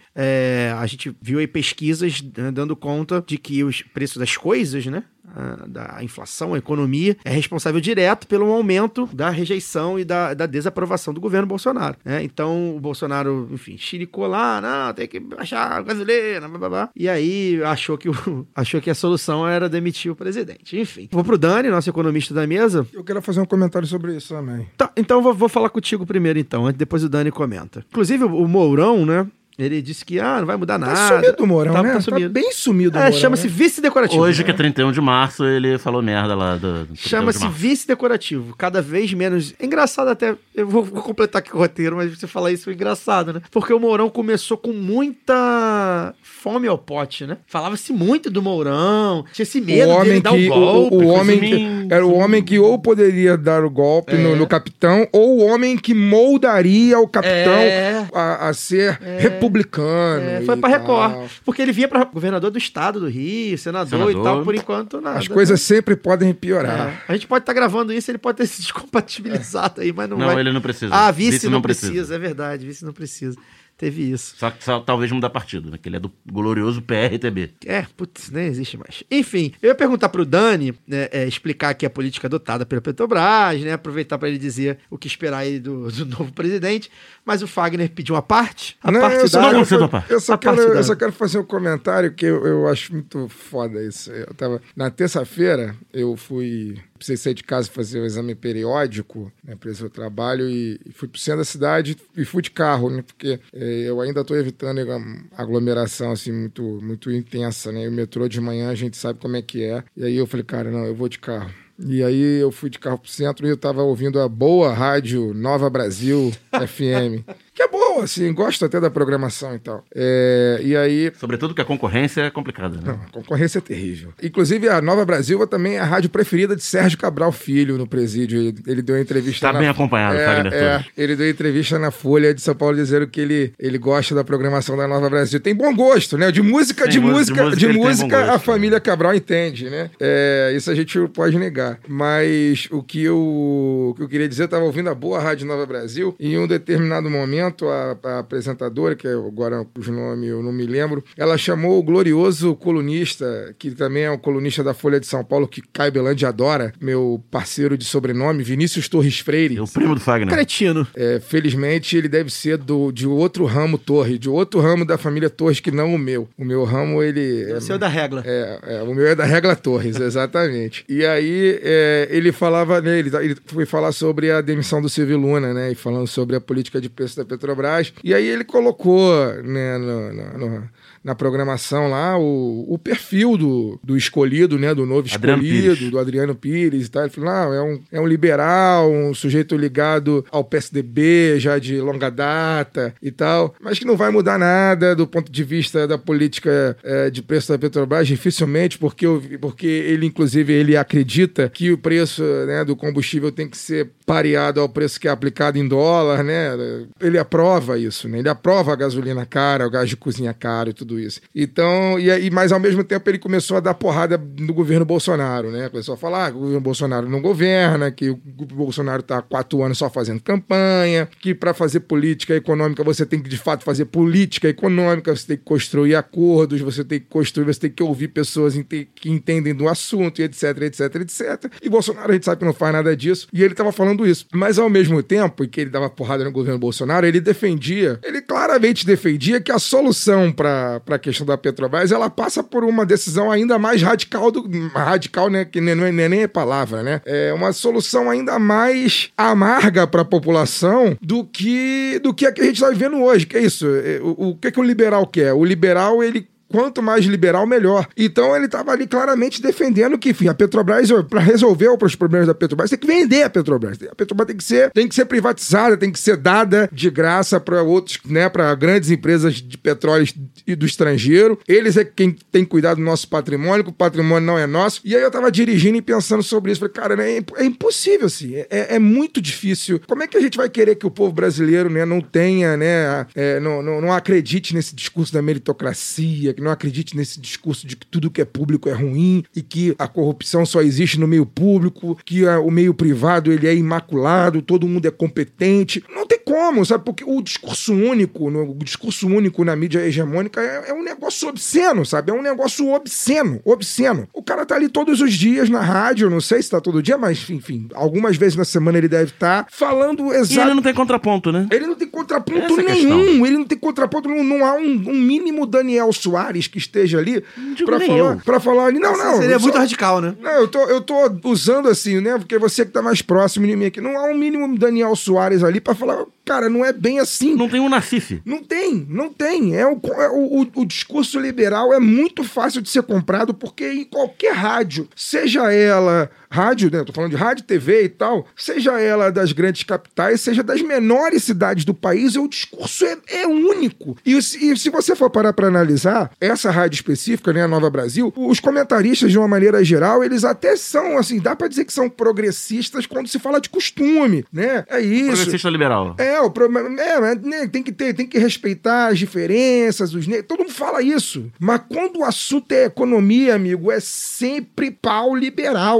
a gente viu aí pesquisas dando conta de que os preços das coisas, né? Da inflação, a economia, é responsável direto pelo aumento da rejeição e da desaprovação do governo Bolsonaro, né? Então, o Bolsonaro, enfim, chiricou lá, não, tem que baixar a gasolina, blá, blá, blá. E aí achou que a solução era demitir o presidente. Enfim, vou pro Dani, nosso economista da mesa. Eu quero fazer um comentário sobre isso também. Tá, então vou falar contigo primeiro, então, depois o Dani comenta. Inclusive, o Mourão, né? Ele disse que não vai mudar nada. Tá sumido o Mourão, né? Tá sumido. Tá bem sumido o Mourão. Chama-se vice-decorativo. Hoje, que é 31 de março, ele falou merda lá do Chama-se vice-decorativo. Cada vez menos... É engraçado até... Eu vou completar aqui o roteiro, mas você falar isso é engraçado, né? Porque o Mourão começou com muita fome ao pote, né? Falava-se muito do Mourão. Tinha esse medo dele dar o golpe. Era o homem que ou poderia dar o golpe no capitão, ou o homem que moldaria o capitão a ser republicano. Foi pra Record. Porque ele vinha pra governador do estado do Rio, senador e tal, por enquanto nada. As coisas sempre podem piorar. A gente pode estar gravando isso, ele pode ter se descompatibilizado aí, mas não vai. Não, ele não precisa. Vice não precisa, é verdade, vice não precisa. Teve isso. Só talvez mudar partido, né? Que ele é do glorioso PRTB. Putz, nem existe mais. Enfim, eu ia perguntar pro Dani, né, explicar aqui a política adotada pela Petrobras, né? Aproveitar para ele dizer o que esperar aí do novo presidente. Mas o Fagner pediu uma parte. Eu só quero fazer um comentário que eu acho muito foda isso. Na terça-feira, eu precisei sair de casa e fazer um exame periódico, né, para esse trabalho, e fui pro centro da cidade e fui de carro, né, porque eu ainda estou evitando aglomeração assim, muito, muito intensa, né, e o metrô de manhã a gente sabe como é que é, e aí eu falei, cara, não, eu vou de carro. E aí eu fui de carro pro centro e eu tava ouvindo a boa rádio Nova Brasil FM, que é boa, assim, gosto até da programação e tal. E aí... Sobretudo que a concorrência é complicada, né? Não, a concorrência é terrível. Inclusive, a Nova Brasil também é a rádio preferida de Sérgio Cabral Filho no presídio. Ele deu uma entrevista... Tá bem acompanhado, Fagner. Ele deu entrevista na Folha de São Paulo dizendo que ele gosta da programação da Nova Brasil. Tem bom gosto, né? De música a família Cabral entende, né? Isso a gente pode negar. Mas o que eu queria dizer, eu estava ouvindo a boa Rádio Nova Brasil e em um determinado momento a apresentadora, que agora os nomes eu não me lembro, ela chamou o glorioso colunista, que também é um colunista da Folha de São Paulo, que Caio Belandi adora, meu parceiro de sobrenome, Vinícius Torres Freire. É o primo do Fagner. Cretino. Felizmente ele deve ser de outro ramo Torres, de outro ramo da família Torres que não o meu. O meu ramo, ele... O seu é da Regla. O meu é da Regla Torres, exatamente. E aí ele falava, né, ele foi falar sobre a demissão do Silvio Luna, né, e falando sobre a política de preço da Petrobras, e aí ele colocou, né, na programação lá o perfil do escolhido, né, do novo escolhido, do Adriano Pires e tal. Ele falou, não, é um liberal, um sujeito ligado ao PSDB já de longa data e tal, mas que não vai mudar nada do ponto de vista da política de preço da Petrobras, dificilmente, porque ele, inclusive, ele acredita que o preço, né, do combustível tem que ser pareado ao preço que é aplicado em dólar, né? Ele aprova isso, né? Ele aprova a gasolina cara, o gás de cozinha caro e tudo isso. Então, mas ao mesmo tempo ele começou a dar porrada no governo Bolsonaro, né? Começou a falar que o governo Bolsonaro não governa, que o Bolsonaro está há 4 anos só fazendo campanha, que para fazer política econômica você tem que, de fato, fazer política econômica, você tem que construir acordos, você tem que ouvir pessoas que entendem do assunto, e etc, etc, etc. E Bolsonaro, a gente sabe que não faz nada disso, e ele estava falando isso. Mas ao mesmo tempo em que ele dava porrada no governo Bolsonaro, ele claramente defendia que a solução para a questão da Petrobras, ela passa por uma decisão ainda mais radical, né, que nem a palavra, né? É uma solução ainda mais amarga para a população do que a que a gente está vivendo hoje, que é isso. O que o liberal quer? O liberal, ele... Quanto mais liberal, melhor. Então ele estava ali claramente defendendo que, enfim, a Petrobras, para resolver os problemas da Petrobras, tem que vender a Petrobras. A Petrobras tem que ser privatizada, tem que ser dada de graça para outros, né, para grandes empresas de petróleo e do estrangeiro. Eles é quem tem que cuidar do nosso patrimônio, que o patrimônio não é nosso. E aí eu estava dirigindo e pensando sobre isso. Falei, cara, né, é impossível, assim. É muito difícil. Como é que a gente vai querer que o povo brasileiro, né, não tenha, né, não acredite nesse discurso da meritocracia, que não acredite nesse discurso de que tudo que é público é ruim e que a corrupção só existe no meio público, que o meio privado ele é imaculado, todo mundo é competente. Não tem como, sabe? Porque o discurso único na mídia hegemônica é um negócio obsceno, sabe? É um negócio obsceno. O cara tá ali todos os dias na rádio, não sei se tá todo dia, mas enfim, algumas vezes na semana ele deve estar falando exato. E ele não tem contraponto, né? Ele não tem contraponto nenhum. Ele não tem contraponto nenhum. Não há um mínimo Daniel Soares que esteja ali pra falar ali. Não. Seria muito radical, né? Não, eu tô usando assim, né? Porque você que tá mais próximo de mim aqui. Não há um mínimo Daniel Soares ali pra falar, cara, não é bem assim. Não tem um Nacife. Não tem. O discurso liberal é muito fácil de ser comprado porque em qualquer rádio, seja ela rádio, né? Eu tô falando de rádio, TV e tal, seja ela das grandes capitais, seja das menores cidades do país, o discurso é único. E se você for parar pra analisar essa rádio específica, né, a Nova Brasil, os comentaristas, de uma maneira geral, eles até são, assim, dá pra dizer que são progressistas quando se fala de costume, né? É isso. Progressista liberal. Tem que respeitar as diferenças, todo mundo fala isso. Mas quando o assunto é economia, amigo, é sempre pau liberal,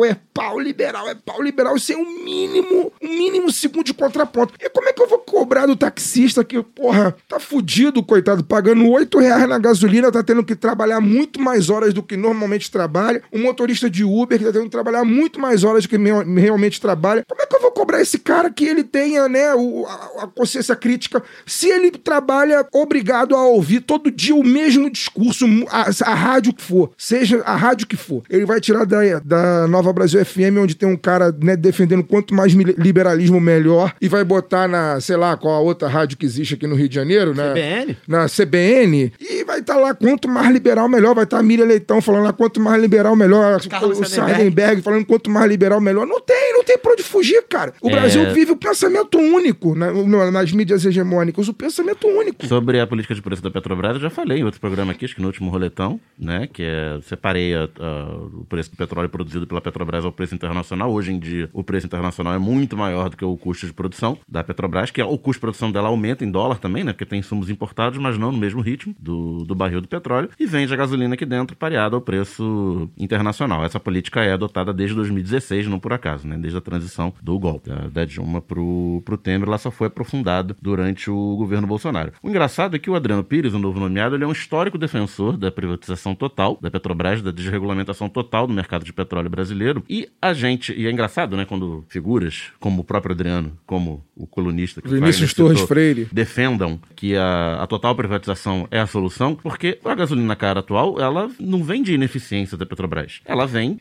isso é um mínimo segundo de contraponto. E como é que eu vou cobrar do taxista que, porra, tá fudido, coitado, pagando R$8 na gasolina, tá tendo que trabalhar muito mais horas do que normalmente trabalha, um motorista de Uber que tá tendo que trabalhar muito mais horas do que realmente trabalha. Como é que eu vou cobrar esse cara que ele tenha, né, a consciência crítica, se ele trabalha obrigado a ouvir todo dia o mesmo discurso, a rádio que for, seja a rádio que for. Ele vai tirar da Nova Brasil FM, onde tem um cara, né, defendendo quanto mais liberalismo melhor, e vai botar na, sei lá, qual a outra rádio que existe aqui no Rio de Janeiro, né? CBN? Na CBN, e vai estar lá, quanto mais liberal melhor, vai estar a Miriam Leitão falando lá, quanto mais liberal melhor, o Sardenberg falando quanto mais liberal melhor. Não tem pra onde fugir, cara. O Brasil vive o pensamento único nas mídias hegemônicas, o pensamento único. Sobre a política de preço da Petrobras, eu já falei em outro programa aqui, acho que no último roletão, né, que separei o preço do petróleo produzido pela Petrobras ao preço internacional. Hoje em dia, o preço internacional é muito maior do que o custo de produção da Petrobras, que o custo de produção dela aumenta em dólar também, né, porque tem insumos importados, mas não no mesmo ritmo do barril do petróleo, e vende a gasolina aqui dentro pareada ao preço internacional. Essa política é adotada desde 2016, não por acaso, né, desde a transição do golpe da Dilma pro Temer, ela só foi aprofundada durante o governo Bolsonaro. O engraçado é que o Adriano Pires, o novo nomeado, ele é um histórico defensor da privatização total da Petrobras, da desregulamentação total do mercado de petróleo brasileiro, e é engraçado, né, quando figuras como o próprio Adriano, como o colunista que Vinícius Torres Freire defendam que a total privatização é a solução, porque a gasolina cara atual, ela não vem de ineficiência da Petrobras, ela vem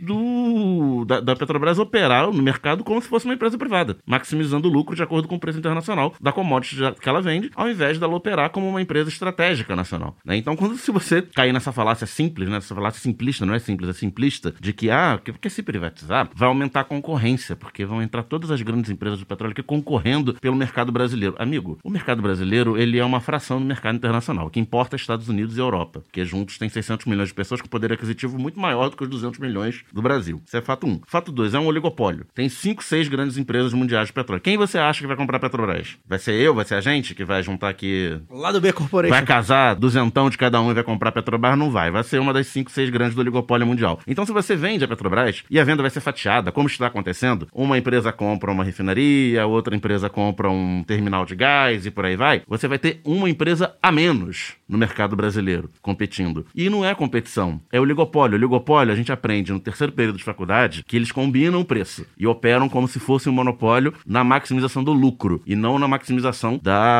da Petrobras operar no mercado como se fosse uma empresa privada, maximizando o lucro de acordo com o preço internacional da commodity que ela vende, ao invés dela operar como uma empresa estratégica nacional, né? Então, se você cair nessa falácia simples, né, essa falácia simplista, não é simples, é simplista, de que, porque se privatizar, vai aumentar a concorrência, porque vão entrar todas as grandes empresas de petróleo aqui concorrendo pelo mercado brasileiro. Amigo, o mercado brasileiro, ele é uma fração do mercado internacional. O que importa é Estados Unidos e Europa, que juntos tem 600 milhões de pessoas com poder aquisitivo muito maior do que os 200 milhões do Brasil. Isso é fato 1. Fato 2, é um oligopólio. Tem 5, 6 grandes empresas mundiais de petróleo. Quem você acha que vai comprar Petrobras? Vai ser eu? Vai ser a gente que vai juntar aqui... Lá do B Corporation. Vai casar 200 de cada um e vai comprar Petrobras? Não vai. Vai ser uma das 5, 6 grandes do oligopólio mundial. Então, se você vende a Petrobras, e a venda vai ser fatiada, como está acontecendo, uma empresa compra uma refinaria, outra empresa compra um terminal de gás e por aí vai, você vai ter uma empresa a menos no mercado brasileiro competindo. E não é competição, é o oligopólio. O oligopólio a gente aprende no terceiro período de faculdade que eles combinam o preço e operam como se fosse um monopólio na maximização do lucro e não na maximização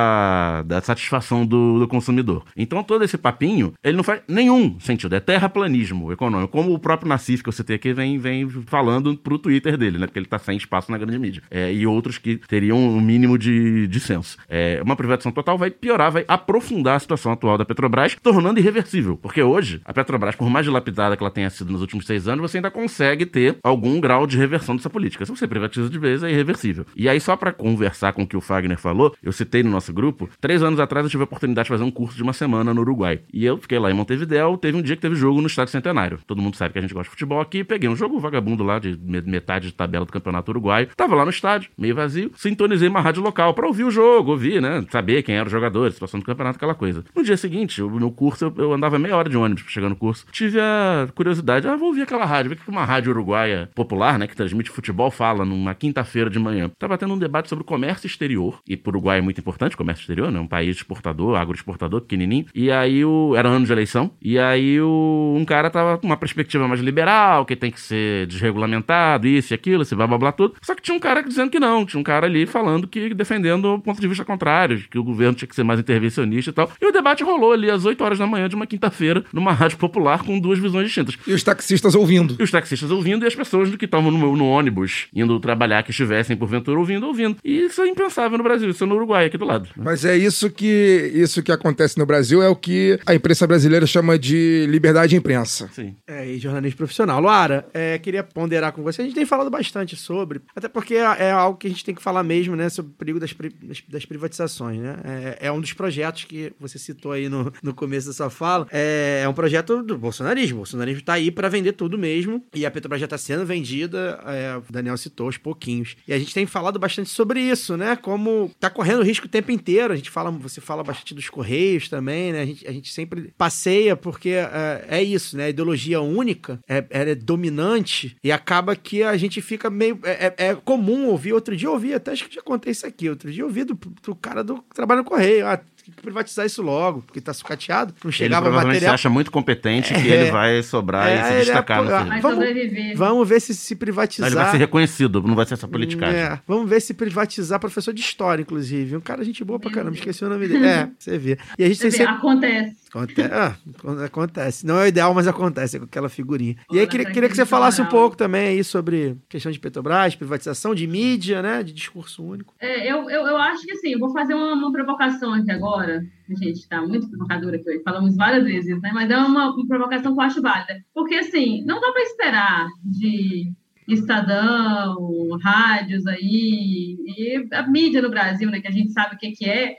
da satisfação do consumidor. Então todo esse papinho, ele não faz nenhum sentido, é terraplanismo econômico, como o próprio Nassif, que eu citei aqui, vem falando pro Twitter dele, né, porque ele tá sem espaço na grande mídia. E outros que teriam um mínimo de senso. Uma privatização total vai piorar, vai aprofundar a situação atual da Petrobras, tornando irreversível, porque hoje a Petrobras, por mais dilapidada que ela tenha sido nos últimos 6 anos, você ainda consegue ter algum grau de reversão dessa política. Se você privatiza de vez, é irreversível. E aí, só pra conversar com o que o Fagner falou, eu citei no nosso grupo, 3 anos atrás eu tive a oportunidade de fazer um curso de uma semana no Uruguai. E eu fiquei lá em Montevidéu, teve um dia que teve jogo no Estádio Centenário. Todo mundo sabe que a gente gosta de futebol aqui, peguei um jogo vagabundo lá de metade de tabela do Campeonato Uruguaio. Tava lá no estádio, meio vazio, sintonizei uma rádio local pra ouvir o jogo, ouvir, né, saber quem era o jogador, a situação do campeonato, aquela coisa. No dia seguinte, no curso, eu andava meia hora de ônibus pra chegar no curso. Tive a curiosidade, vou ouvir aquela rádio, ver o que uma rádio uruguaia popular, né, que transmite futebol, fala numa quinta-feira de manhã. Tava tendo um debate sobre o comércio exterior, e pro Uruguai é muito importante, comércio exterior, né, um país exportador, agroexportador, pequenininho, e aí era ano de eleição, e aí um cara tava com uma perspectiva mais liberal, que tem que ser desregulamentado, isso e aquilo, esse blá blá blá tudo, só que tinha um cara dizendo que não, tinha um cara ali falando que, defendendo o ponto de vista contrário, que o governo tinha que ser mais intervencionista e tal, e o debate rolou ali às 8 horas da manhã de uma quinta-feira, numa rádio popular com 2 visões distintas. E os taxistas ouvindo. E as pessoas que estavam no ônibus, indo trabalhar, que estivessem porventura ouvindo. E isso é impensável no Brasil, isso é no Uruguai, aqui do lado. Mas é isso que acontece no Brasil, é o que a imprensa brasileira chama de liberdade de imprensa. Sim. E jornalismo profissional. Luara, queria ponderar com você, a gente tem falado bastante sobre, até porque é algo que a gente tem que falar mesmo, né, sobre o perigo das privatizações, né? É um dos projetos que você citou aí no começo da sua fala, é um projeto do bolsonarismo. O bolsonarismo tá aí para vender tudo mesmo, e a Petrobras já tá sendo vendida, o Daniel citou aos pouquinhos. E a gente tem falado bastante sobre isso, né? Como tá correndo risco o tempo inteiro. Você fala bastante dos Correios também, né? A gente sempre passeia porque é isso, né? A ideologia única é dominante e acaba que a gente fica meio... É comum ouvir, outro dia eu ouvi, até acho que já contei isso aqui, outro dia eu ouvi do cara que trabalha no Correio, tem que privatizar isso logo, porque tá sucateado, não chegava material. Ele material. Acha muito competente que ele vai sobrar e se destacar no serviço. Vai sobreviver. Vamos ver se privatizar. Ele vai ser reconhecido, não vai ser essa politicagem. Vamos ver se privatizar, professor de história, inclusive. Um cara gente boa pra caramba, esqueci o nome dele. Você vê. E a gente tem sempre... Acontece. Não é o ideal, mas acontece, com aquela figurinha. E aí, queria que você falasse um pouco também aí sobre questão de Petrobras, privatização, de mídia, né? De discurso único. Eu acho que assim, eu vou fazer uma provocação aqui agora. A gente tá muito provocadora aqui hoje, falamos várias vezes, né? Mas é uma provocação que eu acho válida. Porque, assim, não dá para esperar de Estadão, rádios aí, e a mídia no Brasil, né, que a gente sabe o que é,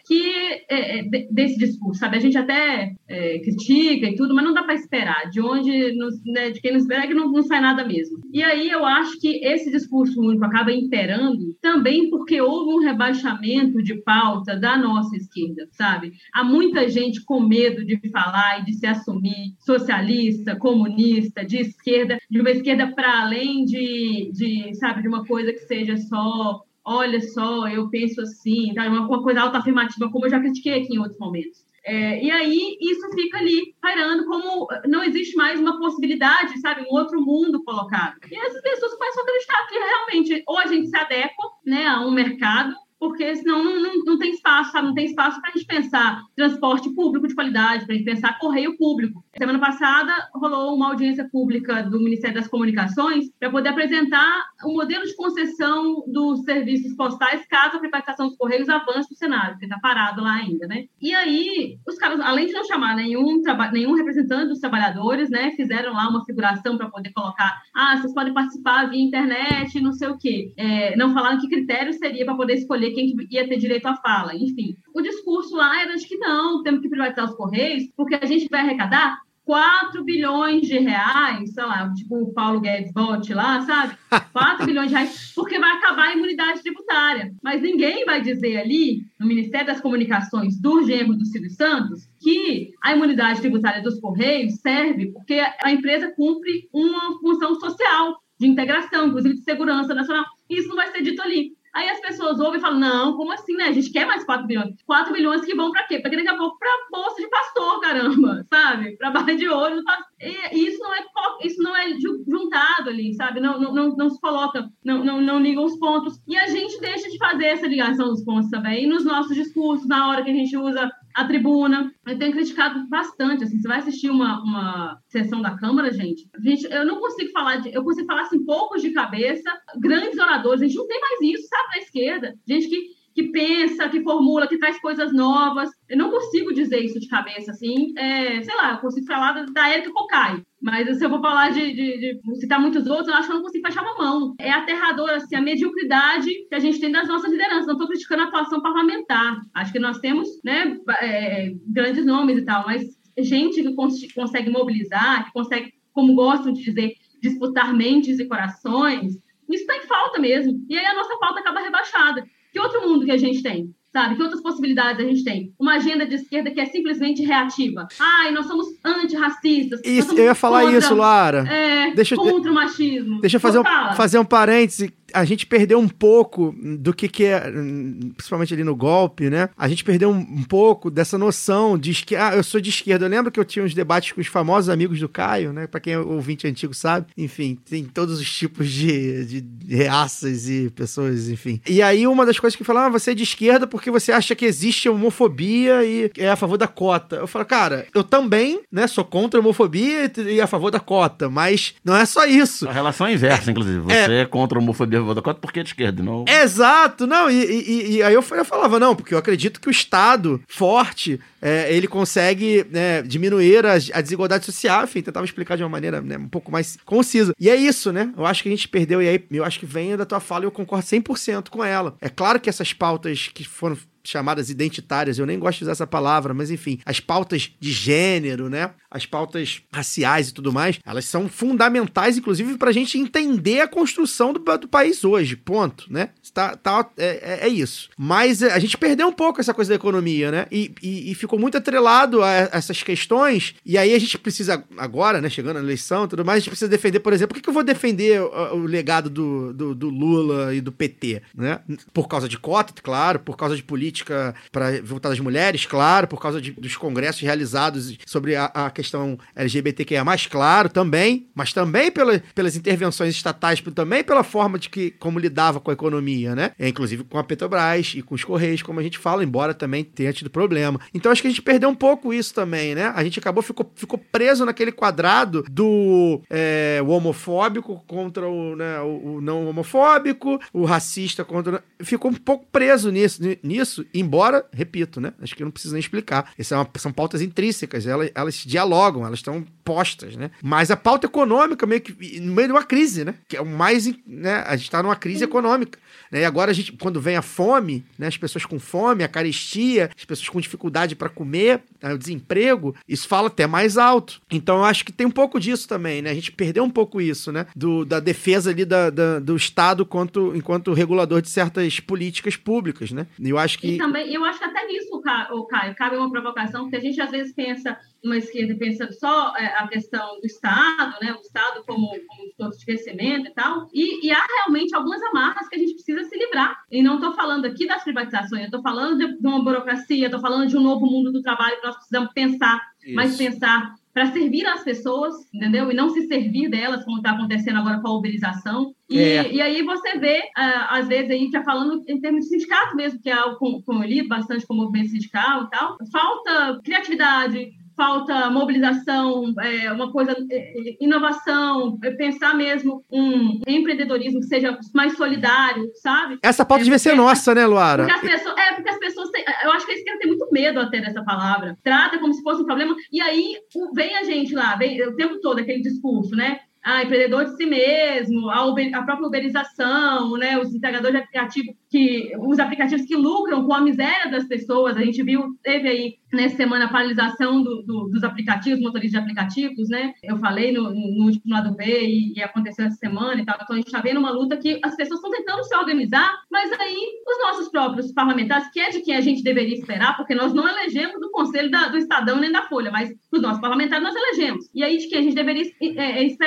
desse discurso, sabe? A gente até critica e tudo, mas não dá para esperar. De quem não espera é que não sai nada mesmo. E aí eu acho que esse discurso único acaba imperando também porque houve um rebaixamento de pauta da nossa esquerda, sabe? Há muita gente com medo de falar e de se assumir socialista, comunista, de esquerda, de uma esquerda para além de uma coisa que seja só, olha só, eu penso assim, tá? Uma coisa autoafirmativa, como eu já critiquei aqui em outros momentos. E aí, isso fica ali, pairando, como não existe mais uma possibilidade, sabe? Um outro mundo colocado. E essas pessoas começam a acreditar que realmente, ou a gente se adequa, né, a um mercado, porque senão não tem espaço, sabe? Não tem espaço para a gente pensar transporte público de qualidade, para a gente pensar correio público. Semana passada rolou uma audiência pública do Ministério das Comunicações para poder apresentar o modelo de concessão dos serviços postais caso a privatização dos Correios avance no Senado, porque está parado lá ainda, né? E aí, os caras, além de não chamar nenhum representante dos trabalhadores, né, fizeram lá uma figuração para poder colocar, vocês podem participar via internet, não sei o quê. Não falaram que critério seria para poder escolher quem ia ter direito à fala. Enfim, o discurso lá era de que não, temos que privatizar os Correios, porque a gente vai arrecadar 4 bilhões de reais, sei lá, tipo o Paulo Guedes bote lá, sabe? 4 bilhões de reais, porque vai acabar a imunidade tributária. Mas ninguém vai dizer ali, no Ministério das Comunicações do genro do Silvio Santos, que a imunidade tributária dos Correios serve porque a empresa cumpre uma função social. de integração, inclusive de segurança nacional. E isso não vai ser dito ali. Aí as pessoas ouvem e falam, não, como assim, né? A gente quer mais 4 bilhões. 4 bilhões que vão para quê? Porque daqui a pouco para bolsa de pastor, caramba, sabe? Para barra de ouro. E isso não é juntado ali, sabe? Não se coloca, não ligam os pontos. E a gente deixa de fazer essa ligação dos pontos também. E nos nossos discursos, na hora que a gente usa a tribuna, eu tenho criticado bastante, assim, você vai assistir uma sessão da Câmara, gente, eu não consigo falar, eu consigo falar, assim, poucos de cabeça, grandes oradores, a gente não tem mais isso, sabe, na esquerda, gente que pensa, que formula, que traz coisas novas, eu não consigo dizer isso de cabeça, assim, sei lá, eu consigo falar da Érica Cocai, mas se eu vou falar de citar muitos outros, eu acho que eu não consigo fechar uma mão. É aterrador, assim, a mediocridade que a gente tem das nossas lideranças. Não estou criticando a atuação parlamentar. Acho que nós temos, né, grandes nomes e tal, mas gente que consegue mobilizar, que consegue, como gostam de dizer, disputar mentes e corações, isso está em falta mesmo. E aí a nossa pauta acaba rebaixada. Que outro mundo que a gente tem? Sabe? Que outras possibilidades a gente tem? Uma agenda de esquerda que é simplesmente reativa. Ai, nós somos antirracistas. Isso, eu ia falar isso, Lara. Contra o machismo. Deixa eu fazer um parêntese. A gente perdeu um pouco do que é, principalmente ali no golpe, né? A gente perdeu um pouco dessa noção de que, eu sou de esquerda. Eu lembro que eu tinha uns debates com os famosos amigos do Caio, né? Pra quem é ouvinte antigo sabe. Enfim, tem todos os tipos de raças e pessoas, enfim. E aí uma das coisas que falavam, você é de esquerda porque você acha que existe homofobia e é a favor da cota. Eu falo, cara, eu também, né, sou contra a homofobia e a favor da cota, mas não é só isso. A relação é inversa, inclusive. Você é contra a homofobia da cota porque é de esquerda, não... Exato, não, e aí eu falava, não, porque eu acredito que o Estado forte, ele consegue, né, diminuir a desigualdade social, enfim, tentava explicar de uma maneira, né, um pouco mais concisa. E é isso, né, eu acho que a gente perdeu, e aí eu acho que vem da tua fala e eu concordo 100% com ela. É claro que essas pautas que foram chamadas identitárias, eu nem gosto de usar essa palavra, mas enfim, as pautas de gênero, né, as pautas raciais e tudo mais, elas são fundamentais, inclusive, pra gente entender a construção do país hoje, ponto, né, é isso. Mas a gente perdeu um pouco essa coisa da economia, né, e ficou muito atrelado a essas questões, e aí a gente precisa, agora, né, chegando na eleição e tudo mais, a gente precisa defender, por exemplo, por que eu vou defender o legado do Lula e do PT, né, por causa de cota, claro, por causa de política para voltar das mulheres, claro, por causa dos congressos realizados sobre a questão LGBTQIA+, claro, também, mas também pelas intervenções estatais, também pela forma como lidava com a economia, né? Inclusive com a Petrobras e com os Correios, como a gente fala, embora também tenha tido problema. Então acho que a gente perdeu um pouco isso também, né? A gente ficou preso naquele quadrado do o homofóbico contra o não homofóbico, o racista contra... Ficou um pouco preso nisso, embora, repito, né? Acho que eu não preciso nem explicar. São pautas intrínsecas, elas dialogam, elas estão postas, né? Mas a pauta econômica, meio que no meio de uma crise, né? Que é o mais, né? A gente está numa crise econômica, né? E agora quando vem a fome, né? As pessoas com fome, a carestia, as pessoas com dificuldade para comer, o desemprego, isso fala até mais alto. Então eu acho que tem um pouco disso também, né? A gente perdeu um pouco isso, né? Da defesa ali do Estado enquanto regulador de certas políticas públicas, né? E eu acho que... E também, eu acho que até nisso, Caio, cabe uma provocação, porque a gente às vezes pensa numa esquerda pensando só a questão do Estado, né? O Estado como todo de crescimento e tal, e há realmente algumas amarras que a gente precisa se livrar. E não estou falando aqui das privatizações, eu estou falando de uma burocracia, estou falando de um novo mundo do trabalho que nós precisamos pensar, mas pensar para servir as pessoas, entendeu? E não se servir delas, como está acontecendo agora com a uberização. E aí você vê, às vezes, aí, já falando em termos de sindicato mesmo, que é algo que eu lido bastante com o movimento sindical e tal, falta criatividade, falta mobilização, uma coisa, inovação, pensar mesmo um empreendedorismo que seja mais solidário, sabe? Essa pauta devia ser nossa, né, Luara? Porque as pessoas têm, eu acho que a esquerda tem muito medo até dessa palavra. Trata como se fosse um problema, e aí vem a gente lá, vem o tempo todo aquele discurso, né? Empreendedor de si mesmo, a própria uberização, né, os entregadores de aplicativo, os aplicativos que lucram com a miséria das pessoas. A gente teve aí nessa semana a paralisação dos aplicativos, motoristas de aplicativos, né? Eu falei no último lado B e aconteceu essa semana e tal. Então a gente está vendo uma luta que as pessoas estão tentando se organizar, mas aí os nossos próprios parlamentares, que é de quem a gente deveria esperar, porque nós não elegemos o conselho do Estadão nem da Folha, mas os nossos parlamentares nós elegemos. E aí de quem a gente deveria esperar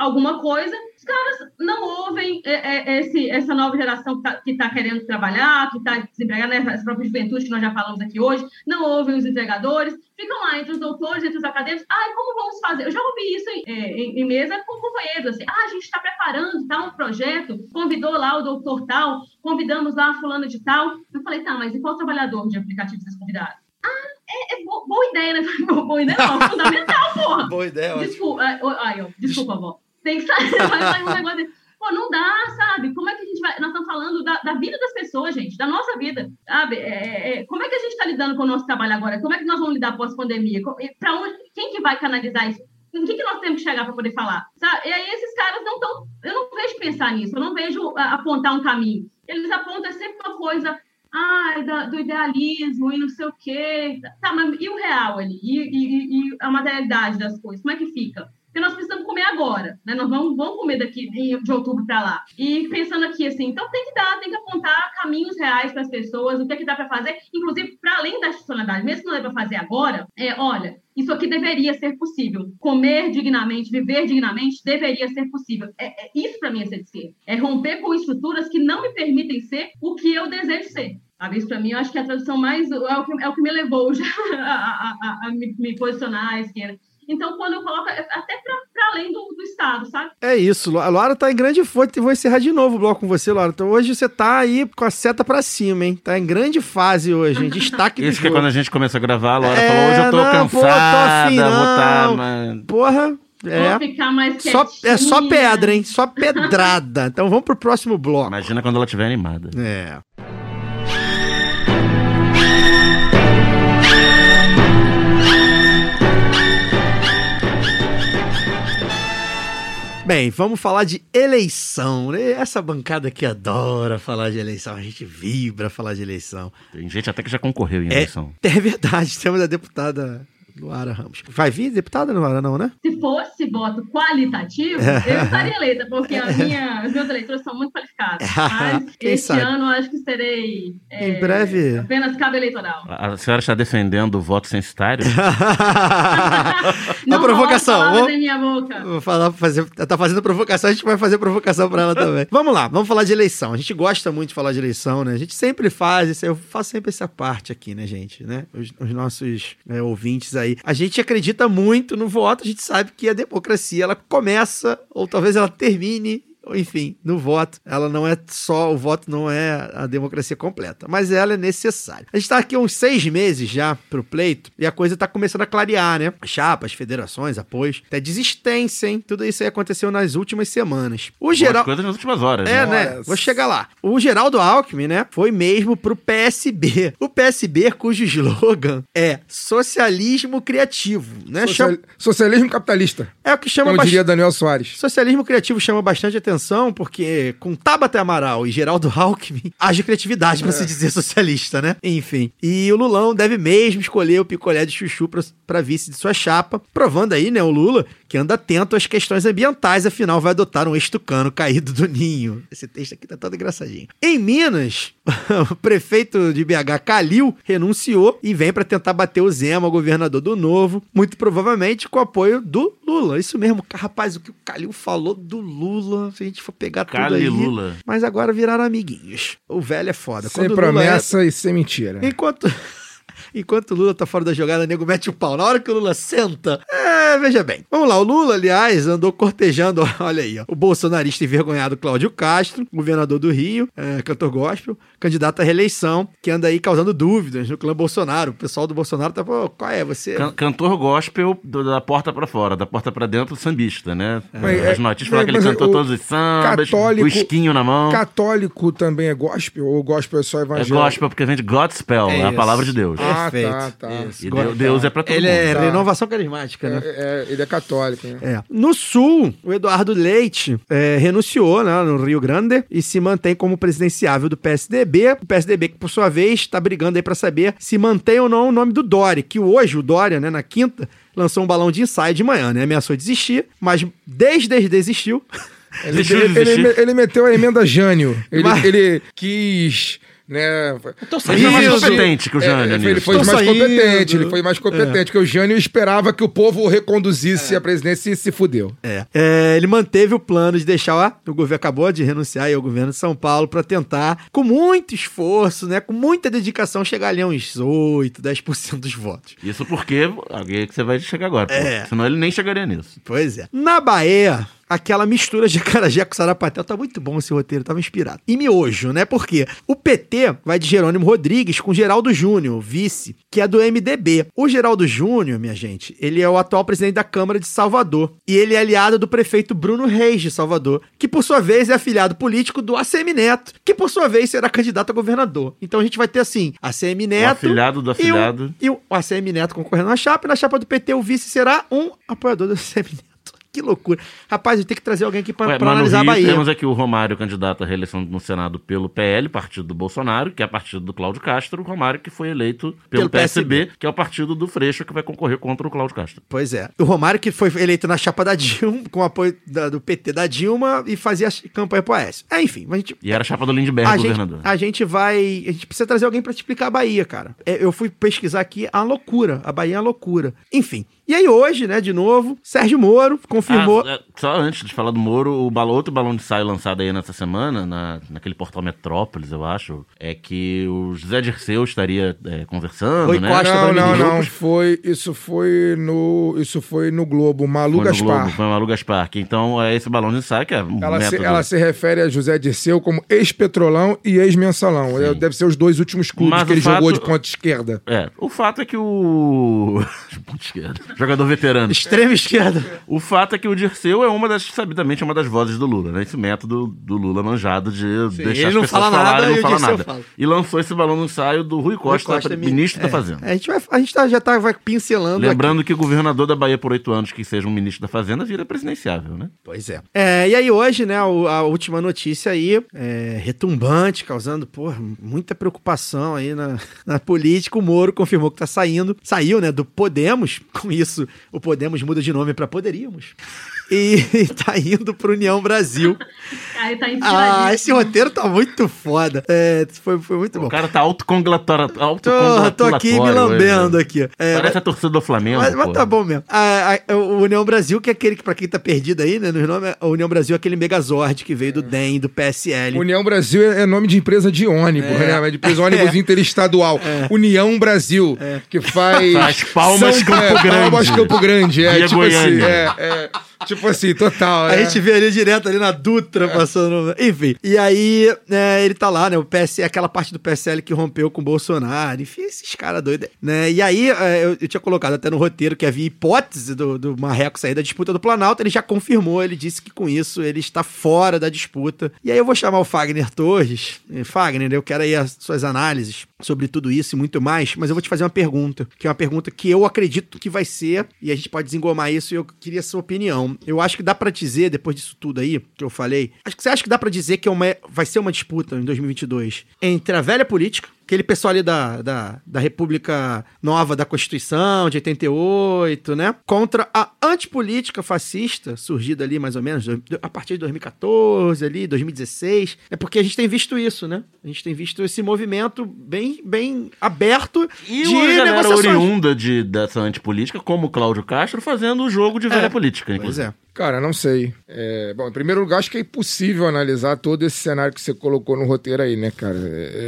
alguma coisa, os caras não ouvem essa nova geração que tá querendo trabalhar, que está desempregada, né? Essa própria juventude que nós já falamos aqui hoje, não ouvem os entregadores, ficam lá entre os doutores, entre os acadêmicos, como vamos fazer? Eu já ouvi isso em mesa com companheiros, assim, a gente está preparando um projeto, convidou lá o doutor tal, convidamos lá a fulana de tal. Eu falei, tá, mas e qual trabalhador de aplicativo vocês convidaram? Boa ideia, né? Boa ideia não, fundamental, porra. Boa ideia, desculpa, avó. Tem que sair, vai sair um negócio desse. Pô, não dá, sabe? Como é que a gente vai... Nós estamos falando da vida das pessoas, gente, da nossa vida, sabe? Como é que a gente está lidando com o nosso trabalho agora? Como é que nós vamos lidar pós-pandemia? Para onde? Quem que vai canalizar isso? Em que nós temos que chegar para poder falar? Sabe? E aí esses caras não estão... Eu não vejo pensar nisso, eu não vejo apontar um caminho. Eles apontam sempre uma coisa... do idealismo e não sei o quê. Tá, mas e o real ali? E a materialidade das coisas? Como é que fica? Porque nós precisamos comer agora, né? Nós vamos comer daqui de outubro para lá. E pensando aqui, assim, então tem que apontar caminhos reais para as pessoas, o que é que dá para fazer, inclusive para além da institucionalidade, mesmo que não dê para fazer agora, olha, isso aqui deveria ser possível. Comer dignamente, viver dignamente, deveria ser possível. Isso para mim é ser de esquerda. É romper com estruturas que não me permitem ser o que eu desejo ser. Isso para mim, eu acho que a tradução mais... É o que me levou já a me posicionar à esquerda. Então, quando eu coloco, até para além do Estado, sabe? É isso. A Laura tá em grande fonte. Vou encerrar de novo o bloco com você, Laura. Então, hoje você tá aí com a seta pra cima, hein? Tá em grande fase hoje, hein? Destaque do Isso jogo. Que é quando a gente começa a gravar, a Laura falou, hoje eu tô cansada, vou tá... Mas... Porra... Vou ficar mais quietinha. É só pedra, hein? Só pedrada. Então, vamos pro próximo bloco. Imagina quando ela estiver animada. Bem, vamos falar de eleição, né? Essa bancada aqui adora falar de eleição, a gente vibra falar de eleição. Tem gente até que já concorreu em eleição. É verdade, temos a deputada Luara Ramos. Vai vir deputada, Luara, não, né? Se fosse voto qualitativo, eu estaria eleita, porque os meus eleitores são muito qualificados. Mas esse ano eu acho que serei em breve apenas cabo eleitoral. A senhora está defendendo o voto censitário? Não, a provocação. Em minha boca. Vou falar, tá fazendo provocação, a gente vai fazer provocação pra ela também. Vamos lá, vamos falar de eleição. A gente gosta muito de falar de eleição, né? A gente sempre faz isso, eu faço sempre essa parte aqui, né, gente? Né? Os nossos ouvintes aí. A gente acredita muito no voto, a gente sabe que a democracia, ela começa, ou talvez ela termine, enfim, no voto. Ela não é só, o voto não é a democracia completa, mas ela é necessária. A gente tá aqui uns 6 meses já pro pleito e a coisa tá começando a clarear, né? Chapas, federações, apoios, até desistência, hein? Tudo isso aí aconteceu nas últimas semanas. As coisas nas últimas horas. Né? Vou chegar lá. O Geraldo Alckmin, né? Foi mesmo pro PSB. O PSB, cujo slogan é socialismo criativo, né? Socialismo capitalista. É o que chama... Como diria Daniel Soares. Socialismo criativo chama bastante atenção, porque com Tabata Amaral e Geraldo Alckmin, haja criatividade pra se dizer socialista, né? Enfim. E o Lulão deve mesmo escolher o picolé de chuchu pra vice de sua chapa, provando aí, né, o Lula, que anda atento às questões ambientais, afinal vai adotar um ex-tucano caído do ninho. Esse texto aqui tá todo engraçadinho. Em Minas, o prefeito de BH, Calil, renunciou e vem pra tentar bater o Zema, o governador do Novo, muito provavelmente com o apoio do Lula. Isso mesmo, rapaz, o que o Calil falou do Lula, se a gente for pegar tudo aí. Lula. Mas agora viraram amiguinhos. O velho é foda. Sem promessa e sem mentira. Enquanto o Lula tá fora da jogada, o nego mete o pau. Na hora que o Lula senta, veja bem. Vamos lá, o Lula, aliás, andou cortejando, olha aí, ó, o bolsonarista envergonhado Cláudio Castro, governador do Rio, cantor gospel, candidato à reeleição, que anda aí causando dúvidas no clã Bolsonaro. O pessoal do Bolsonaro tá, pô, qual é você? Cantor gospel da porta pra fora, da porta pra dentro, sambista, né? As notícias falam que ele cantou todos os sambas, o esquinho na mão. Católico também é gospel? Ou gospel é só evangélico? É gospel porque vem de Godspell, é a palavra de Deus. Perfeito. Tá. Isso. E Deus é pra todo mundo. Ele é renovação carismática, né? Ele é católico, né? No Sul, o Eduardo Leite renunciou, né, no Rio Grande e se mantém como presidenciável do PSDB. O PSDB que, por sua vez, está brigando aí pra saber se mantém ou não o nome do Dória, que hoje o Dória, né, na quinta, lançou um balão de ensaio de manhã, né? Ameaçou desistir, mas desistiu. Ele meteu a emenda Jânio. Ele quis... né? Ele foi mais competente que o Jânio nisso. Ele foi mais competente, porque o Jânio esperava que o povo reconduzisse a presidência e se fudeu. Ele manteve o plano de deixar o governo, acabou de renunciar aí ao governo de São Paulo para tentar, com muito esforço, né, com muita dedicação, chegar ali a uns 8, 10% dos votos. Isso porque alguém que você vai chegar agora, senão ele nem chegaria nisso. Pois é. Na Bahia, aquela mistura de acarajé com sarapatel, tá muito bom esse roteiro, tava inspirado. E miojo, né? Porque o PT vai de Jerônimo Rodrigues com Geraldo Júnior, vice, que é do MDB. O Geraldo Júnior, minha gente, ele é o atual presidente da Câmara de Salvador. E ele é aliado do prefeito Bruno Reis de Salvador, que por sua vez é afiliado político do ACM Neto, que por sua vez será candidato a governador. Então a gente vai ter assim, ACM Neto... O afiliado do afiliado. E o ACM Neto concorrendo na chapa, e na chapa do PT o vice será um apoiador do ACM Neto. Que loucura. Rapaz, eu tenho que trazer alguém aqui pra analisar a Bahia. Temos aqui o Romário, candidato à reeleição no Senado pelo PL, partido do Bolsonaro, que é partido do Cláudio Castro. O Romário, que foi eleito pelo PSB, que é o partido do Freixo, que vai concorrer contra o Cláudio Castro. Pois é. O Romário, que foi eleito na chapa da Dilma, com apoio do PT da Dilma, e fazia campanha pro Aécio. Enfim, a gente... E era a chapa do Lindbergh, governador. A gente precisa trazer alguém pra te explicar a Bahia, cara. Eu fui pesquisar aqui, a loucura. A Bahia é a loucura. Enfim. E aí hoje, né, de novo, Sérgio Moro confirmou... Só antes de falar do Moro, outro balão de ensaio lançado aí nessa semana, naquele portal Metrópolis, eu acho, é que o José Dirceu estaria conversando, Rui Costa, Não, isso foi no Globo, Malu Gaspar. Foi o Malu Gaspar, que então é esse balão de ensaio que é um método... Ela se refere a José Dirceu como ex-Petrolão e ex-Mensalão. Deve ser os dois últimos clubes que ele jogou de ponta esquerda. O fato é que o... ponta esquerda. Jogador veterano. Extrema esquerda. O fato é que o Dirceu é sabidamente uma das vozes do Lula, né? Esse método do Lula manjado de deixar as pessoas falarem e não falar nada. E lançou esse balão no ensaio do Rui Costa ministro da Fazenda. A gente vai pincelando. Lembrando que o governador da Bahia por 8 anos, que seja um ministro da Fazenda, vira presidenciável, né? Pois é. E aí hoje, né, a última notícia aí, retumbante, causando, muita preocupação aí na política. O Moro confirmou que saiu, né, do Podemos. Com isso, o Podemos muda de nome para Poderíamos. E tá indo pro União Brasil. Aí tá inspiradíssimo. Esse roteiro tá muito foda. Foi muito bom. O cara tá autocongratulatório. Tô aqui me lambendo aqui. Parece a torcida do Flamengo. Mas tá bom mesmo. O União Brasil, que é aquele que, pra quem tá perdido aí, né, nos nomes, o União Brasil é aquele Megazord que veio do DEM, do PSL. União Brasil é nome de empresa de ônibus, né? É de empresa ônibus interestadual. União Brasil, que faz Palmas Campo Grande. Palmas Campo Grande, tipo assim, tipo assim, total. A gente vê ali direto ali na Dutra passando. Enfim. E aí, ele tá lá, né? O PSL, aquela parte do PSL que rompeu com o Bolsonaro. Enfim, esses caras doidos, né? E aí, eu tinha colocado até no roteiro que havia hipótese do Marreco sair da disputa do Planalto. Ele já confirmou, ele disse que com isso ele está fora da disputa. E aí eu vou chamar o Fagner Torres. Fagner, eu quero aí as suas análises sobre tudo isso e muito mais, mas eu vou te fazer uma pergunta, que é uma pergunta que eu acredito que vai ser, e a gente pode desengomar isso, e eu queria a sua opinião. Eu acho que dá pra dizer, depois disso tudo aí que eu falei, você acha que dá pra dizer que vai ser uma disputa em 2022 entre a velha política, aquele pessoal ali da República Nova da Constituição, de 88, né? Contra a antipolítica fascista, surgida ali mais ou menos a partir de 2014, ali, 2016. É porque a gente tem visto isso, né? A gente tem visto esse movimento bem aberto e de uma galera negociações. Oriunda dessa antipolítica, como o Cláudio Castro, fazendo o jogo de velha política, inclusive. Pois é. Cara, não sei. Bom, em primeiro lugar, acho que é impossível analisar todo esse cenário que você colocou no roteiro aí, né, cara?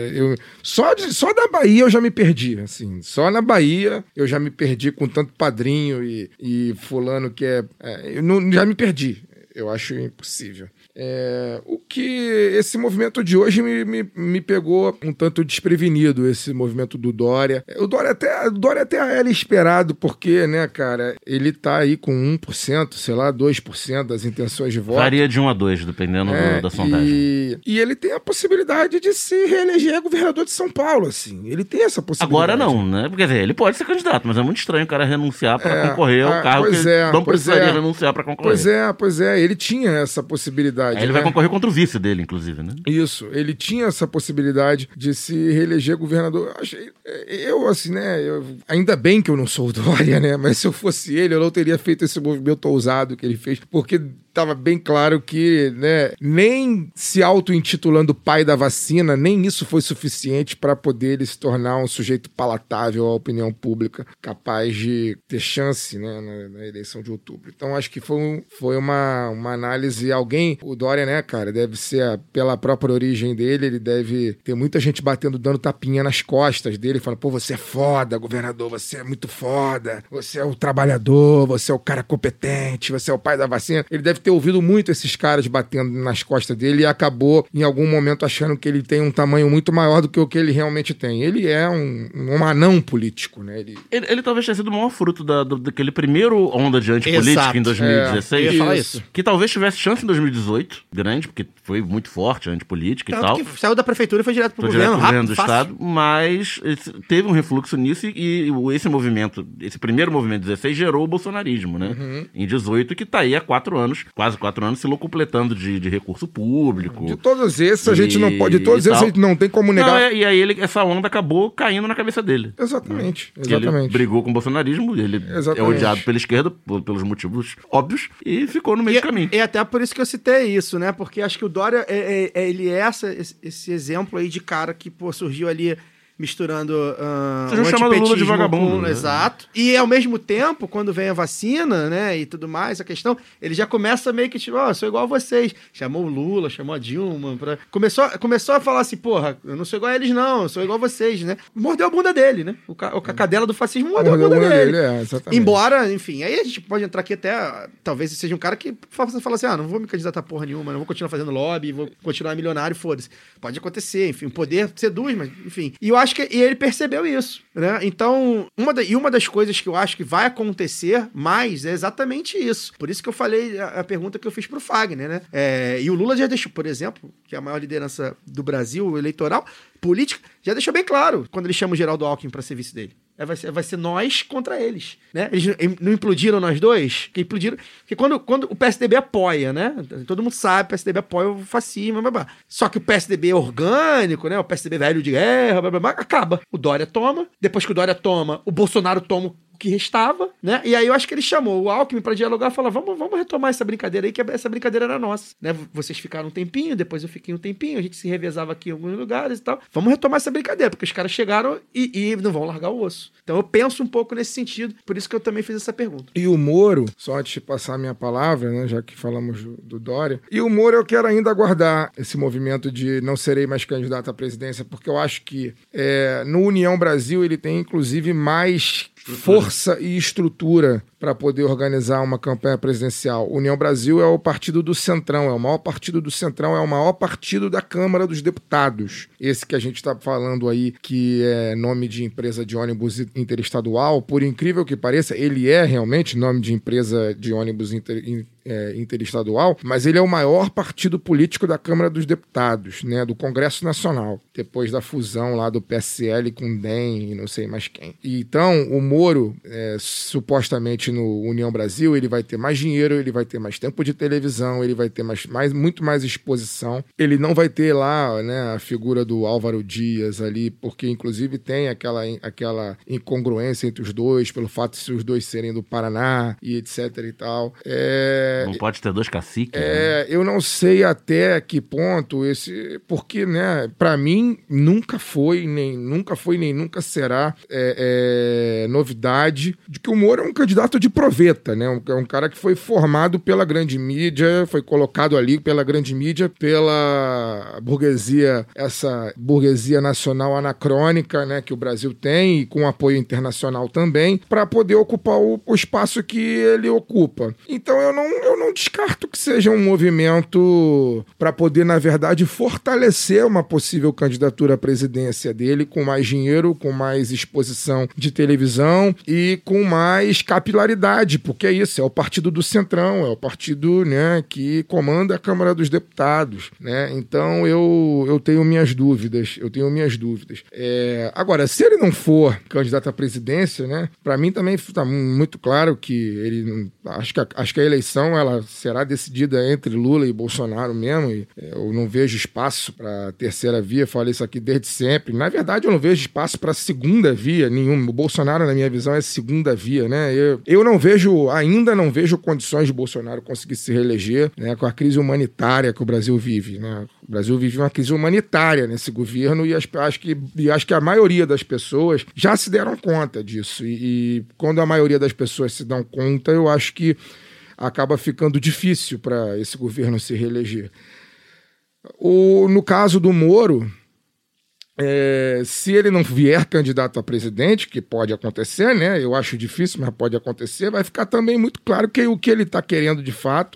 Só da Bahia eu já me perdi, assim. Só na Bahia eu já me perdi com tanto padrinho e fulano que já me perdi. Eu acho impossível. O que esse movimento de hoje me pegou um tanto desprevenido, esse movimento do Dória. O Dória até era esperado, porque, né, cara, ele tá aí com 1%, sei lá, 2% das intenções de voto. Varia de 1 a 2, dependendo da sondagem. E ele tem a possibilidade de se reeleger governador de São Paulo, assim. Ele tem essa possibilidade. Agora não, né? Porque ele pode ser candidato, mas é muito estranho o cara renunciar para concorrer ao cargo que não precisaria renunciar para concorrer. Pois é. Ele tinha essa possibilidade. Aí ele vai concorrer contra o vice dele, inclusive, né? Isso. Ele tinha essa possibilidade de se reeleger governador. Assim, né? Ainda bem que eu não sou o Dória, né? Mas se eu fosse ele, eu não teria feito esse movimento ousado que ele fez, porque estava bem claro que, né, nem se auto-intitulando pai da vacina, nem isso foi suficiente para poder ele se tornar um sujeito palatável à opinião pública, capaz de ter chance, né, na eleição de outubro. Então, acho que foi uma análise. O Dória, né, cara, deve ser, pela própria origem dele, ele deve ter muita gente dando tapinha nas costas dele, falando, pô, você é foda, governador, você é muito foda, você é o trabalhador, você é o cara competente, você é o pai da vacina. Ele deve ter ouvido muito esses caras batendo nas costas dele e acabou, em algum momento, achando que ele tem um tamanho muito maior do que o que ele realmente tem. Ele é um anão político, né? Ele talvez tenha sido o maior fruto daquele primeiro onda de antipolítica em 2016. Eu ia falar isso. Que talvez tivesse chance em 2018, grande, porque foi muito forte a antipolítica e tal. Que saiu da prefeitura e foi direto pro governo, rápido, do Estado, mas teve um refluxo nisso e esse primeiro movimento 16 gerou o bolsonarismo, né? Em 18, que tá aí há 4 anos, quase 4 anos, se locupletando de recurso público. De todos esses, a gente não pode, a gente não tem como negar. E aí essa onda acabou caindo na cabeça dele. Exatamente. Ele brigou com o bolsonarismo, ele é odiado pela esquerda, pelos motivos óbvios, e ficou no meio do caminho. E até por isso que eu citei isso, né? Porque acho que o Dória, ele é esse exemplo aí de cara que, pô, surgiu ali misturando um chamado Lula de vagabundo, né? Exato. E ao mesmo tempo, quando vem a vacina, né, e tudo mais, a questão, ele já começa meio que tipo, sou igual a vocês. Chamou o Lula, chamou a Dilma, começou a falar assim, porra, eu não sou igual a eles não, eu sou igual a vocês, né? Mordeu a bunda dele, né? A cadela do fascismo mordeu a bunda dele. Exatamente. Embora, enfim, aí a gente pode entrar aqui até, talvez seja um cara que fala assim, não vou me candidatar a porra nenhuma, não vou continuar fazendo lobby, vou continuar milionário, foda-se. Pode acontecer, enfim, o poder seduz, mas, enfim. E eu acho que ele percebeu isso, né? Então, uma das coisas que eu acho que vai acontecer mais é exatamente isso. Por isso que eu falei a pergunta que eu fiz pro Fagner, né? E o Lula já deixou, por exemplo, que é a maior liderança do Brasil eleitoral, política, já deixou bem claro quando ele chama o Geraldo Alckmin para ser vice dele. Vai ser nós contra eles, né? Eles não implodiram nós dois? Que implodiram. Porque quando o PSDB apoia, né? Todo mundo sabe, o PSDB apoia o fascismo, blá, blá. Só que o PSDB é orgânico, né? O PSDB velho de guerra, blá, blá, blá, acaba. O Dória toma. Depois que o Dória toma, o Bolsonaro toma o que restava, né? E aí eu acho que ele chamou o Alckmin pra dialogar e falar, vamos retomar essa brincadeira aí, que essa brincadeira era nossa, né? Vocês ficaram um tempinho, depois eu fiquei um tempinho, a gente se revezava aqui em alguns lugares e tal. Vamos retomar essa brincadeira, porque os caras chegaram e não vão largar o osso. Então eu penso um pouco nesse sentido, por isso que eu também fiz essa pergunta. E o Moro, só antes de passar a minha palavra, né, já que falamos do Dória, e o Moro eu quero ainda aguardar esse movimento de não serei mais candidato à presidência, porque eu acho que no União Brasil ele tem inclusive mais força e estrutura para poder organizar uma campanha presidencial. União Brasil é o partido do Centrão, é o maior partido do Centrão, é o maior partido da Câmara dos Deputados. Esse que a gente está falando aí, que é nome de empresa de ônibus interestadual, por incrível que pareça, ele é realmente nome de empresa de ônibus interestadual, mas ele é o maior partido político da Câmara dos Deputados, né, do Congresso Nacional, depois da fusão lá do PSL com o DEM e não sei mais quem. E então, o Moro, supostamente no União Brasil, ele vai ter mais dinheiro, ele vai ter mais tempo de televisão, ele vai ter muito mais exposição. Ele não vai ter lá, né, a figura do Álvaro Dias ali, porque inclusive tem aquela incongruência entre os dois, pelo fato de os dois serem do Paraná e etc e tal. Não pode ter dois caciques. Né? Eu não sei até que ponto porque, né, pra mim nunca foi nem nunca será novidade de que o Moro é um candidato de proveta, né? É um cara que foi formado pela grande mídia, foi colocado ali pela grande mídia, pela burguesia, essa burguesia nacional anacrônica, né, que o Brasil tem, e com apoio internacional também, para poder ocupar o espaço que ele ocupa. Então eu não descarto que seja um movimento para poder, na verdade, fortalecer uma possível candidatura à presidência dele, com mais dinheiro, com mais exposição de televisão e com mais capilaridade, porque é isso, é o partido do Centrão, é o partido, né, que comanda a Câmara dos Deputados, né? Então eu tenho minhas dúvidas, agora, se ele não for candidato à presidência, né, para mim também está muito claro que ele acho que a eleição eleição ela será decidida entre Lula e Bolsonaro mesmo, e eu não vejo espaço para terceira via, falei isso aqui desde sempre. Na verdade, eu não vejo espaço para segunda via nenhuma. O Bolsonaro, na minha visão, é segunda via, né? Eu ainda não vejo condições de Bolsonaro conseguir se reeleger, né, com a crise humanitária que o Brasil vive, né? O Brasil vive uma crise humanitária nesse governo e acho que a maioria das pessoas já se deram conta disso. E quando a maioria das pessoas se dão conta, eu acho que acaba ficando difícil para esse governo se reeleger. No caso do Moro, se ele não vier candidato a presidente, que pode acontecer, né? Eu acho difícil, mas pode acontecer, vai ficar também muito claro que o que ele está querendo de fato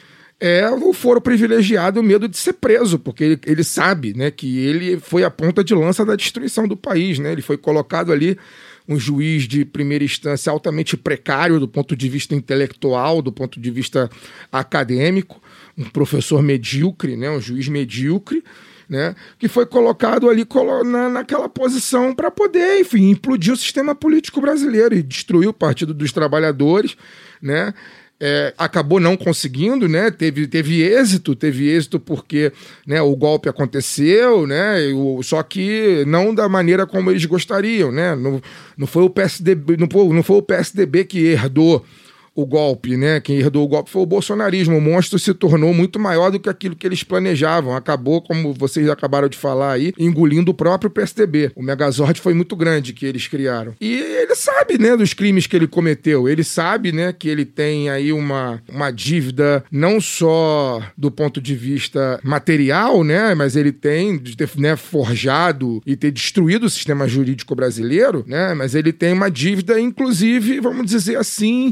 é o foro privilegiado, o medo de ser preso, porque ele sabe, né, que ele foi a ponta de lança da destruição do país, né? Ele foi colocado ali um juiz de primeira instância altamente precário do ponto de vista intelectual, do ponto de vista acadêmico, um professor medíocre, né, um juiz medíocre, né, que foi colocado ali naquela posição para poder, enfim, implodir o sistema político brasileiro e destruir o Partido dos Trabalhadores, né? Acabou não conseguindo, né? Teve êxito porque, né, o golpe aconteceu, né? Só que não da maneira como eles gostariam, né? Não foi o PSDB, não foi o PSDB que herdou o golpe, né? Quem herdou o golpe foi o bolsonarismo. O monstro se tornou muito maior do que aquilo que eles planejavam. Acabou, como vocês acabaram de falar aí, engolindo o próprio PSDB. O Megazord foi muito grande que eles criaram. E ele sabe, né, dos crimes que ele cometeu. Ele sabe, né, que ele tem aí uma dívida não só do ponto de vista material, né, mas ele tem de ter, né, forjado e ter destruído o sistema jurídico brasileiro, né, mas ele tem uma dívida, inclusive, vamos dizer assim,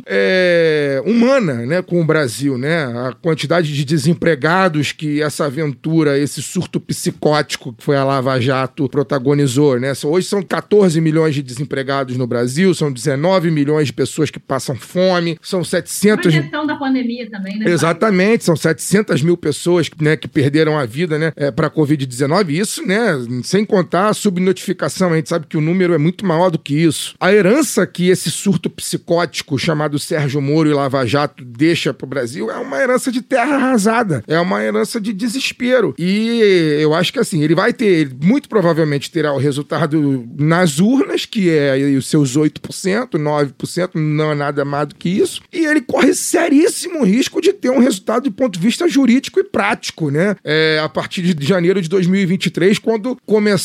humana, né, com o Brasil, né? A quantidade de desempregados que essa aventura, esse surto psicótico que foi a Lava Jato protagonizou, né? Hoje são 14 milhões de desempregados no Brasil, são 19 milhões de pessoas que passam fome, são 700... Foi a questão da pandemia também, né? Exatamente, são 700 mil pessoas, né, que perderam a vida, né, para a Covid-19, isso, né, sem contar a subnotificação, a gente sabe que o número é muito maior do que isso. A herança que esse surto psicótico chamado Sérgio Moro e Lava Jato deixa pro Brasil é uma herança de terra arrasada, é uma herança de desespero. E eu acho que assim, ele muito provavelmente terá o resultado nas urnas, que é os seus 8%, 9%, não é nada mais do que isso, e ele corre seríssimo risco de ter um resultado do ponto de vista jurídico e prático, né? A partir de janeiro de 2023, quando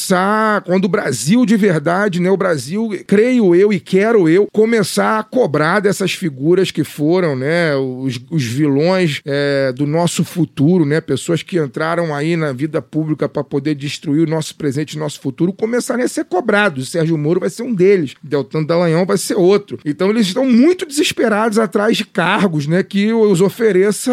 o Brasil de verdade, né, o Brasil, creio eu e quero eu, começar a cobrar dessas figuras que foram, né, os vilões do nosso futuro, né, pessoas que entraram aí na vida pública para poder destruir o nosso presente e o nosso futuro, começarem a ser cobrados. O Sérgio Moro vai ser um deles, Deltan Dallagnol vai ser outro. Então eles estão muito desesperados atrás de cargos, né, que os ofereça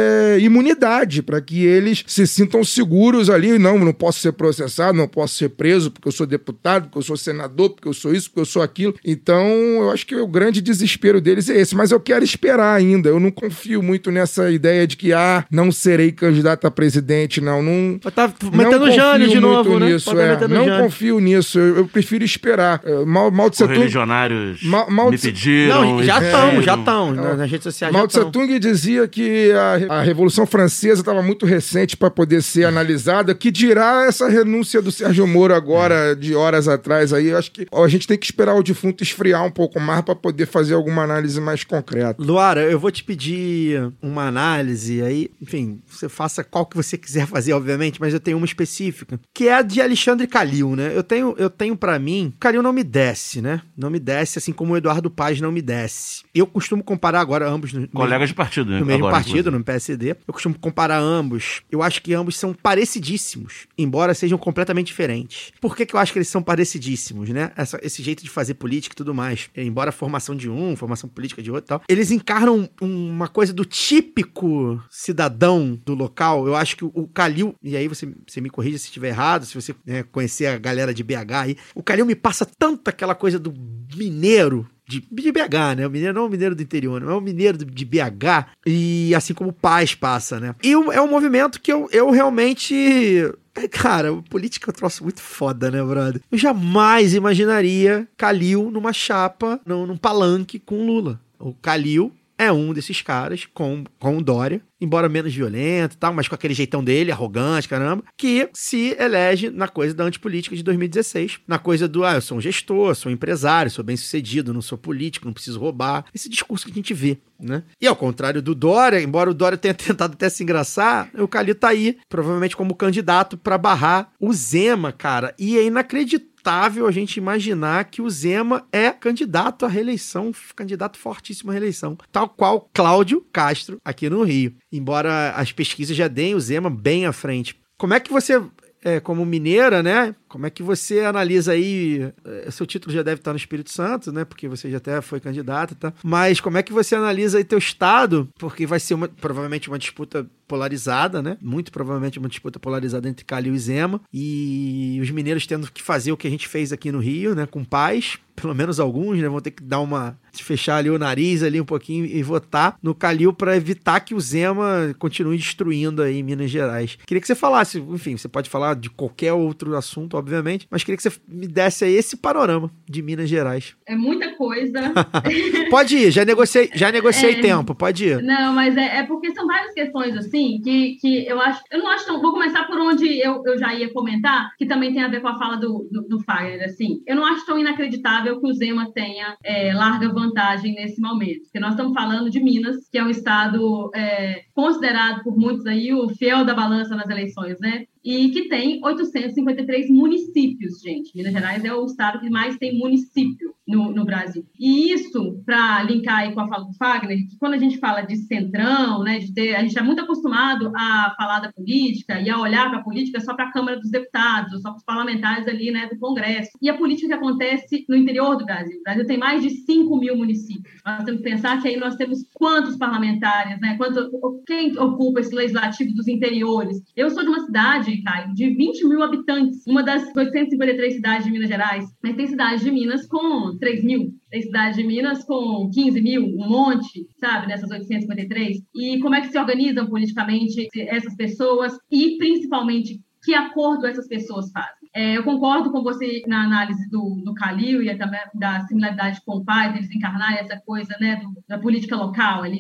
imunidade, para que eles se sintam seguros ali. Não posso ser processado, não posso ser preso porque eu sou deputado, porque eu sou senador, porque eu sou isso, porque eu sou aquilo. Então eu acho que o grande desespero deles é esse, mas eu quero esperar ainda. Eu não confio muito nessa ideia de que não serei candidato a presidente, não. Tá metendo Jânio de novo, né? Não confio nisso. Eu prefiro esperar. Mao Tse Tung... Os religionários me pediram... Não, já estão. Nas redes sociais Mao Tse Tung dizia que a Revolução Francesa estava muito recente para poder ser analisada. Que dirá essa renúncia do Sérgio Moro agora, de horas atrás aí? Eu acho que a gente tem que esperar o defunto esfriar um pouco mais para poder fazer alguma análise mais concreta. Luara, eu vou te pedir uma análise aí, enfim, você faça qual que você quiser fazer, obviamente, mas eu tenho uma específica, que é a de Alexandre Calil, né? Eu tenho para mim, Calil não me desce, né? Não me desce, assim como o Eduardo Paes não me desce. Eu costumo comparar agora ambos colegas de partido, né? No mesmo agora, partido, no PSD. Eu costumo comparar ambos. Eu acho que ambos são parecidíssimos, embora sejam completamente diferentes. Por que eu acho que eles são parecidíssimos, né? Esse jeito de fazer política e tudo mais. Embora a formação de um, formação política de outro e tal, eles encarnam uma coisa do típico cidadão do local. Eu acho que o Calil, e aí você me corrija se estiver errado, se você conhecer a galera de BH aí, o Calil me passa tanto aquela coisa do mineiro, de BH, né? O mineiro não é o mineiro do interior, não é o mineiro de BH, e assim como o Paes passa, né? E é um movimento que eu realmente... Cara, política é um troço muito foda, né, brother? Eu jamais imaginaria Calil numa chapa, num palanque com Lula. O Calil é um desses caras, com o Dória, embora menos violento e tal, mas com aquele jeitão dele, arrogante, caramba, que se elege na coisa da antipolítica de 2016, na coisa do, eu sou um gestor, sou um empresário, sou bem-sucedido, não sou político, não preciso roubar. Esse discurso que a gente vê, né? E ao contrário do Dória, embora o Dória tenha tentado até se engraçar, o Calil tá aí, provavelmente como candidato para barrar o Zema, cara. E é inacreditável a gente imaginar que o Zema é candidato à reeleição, candidato fortíssimo à reeleição, tal qual Cláudio Castro aqui no Rio. Embora as pesquisas já deem o Zema bem à frente. Como é que você, como mineira, né? Como é que você analisa aí, seu título já deve estar no Espírito Santo, né? Porque você já até foi candidato, tá? Mas como é que você analisa aí teu estado? Porque vai ser provavelmente uma disputa polarizada, né? Muito provavelmente uma disputa polarizada entre Calil e Zema. E os mineiros tendo que fazer o que a gente fez aqui no Rio, né? Com paz. Pelo menos alguns, né? Vão ter que dar fechar ali o nariz ali um pouquinho e votar no Calil para evitar que o Zema continue destruindo aí Minas Gerais. Queria que você falasse, enfim, você pode falar de qualquer outro assunto, obviamente, mas queria que você me desse aí esse panorama de Minas Gerais. É muita coisa. Pode ir, já negociei tempo, pode ir. Não, mas é porque são várias questões assim que eu não acho tão. Vou começar por onde eu já ia comentar, que também tem a ver com a fala do Fagner, assim. Eu não acho tão inacreditável que o Zema tenha larga vantagem nesse momento, porque nós estamos falando de Minas, que é um estado considerado por muitos aí o fiel da balança nas eleições, né? E que tem 853 municípios, gente. Minas Gerais é o estado que mais tem município no Brasil. E isso, para linkar aí com a fala do Fagner, que quando a gente fala de centrão, né, a gente é muito acostumado a falar da política e a olhar para a política só para a Câmara dos Deputados, ou só para os parlamentares ali, né, do Congresso. E a política que acontece no interior do Brasil. O Brasil tem mais de 5 mil municípios. Nós temos que pensar que aí nós temos quantos parlamentares, né, quem ocupa esse legislativo dos interiores. Eu sou de uma cidade, Caio, de 20 mil habitantes, uma das 853 cidades de Minas Gerais, mas tem cidades de Minas com 3 mil, tem cidades de Minas com 15 mil, um monte, sabe, dessas 853. E como é que se organizam politicamente essas pessoas e, principalmente, que acordo essas pessoas fazem? Eu concordo com você na análise do Calil e também da similaridade com o pai, deles encarnarem essa coisa, né, da política local ali,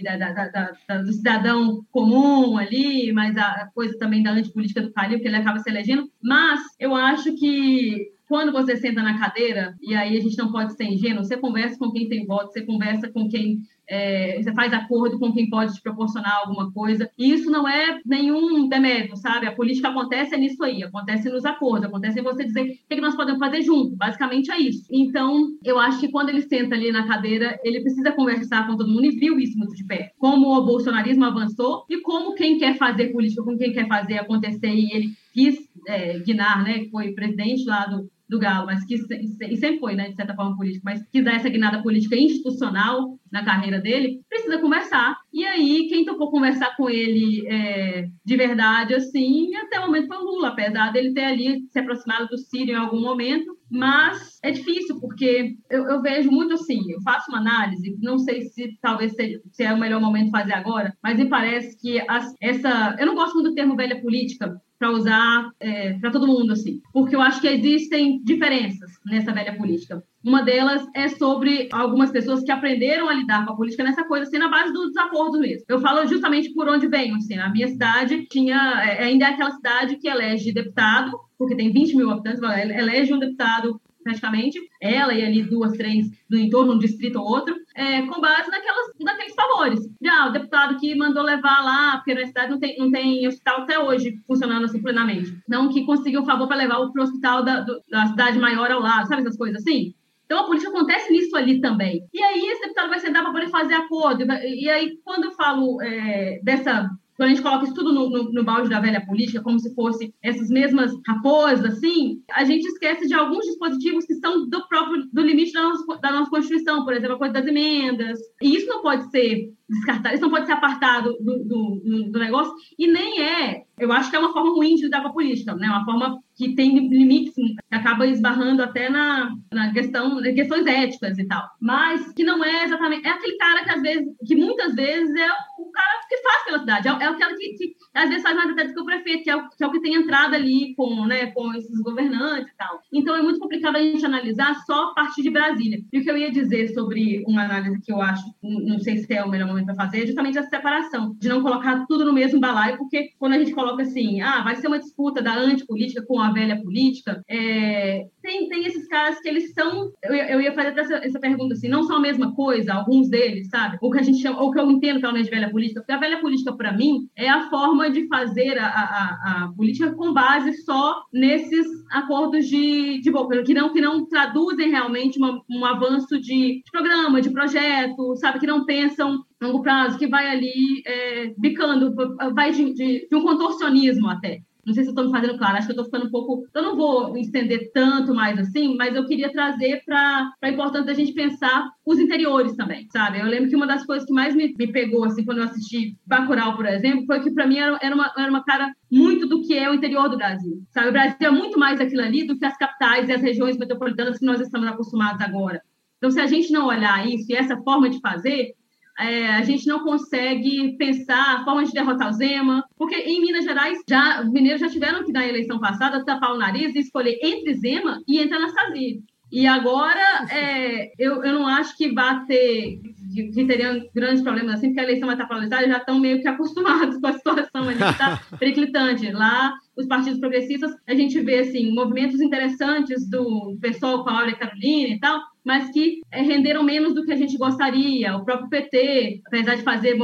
do cidadão comum ali, mas a coisa também da antipolítica do Calil, que ele acaba se elegendo. Mas eu acho que quando você senta na cadeira, e aí a gente não pode ser ingênuo, você conversa com quem tem voto, você conversa com quem... você faz acordo com quem pode te proporcionar alguma coisa, e isso não é nenhum demérito, sabe? A política acontece nisso aí, acontece nos acordos, acontece em você dizer o que nós podemos fazer junto, basicamente é isso. Então, eu acho que quando ele senta ali na cadeira, ele precisa conversar com todo mundo, e viu isso muito de perto, como o bolsonarismo avançou, e como quem quer fazer política, como quem quer fazer acontecer, e ele quis Guinar, né, que foi presidente lá do Galo, mas que sempre foi, né, de certa forma político, mas quis dar essa guinada política institucional na carreira dele, precisa conversar. E aí, quem topou conversar com ele de verdade, assim, até o momento foi o Lula, apesar dele ter ali se aproximado do Ciro em algum momento, mas é difícil, porque eu vejo muito assim, eu faço uma análise, não sei se talvez se é o melhor momento fazer agora, mas me parece que eu não gosto muito do termo velha política, para usar para todo mundo, assim. Porque eu acho que existem diferenças nessa velha política. Uma delas é sobre algumas pessoas que aprenderam a lidar com a política nessa coisa, assim, na base dos acordos mesmo. Eu falo justamente por onde venho, assim. A minha cidade ainda é aquela cidade que elege deputado, porque tem 20 mil habitantes, elege um deputado praticamente, ela e ali 2, 3 no entorno, um distrito ou outro, com base naqueles favores. Já o deputado que mandou levar lá, porque na cidade não tem hospital até hoje funcionando assim plenamente. Não que conseguiu um favor para levar para o hospital da cidade maior ao lado, sabe essas coisas assim? Então, a política acontece nisso ali também. E aí, esse deputado vai sentar para poder fazer acordo. E aí, quando eu falo quando a gente coloca isso tudo no balde da velha política, como se fosse essas mesmas raposas, assim, a gente esquece de alguns dispositivos que são do limite da nossa Constituição, por exemplo, a coisa das emendas. E isso não pode ser descartado, isso não pode ser apartado do negócio, e nem eu acho que é uma forma ruim de lidar com a política, né? Uma forma que tem limites, que acaba esbarrando até na questões éticas e tal, mas que não é exatamente, é aquele cara que muitas vezes é o cara que faz pela cidade. É aquela que às vezes faz mais até do que o prefeito, que é o que tem entrado ali com esses governantes e tal. Então é muito complicado a gente analisar só a partir de Brasília. E o que eu ia dizer sobre uma análise que eu acho, não sei se é o melhor momento para fazer, é justamente essa separação, de não colocar tudo no mesmo balaio, porque quando a gente coloca assim, vai ser uma disputa da antipolítica com a velha política, tem esses caras que eles são, eu ia fazer essa pergunta assim, não são a mesma coisa, alguns deles, sabe? O que a gente chama, ou que eu entendo pelo menos de velha política, porque a velha política, para mim, é a forma de fazer a política com base só nesses acordos de boca, que não traduzem realmente um avanço de programa, de projeto, sabe? Que não pensam a longo prazo, que vai ali bicando, vai de um contorcionismo até. Não sei se eu estou me fazendo claro, acho que eu estou ficando um pouco... Eu não vou estender tanto mais assim, mas eu queria trazer para a importância da gente pensar os interiores também, sabe? Eu lembro que uma das coisas que mais me pegou, assim, quando eu assisti Bacurau, por exemplo, foi que para mim era uma cara muito do que é o interior do Brasil, sabe? O Brasil é muito mais aquilo ali do que as capitais e as regiões metropolitanas que nós estamos acostumados agora. Então, se a gente não olhar isso e essa forma de fazer... a gente não consegue pensar a forma de derrotar o Zema, porque em Minas Gerais, os mineiros já tiveram que, na eleição passada, tapar o nariz e escolher entre Zema e entre Anastasia. E agora, eu não acho que que teriam grandes problemas assim, porque a eleição vai estar polarizada, já estão meio que acostumados com a situação ali que está periclitante. Lá, os partidos progressistas, a gente vê assim, movimentos interessantes do pessoal com a Áurea Carolina e tal, mas que renderam menos do que a gente gostaria. O próprio PT, apesar de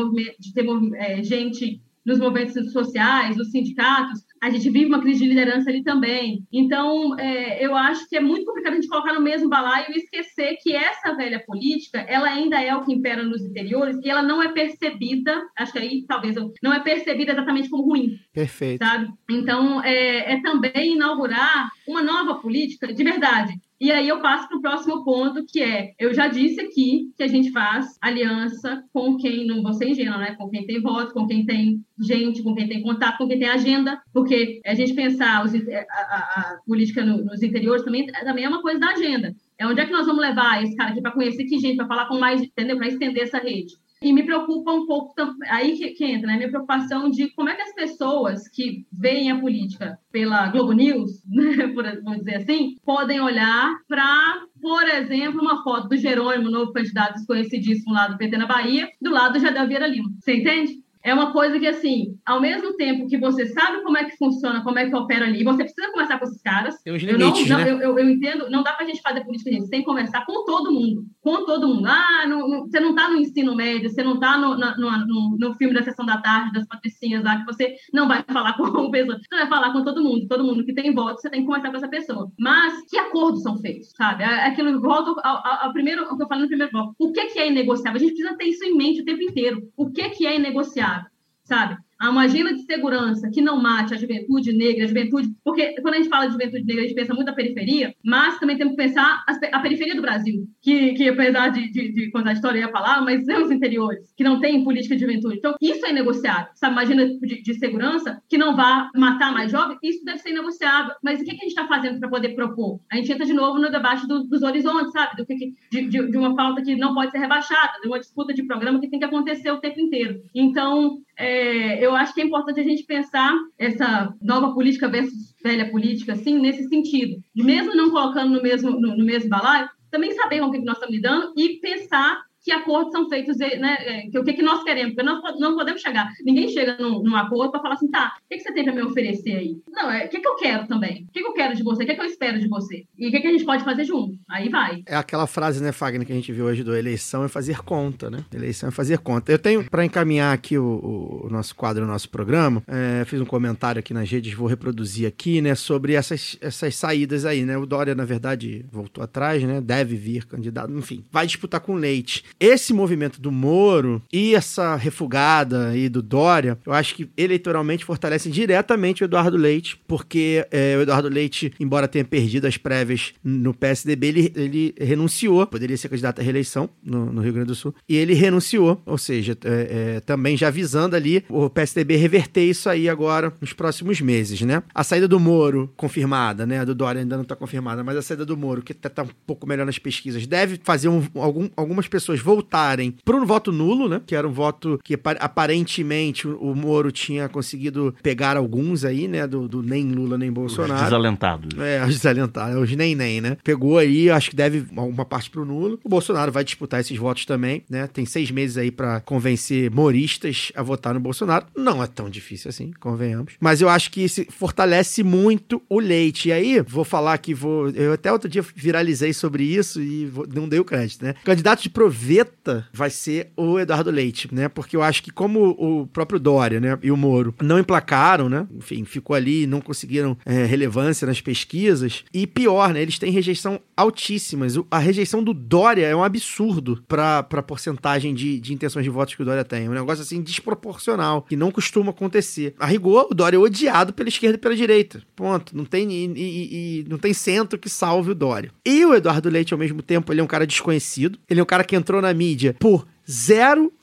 ter gente nos movimentos sociais, nos sindicatos, a gente vive uma crise de liderança ali também. Então, eu acho que é muito complicado a gente colocar no mesmo balaio e esquecer que essa velha política, ela ainda é o que impera nos interiores e ela não é percebida, acho que aí talvez não é percebida exatamente como ruim. Perfeito. Sabe? Então, também inaugurar uma nova política de verdade. E aí eu passo para o próximo ponto, que eu já disse aqui que a gente faz aliança com quem, não vou ser ingênua, né? Com quem tem voto, com quem tem gente, com quem tem contato, com quem tem agenda, porque a gente pensar a política nos interiores também é uma coisa da agenda. Onde é que nós vamos levar esse cara aqui para conhecer que gente, para falar com mais, entendeu? Para estender essa rede. E me preocupa um pouco, aí que entra, né? Minha preocupação de como é que as pessoas que veem a política pela Globo News, né, vamos dizer assim, podem olhar para, por exemplo, uma foto do Jerônimo, novo candidato desconhecidíssimo lá do PT na Bahia, do lado do Jadel Vieira Lima. Você entende? É uma coisa que, assim, ao mesmo tempo que você sabe como é que funciona, como é que opera ali, você precisa conversar com esses caras. Tem uns limites, né? Eu entendo, não dá pra gente fazer política, gente. Você tem que conversar com todo mundo. Com todo mundo. Você não tá no ensino médio, você não tá no filme da Sessão da Tarde, das Patricinhas lá, que você não vai falar com uma pessoa. Você vai falar com todo mundo que tem voto, você tem que conversar com essa pessoa. Mas que acordos são feitos, sabe? Aquilo volta ao primeiro, o que eu falei no primeiro bloco. O que é inegociável? A gente precisa ter isso em mente o tempo inteiro. O que é inegociável? Sabe? Há uma agenda de segurança que não mate a juventude negra, porque quando a gente fala de juventude negra, a gente pensa muito na periferia, mas também temos que pensar a periferia do Brasil, que apesar de contar a história e a palavra, mas são os interiores, que não têm política de juventude. Então, isso é inegociável, sabe? Uma agenda de segurança que não vá matar mais jovens, isso deve ser negociável. Mas o que a gente está fazendo para poder propor? A gente entra de novo no debate dos horizontes, sabe? De uma pauta que não pode ser rebaixada, de uma disputa de programa que tem que acontecer o tempo inteiro. Então, eu acho que é importante a gente pensar essa nova política versus velha política, assim, nesse sentido. De mesmo não colocando no mesmo balaio, também saber com o que nós estamos lidando e pensar que acordos são feitos, né? O que nós queremos, porque nós não podemos chegar. Ninguém chega num acordo para falar assim, tá, o que você tem para me oferecer aí? Não, o que eu quero também? O que eu quero de você? O que eu espero de você? E o que a gente pode fazer junto? Aí vai. É aquela frase, né, Fagner, que a gente viu hoje do eleição é fazer conta, né? Eleição é fazer conta. Eu tenho, para encaminhar aqui o nosso quadro, o nosso programa, fiz um comentário aqui nas redes, vou reproduzir aqui, né, sobre essas saídas aí, né? O Dória, na verdade, voltou atrás, né? Deve vir candidato, enfim, vai disputar com o Leite. Esse movimento do Moro e essa refugada aí do Dória, eu acho que eleitoralmente fortalecem diretamente o Eduardo Leite, porque o Eduardo Leite, embora tenha perdido as prévias no PSDB, ele renunciou, poderia ser candidato à reeleição no Rio Grande do Sul, e ele renunciou, ou seja, também já avisando ali o PSDB reverter isso aí agora nos próximos meses, né? A saída do Moro confirmada, né? A do Dória ainda não está confirmada, mas a saída do Moro, que tá um pouco melhor nas pesquisas, deve fazer algumas pessoas voltarem pro voto nulo, né? Que era um voto que aparentemente o Moro tinha conseguido pegar alguns aí, né? Do nem Lula nem Bolsonaro. Os desalentados. Os desalentados, os nem, né? Pegou aí, acho que deve uma parte pro nulo. O Bolsonaro vai disputar esses votos também, né? Tem 6 meses aí pra convencer moristas a votar no Bolsonaro. Não é tão difícil assim, convenhamos. Mas eu acho que isso fortalece muito o Leite. E aí, vou falar que eu até outro dia viralizei sobre isso e não dei o crédito, né? O candidato de proveta vai ser o Eduardo Leite, né? Porque eu acho que como o próprio Dória, né? E o Moro não emplacaram, né? Enfim, ficou ali, não conseguiram relevância nas pesquisas. E pior, né? Eles têm rejeição altíssimas. A rejeição do Dória é um absurdo pra porcentagem de intenções de votos que o Dória tem. É um negócio, assim, desproporcional, que não costuma acontecer. A rigor, o Dória é odiado pela esquerda e pela direita. Ponto. Não tem, não tem centro que salve o Dória. E o Eduardo Leite, ao mesmo tempo, ele é um cara desconhecido. Ele é um cara que entrou na mídia por zero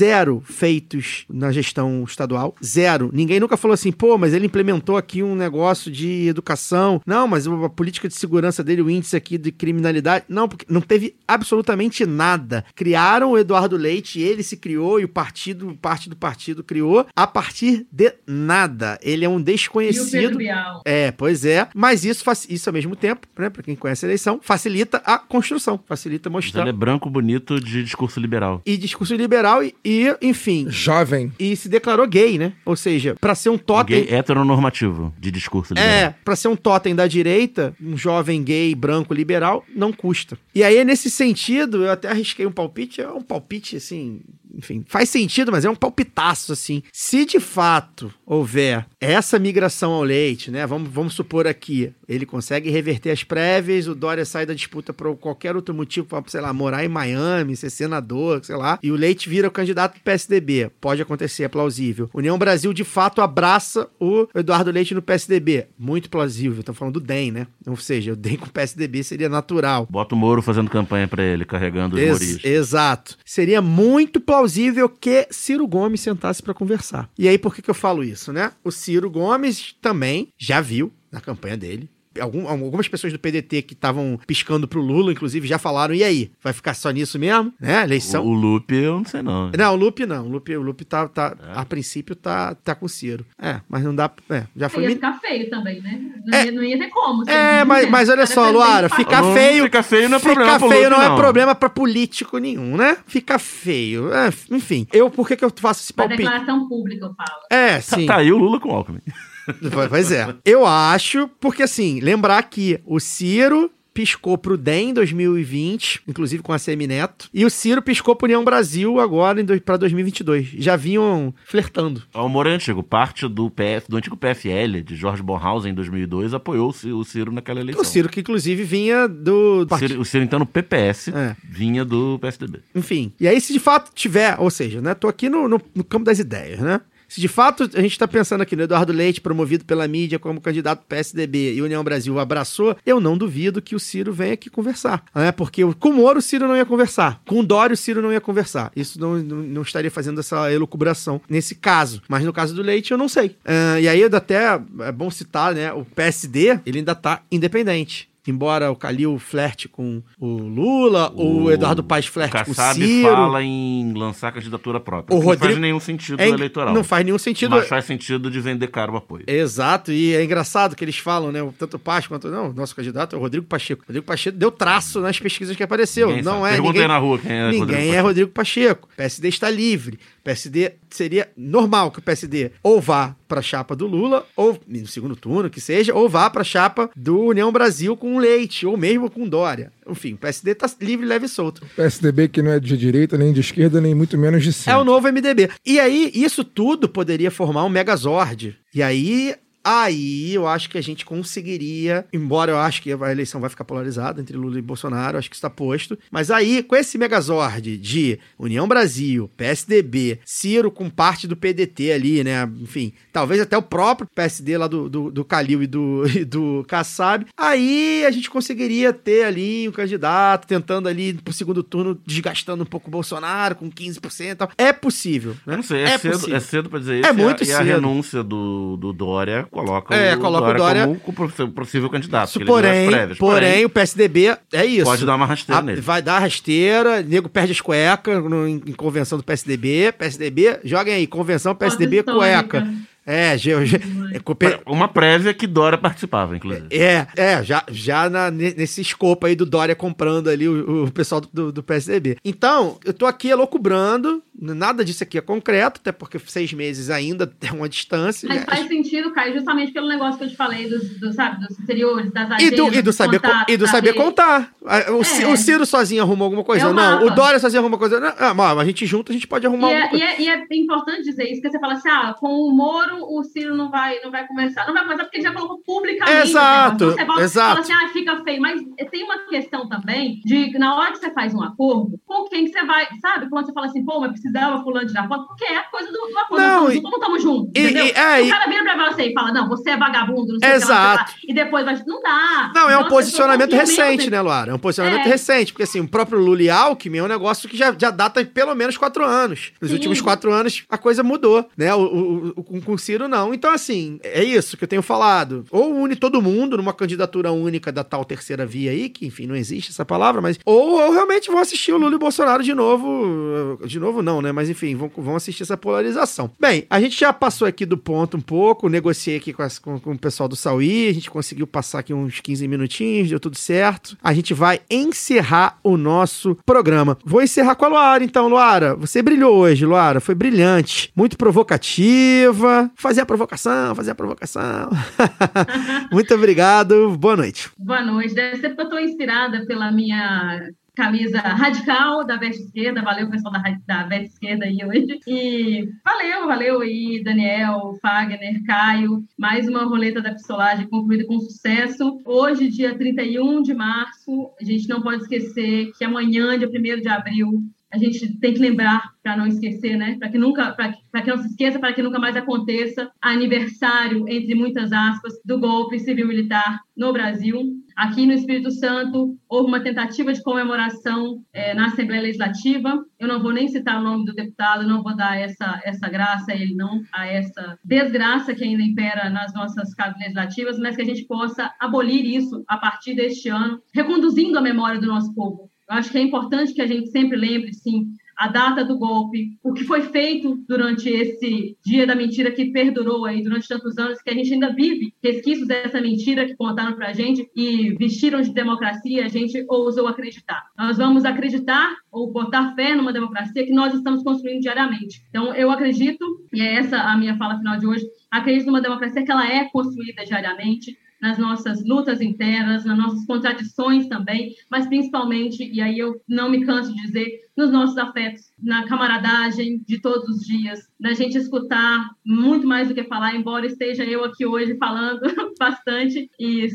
feitos na gestão estadual. 0. Ninguém nunca falou assim, pô, mas ele implementou aqui um negócio de educação. Não, mas a política de segurança dele, o índice aqui de criminalidade. Não, porque não teve absolutamente nada. Criaram o Eduardo Leite, ele se criou e parte do partido criou a partir de nada. Ele é um desconhecido. E o Pedro Bial. Pois é. Mas isso ao mesmo tempo, né, pra quem conhece a eleição, facilita a construção. Facilita mostrar. Ele é branco, bonito, de discurso liberal. E discurso liberal e, enfim... Jovem. E se declarou gay, né? Ou seja, pra ser um totem... Gay heteronormativo, de discurso liberal. Pra ser um totem da direita, um jovem gay, branco, liberal, não custa. E aí, nesse sentido, eu até arrisquei um palpite, é um palpite, assim... Enfim, faz sentido, mas é um palpitaço, assim. Se de fato houver essa migração ao Leite, né? Vamos supor aqui, ele consegue reverter as prévias, o Dória sai da disputa por qualquer outro motivo, pra, sei lá, morar em Miami, ser senador, sei lá, e o Leite vira o candidato do PSDB. Pode acontecer, é plausível. União Brasil, de fato, abraça o Eduardo Leite no PSDB. Muito plausível. Estão falando do DEM, né? Ou seja, o DEM com o PSDB seria natural. Bota o Moro fazendo campanha pra ele, carregando os moristas. Exato. Seria muito plausível que Ciro Gomes sentasse para conversar. E aí, por que eu falo isso, né? O Ciro Gomes também já viu na campanha dele. Algumas pessoas do PDT que estavam piscando pro Lula, inclusive, já falaram, e aí? Vai ficar só nisso mesmo? Né? Eleição? O Lupe, eu não sei não. Não, o Lupe não. O Lupe tá a princípio tá com o Ciro. Mas não dá... já foi... Ia ficar feio também, né? Não ia ter como. Mas olha só, Luara, ficar feio... Ficar feio não é problema Ficar pro feio Lupe, não é problema pra político nenhum, né? Ficar feio. Enfim, por que eu faço esse palpite? Pra declaração pública, eu falo. Sim. Tá aí o Lula com o Alckmin. Pois é. Eu acho, porque assim, lembrar que o Ciro piscou pro DEM em 2020, inclusive com a Semineto, e o Ciro piscou pro União Brasil agora pra 2022. Já vinham flertando. O Moro é antigo. Parte do antigo PFL, de Jorge Bornhausen, em 2002, apoiou o Ciro naquela eleição. O Ciro que, inclusive, vinha do... O Ciro, então, no PPS, vinha do PSDB. Enfim. E aí, se de fato tiver, ou seja, né, tô aqui no campo das ideias, né? Se de fato a gente tá pensando aqui no Eduardo Leite, promovido pela mídia como candidato do PSDB, e o União Brasil abraçou, eu não duvido que o Ciro venha aqui conversar. Porque com o Moro o Ciro não ia conversar. Com o Dória o Ciro não ia conversar. Isso não estaria fazendo essa elucubração nesse caso. Mas no caso do Leite eu não sei. E aí até é bom citar, né? O PSD, ele ainda tá independente. Embora o Calil flerte com o Lula, o Eduardo Paes flerte com o Ciro. Fala em lançar candidatura própria. Não faz nenhum sentido eleitoral. Não faz nenhum sentido. Mas faz sentido de vender caro o apoio. Exato, e é engraçado que eles falam, né? Tanto o Paes quanto... Não, nosso candidato é o Rodrigo Pacheco. O Rodrigo Pacheco deu traço nas pesquisas que apareceu. Perguntei na rua quem é ninguém Rodrigo Pacheco. O PSD está livre. O PSD seria normal que o PSD ou vá para a chapa do Lula, ou no segundo turno, que seja, ou vá para a chapa do União Brasil com o Leite, ou mesmo com Dória. Enfim, o PSD tá livre, leve e solto. O PSDB que não é de direita, nem de esquerda, nem muito menos de centro. É o novo MDB. E aí, isso tudo poderia formar um megazord. E aí eu acho que a gente conseguiria, embora eu acho que a eleição vai ficar polarizada entre Lula e Bolsonaro, acho que está posto, mas aí, com esse megazord de União Brasil, PSDB, Ciro com parte do PDT ali, né, enfim, talvez até o próprio PSD lá do Calil e do Kassab, aí a gente conseguiria ter ali um candidato tentando ali pro segundo turno, desgastando um pouco o Bolsonaro com 15% e tal. É possível, né? Eu não sei, é cedo pra dizer isso. É muito cedo. A renúncia do Dória coloca o Dória como possível candidato. Porém, o PSDB é isso. Pode dar uma rasteira nele. Vai dar rasteira, nego perde as cuecas em convenção do PSDB. PSDB, joguem aí, convenção PSDB cueca. Uma prévia que Dória participava, inclusive. Nesse escopo aí do Dória comprando ali o pessoal do PSDB. Então, eu tô aqui elocubrando, nada disso aqui é concreto, até porque 6 meses ainda é uma distância. Mas faz sentido, Caio, justamente pelo negócio que eu te falei dos interiores, das agendas, e do saber contar. O Ciro sozinho arruma alguma coisa? Não. O Dória sozinho arruma coisa? Não. Mas a gente junto, a gente pode arrumar alguma coisa. E é importante dizer isso, que você fala assim, com o Moro o Ciro não vai conversar. Não vai conversar porque ele já colocou publicamente. Exato, então você fala assim, fica feio. Mas tem uma questão também de, na hora que você faz um acordo, com quem que você vai, sabe? Quando você fala assim, mas precisava fulano tirar foto, porque é a coisa do acordo. Não estamos juntos, entendeu? O cara vira pra você e fala, não, você é vagabundo, não sei o que lá, e depois vai... Não dá. Não, é um posicionamento recente, né, Luara? É um posicionamento recente, porque assim, o próprio Lula e Alckmin é um negócio que já data pelo menos 4 anos. Nos últimos 4 anos, a coisa mudou, né? Com o Ciro, não. Então, assim, é isso que eu tenho falado. Ou une todo mundo numa candidatura única da tal terceira via aí, que, enfim, não existe essa palavra, mas... Ou realmente vão assistir o Lula e o Bolsonaro de novo. De novo não, né? Mas, enfim, vão assistir essa polarização. Bem, a gente já passou aqui do ponto um pouco, negociei aqui com o pessoal do Sauí, a gente conseguiu passar aqui uns 15 minutinhos, deu tudo certo. A gente vai encerrar o nosso programa. Vou encerrar com a Luara, então, Luara. Você brilhou hoje, Luara. Foi brilhante. Muito provocativa. Fazer a provocação. Muito obrigado. Boa noite. Boa noite. Deve ser porque eu estou inspirada pela minha camisa radical da Veste Esquerda. Valeu, pessoal da Veste Esquerda aí hoje. E valeu aí, Daniel, Fagner, Caio. Mais uma roleta da pistolagem concluída com sucesso. Hoje, dia 31 de março, a gente não pode esquecer que amanhã, dia 1º de abril, a gente tem que lembrar, para não esquecer, né? Para que não se esqueça, para que nunca mais aconteça, aniversário, entre muitas aspas, do golpe civil-militar no Brasil. Aqui no Espírito Santo, houve uma tentativa de comemoração na Assembleia Legislativa. Eu não vou nem citar o nome do deputado, não vou dar essa graça a ele, não, a essa desgraça que ainda impera nas nossas casas legislativas, mas que a gente possa abolir isso a partir deste ano, reconduzindo a memória do nosso povo. Eu acho que é importante que a gente sempre lembre, sim, a data do golpe, o que foi feito durante esse dia da mentira que perdurou aí durante tantos anos, que a gente ainda vive resquícios dessa mentira que contaram pra gente e vestiram de democracia, a gente ousou acreditar. Nós vamos acreditar ou botar fé numa democracia que nós estamos construindo diariamente. Então, eu acredito, e é essa a minha fala final de hoje, acredito numa democracia que ela é construída diariamente, nas nossas lutas internas, nas nossas contradições também, mas principalmente, e aí eu não me canso de dizer, nos nossos afetos, na camaradagem de todos os dias, da gente escutar muito mais do que falar, embora esteja eu aqui hoje falando bastante, e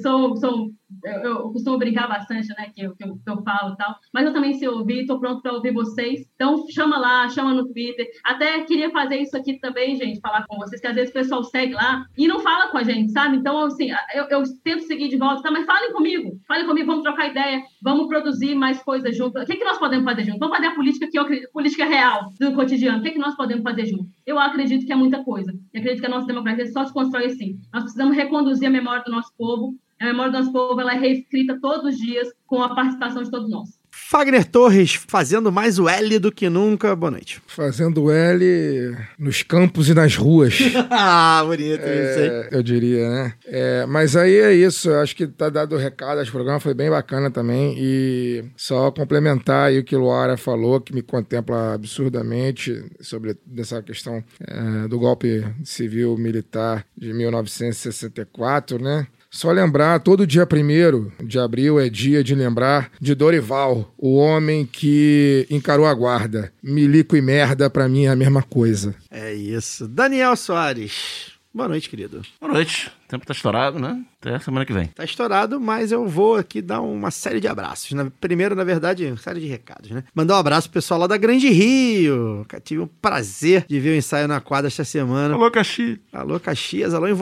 eu costumo brincar bastante, né, que eu falo e tal, mas eu também sei ouvir, estou pronto para ouvir vocês, então chama lá, chama no Twitter, até queria fazer isso aqui também, gente, falar com vocês, que às vezes o pessoal segue lá e não fala com a gente, sabe? Então, assim, eu tento seguir de volta, tá? Mas falem comigo, vamos trocar ideia, vamos produzir mais coisas juntos. O que nós podemos fazer juntos? Vamos fazer a política que eu acredito, política real do cotidiano. O que nós podemos fazer juntos? Eu acredito que é muita coisa. Eu acredito que a nossa democracia só se constrói assim. Nós precisamos reconduzir a memória do nosso povo. A memória do nosso povo ela é reescrita todos os dias com a participação de todos nós. Fagner Torres, fazendo mais o L do que nunca. Boa noite. Fazendo o L nos campos e nas ruas. Bonito isso aí. Eu diria, né? Mas aí é isso. Eu acho que tá dado o recado. Acho que o programa foi bem bacana também. E só complementar aí o que Luara falou, que me contempla absurdamente sobre essa questão do golpe civil-militar de 1964, né? Só lembrar, todo dia 1º de abril é dia de lembrar de Dorival, o homem que encarou a guarda. Milico e merda, pra mim, é a mesma coisa. É isso. Daniel Soares. Boa noite, querido. Boa noite. O tempo tá estourado, né? Até semana que vem. Tá estourado, mas eu vou aqui dar uma série de abraços. Primeiro, na verdade, uma série de recados, né? Mandar um abraço pro pessoal lá da Grande Rio. Tive um prazer de ver o ensaio na quadra esta semana. Alô, Caxias. Alô, Caxias. Alô, Invocado.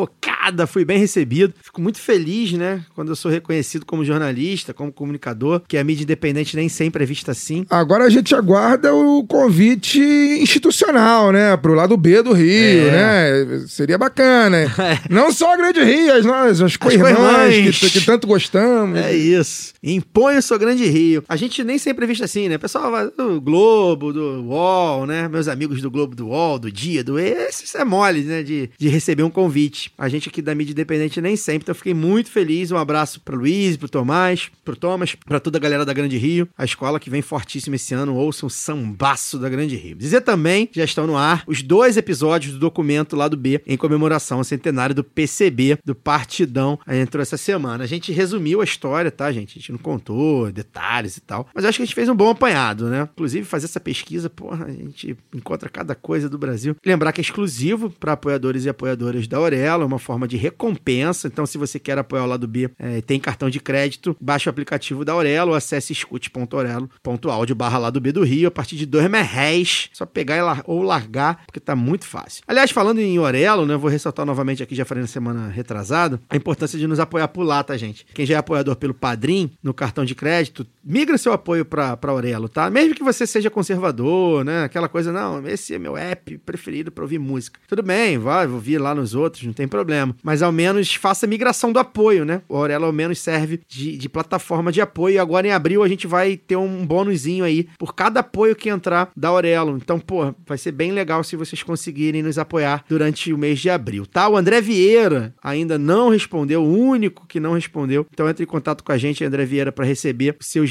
nada, fui bem recebido. Fico muito feliz, né, quando eu sou reconhecido como jornalista, como comunicador, que a mídia independente nem sempre é vista assim. Agora a gente aguarda o convite institucional, né, pro lado B do Rio, né? Seria bacana. Não só a Grande Rio, as co-irmãs que tanto gostamos. É isso. Impõe o seu Grande Rio. A gente nem sempre é visto assim, né? O pessoal vai do Globo, do UOL, né? Meus amigos do Globo, do UOL, do Dia, do Isso é mole, né? De receber um convite. A gente aqui da mídia independente nem sempre. Então eu fiquei muito feliz. Um abraço pro Luiz, pro Tomás, pra toda a galera da Grande Rio. A escola que vem fortíssima esse ano. Ouçam o sambaço da Grande Rio. Dizer também, já estão no ar, os 2 episódios do documento lá do B, em comemoração ao centenário do PCB, do Partidão. Aí entrou essa semana. A gente resumiu a história, tá, gente? A gente não contou detalhes e tal. Mas eu acho que a gente fez um bom apanhado, né? Inclusive, fazer essa pesquisa, porra, a gente encontra cada coisa do Brasil. Lembrar que é exclusivo para apoiadores e apoiadoras da Aurelo, é uma forma de recompensa. Então, se você quer apoiar o lado B, tem cartão de crédito, baixe o aplicativo da Aurelo, acesse escute.aurelo.audio/lado B do Rio, a partir de R$2,00. Só pegar ou largar, porque tá muito fácil. Aliás, falando em Aurelo, né, eu vou ressaltar novamente aqui, já falei na semana retrasada, a importância de nos apoiar por lá, tá, gente? Quem já é apoiador pelo Padrim, no cartão de crédito, migra seu apoio pra Aurelo, tá? Mesmo que você seja conservador, né? Aquela coisa, não, esse é meu app preferido pra ouvir música. Tudo bem, vai ouvir lá nos outros, não tem problema. Mas ao menos faça a migração do apoio, né? O Aurelo ao menos serve de plataforma de apoio. E agora em abril a gente vai ter um bônusinho aí por cada apoio que entrar da Aurelo. Então, pô, vai ser bem legal se vocês conseguirem nos apoiar durante o mês de abril, tá? O André Vieira ainda não respondeu, o único que não respondeu. Então entre em contato com a gente, André Vieira, para receber o seu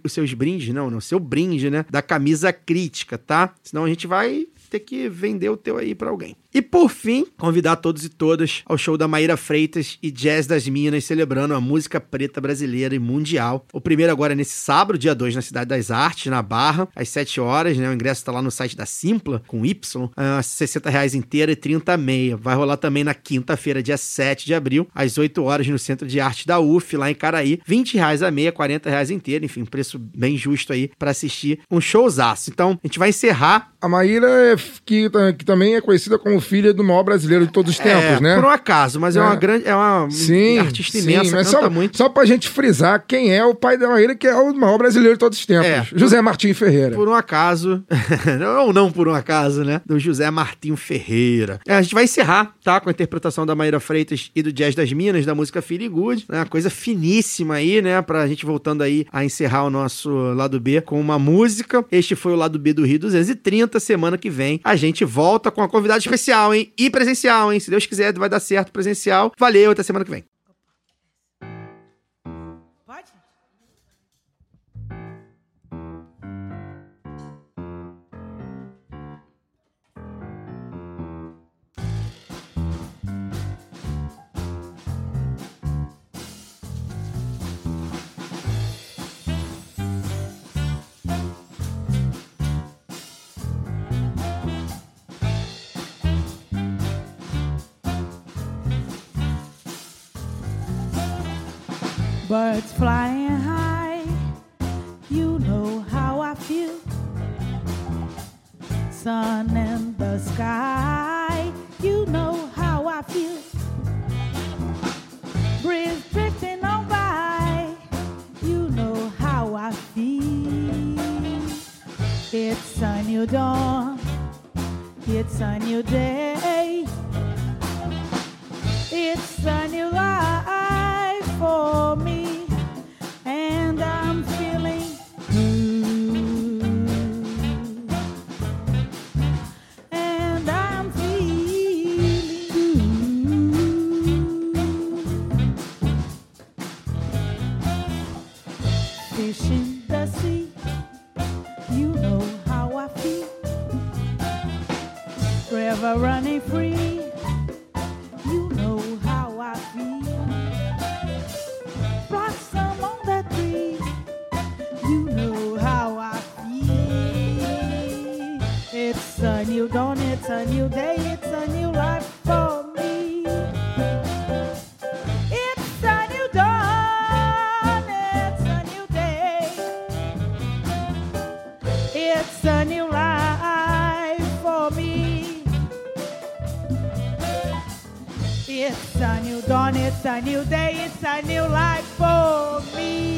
brinde, né? Da camisa crítica, tá? Senão a gente vai ter que vender o teu aí pra alguém. E por fim, convidar todos e todas ao show da Maíra Freitas e Jazz das Minas, celebrando a música preta brasileira e mundial. O primeiro agora é nesse sábado, dia 2, na Cidade das Artes, na Barra, às 7 horas, né? O ingresso tá lá no site da Simpla, com Y, R$60 inteira e 30 meia. Vai rolar também na quinta-feira, dia 7 de abril, às 8 horas, no Centro de Arte da UF, lá em Caraí. R$20 a meia, R$40 inteira, enfim, preço bem justo aí pra assistir um showzaço. Então, a gente vai encerrar. A Maíra, que também é conhecida como filha do maior brasileiro de todos os tempos, né? Por um acaso, mas é uma artista imensa, mas canta muito. Só pra gente frisar quem é o pai da Maíra, que é o maior brasileiro de todos os tempos. José Martinho Ferreira. Por um acaso, ou não por um acaso, né? Do José Martinho Ferreira. A gente vai encerrar, tá? Com a interpretação da Maíra Freitas e do Jazz das Minas, da música Feel Good, né? Uma coisa finíssima aí, né? Pra gente voltando aí a encerrar o nosso lado B com uma música. Este foi o lado B do Rio 230. Semana que vem a gente volta com uma convidada especial, hein? E presencial, hein? Se Deus quiser, vai dar certo presencial. Valeu, até semana que vem. Pode? Birds flying high, you know how I feel. Sun in the sky, you know how I feel. Breeze drifting on by, you know how I feel. It's a new dawn, it's a new day, it's a new life for me. And I'm feeling good. And I'm feeling good. Fish in the sea, you know how I feel. River running free, you know how I feel. Blossom on the tree, you know how I feel. It's a new dawn, it's a new day, it's a new life for me. It's a new dawn, it's a new day, it's a new life for me. It's a new dawn, it's a new day, it's a new life for me.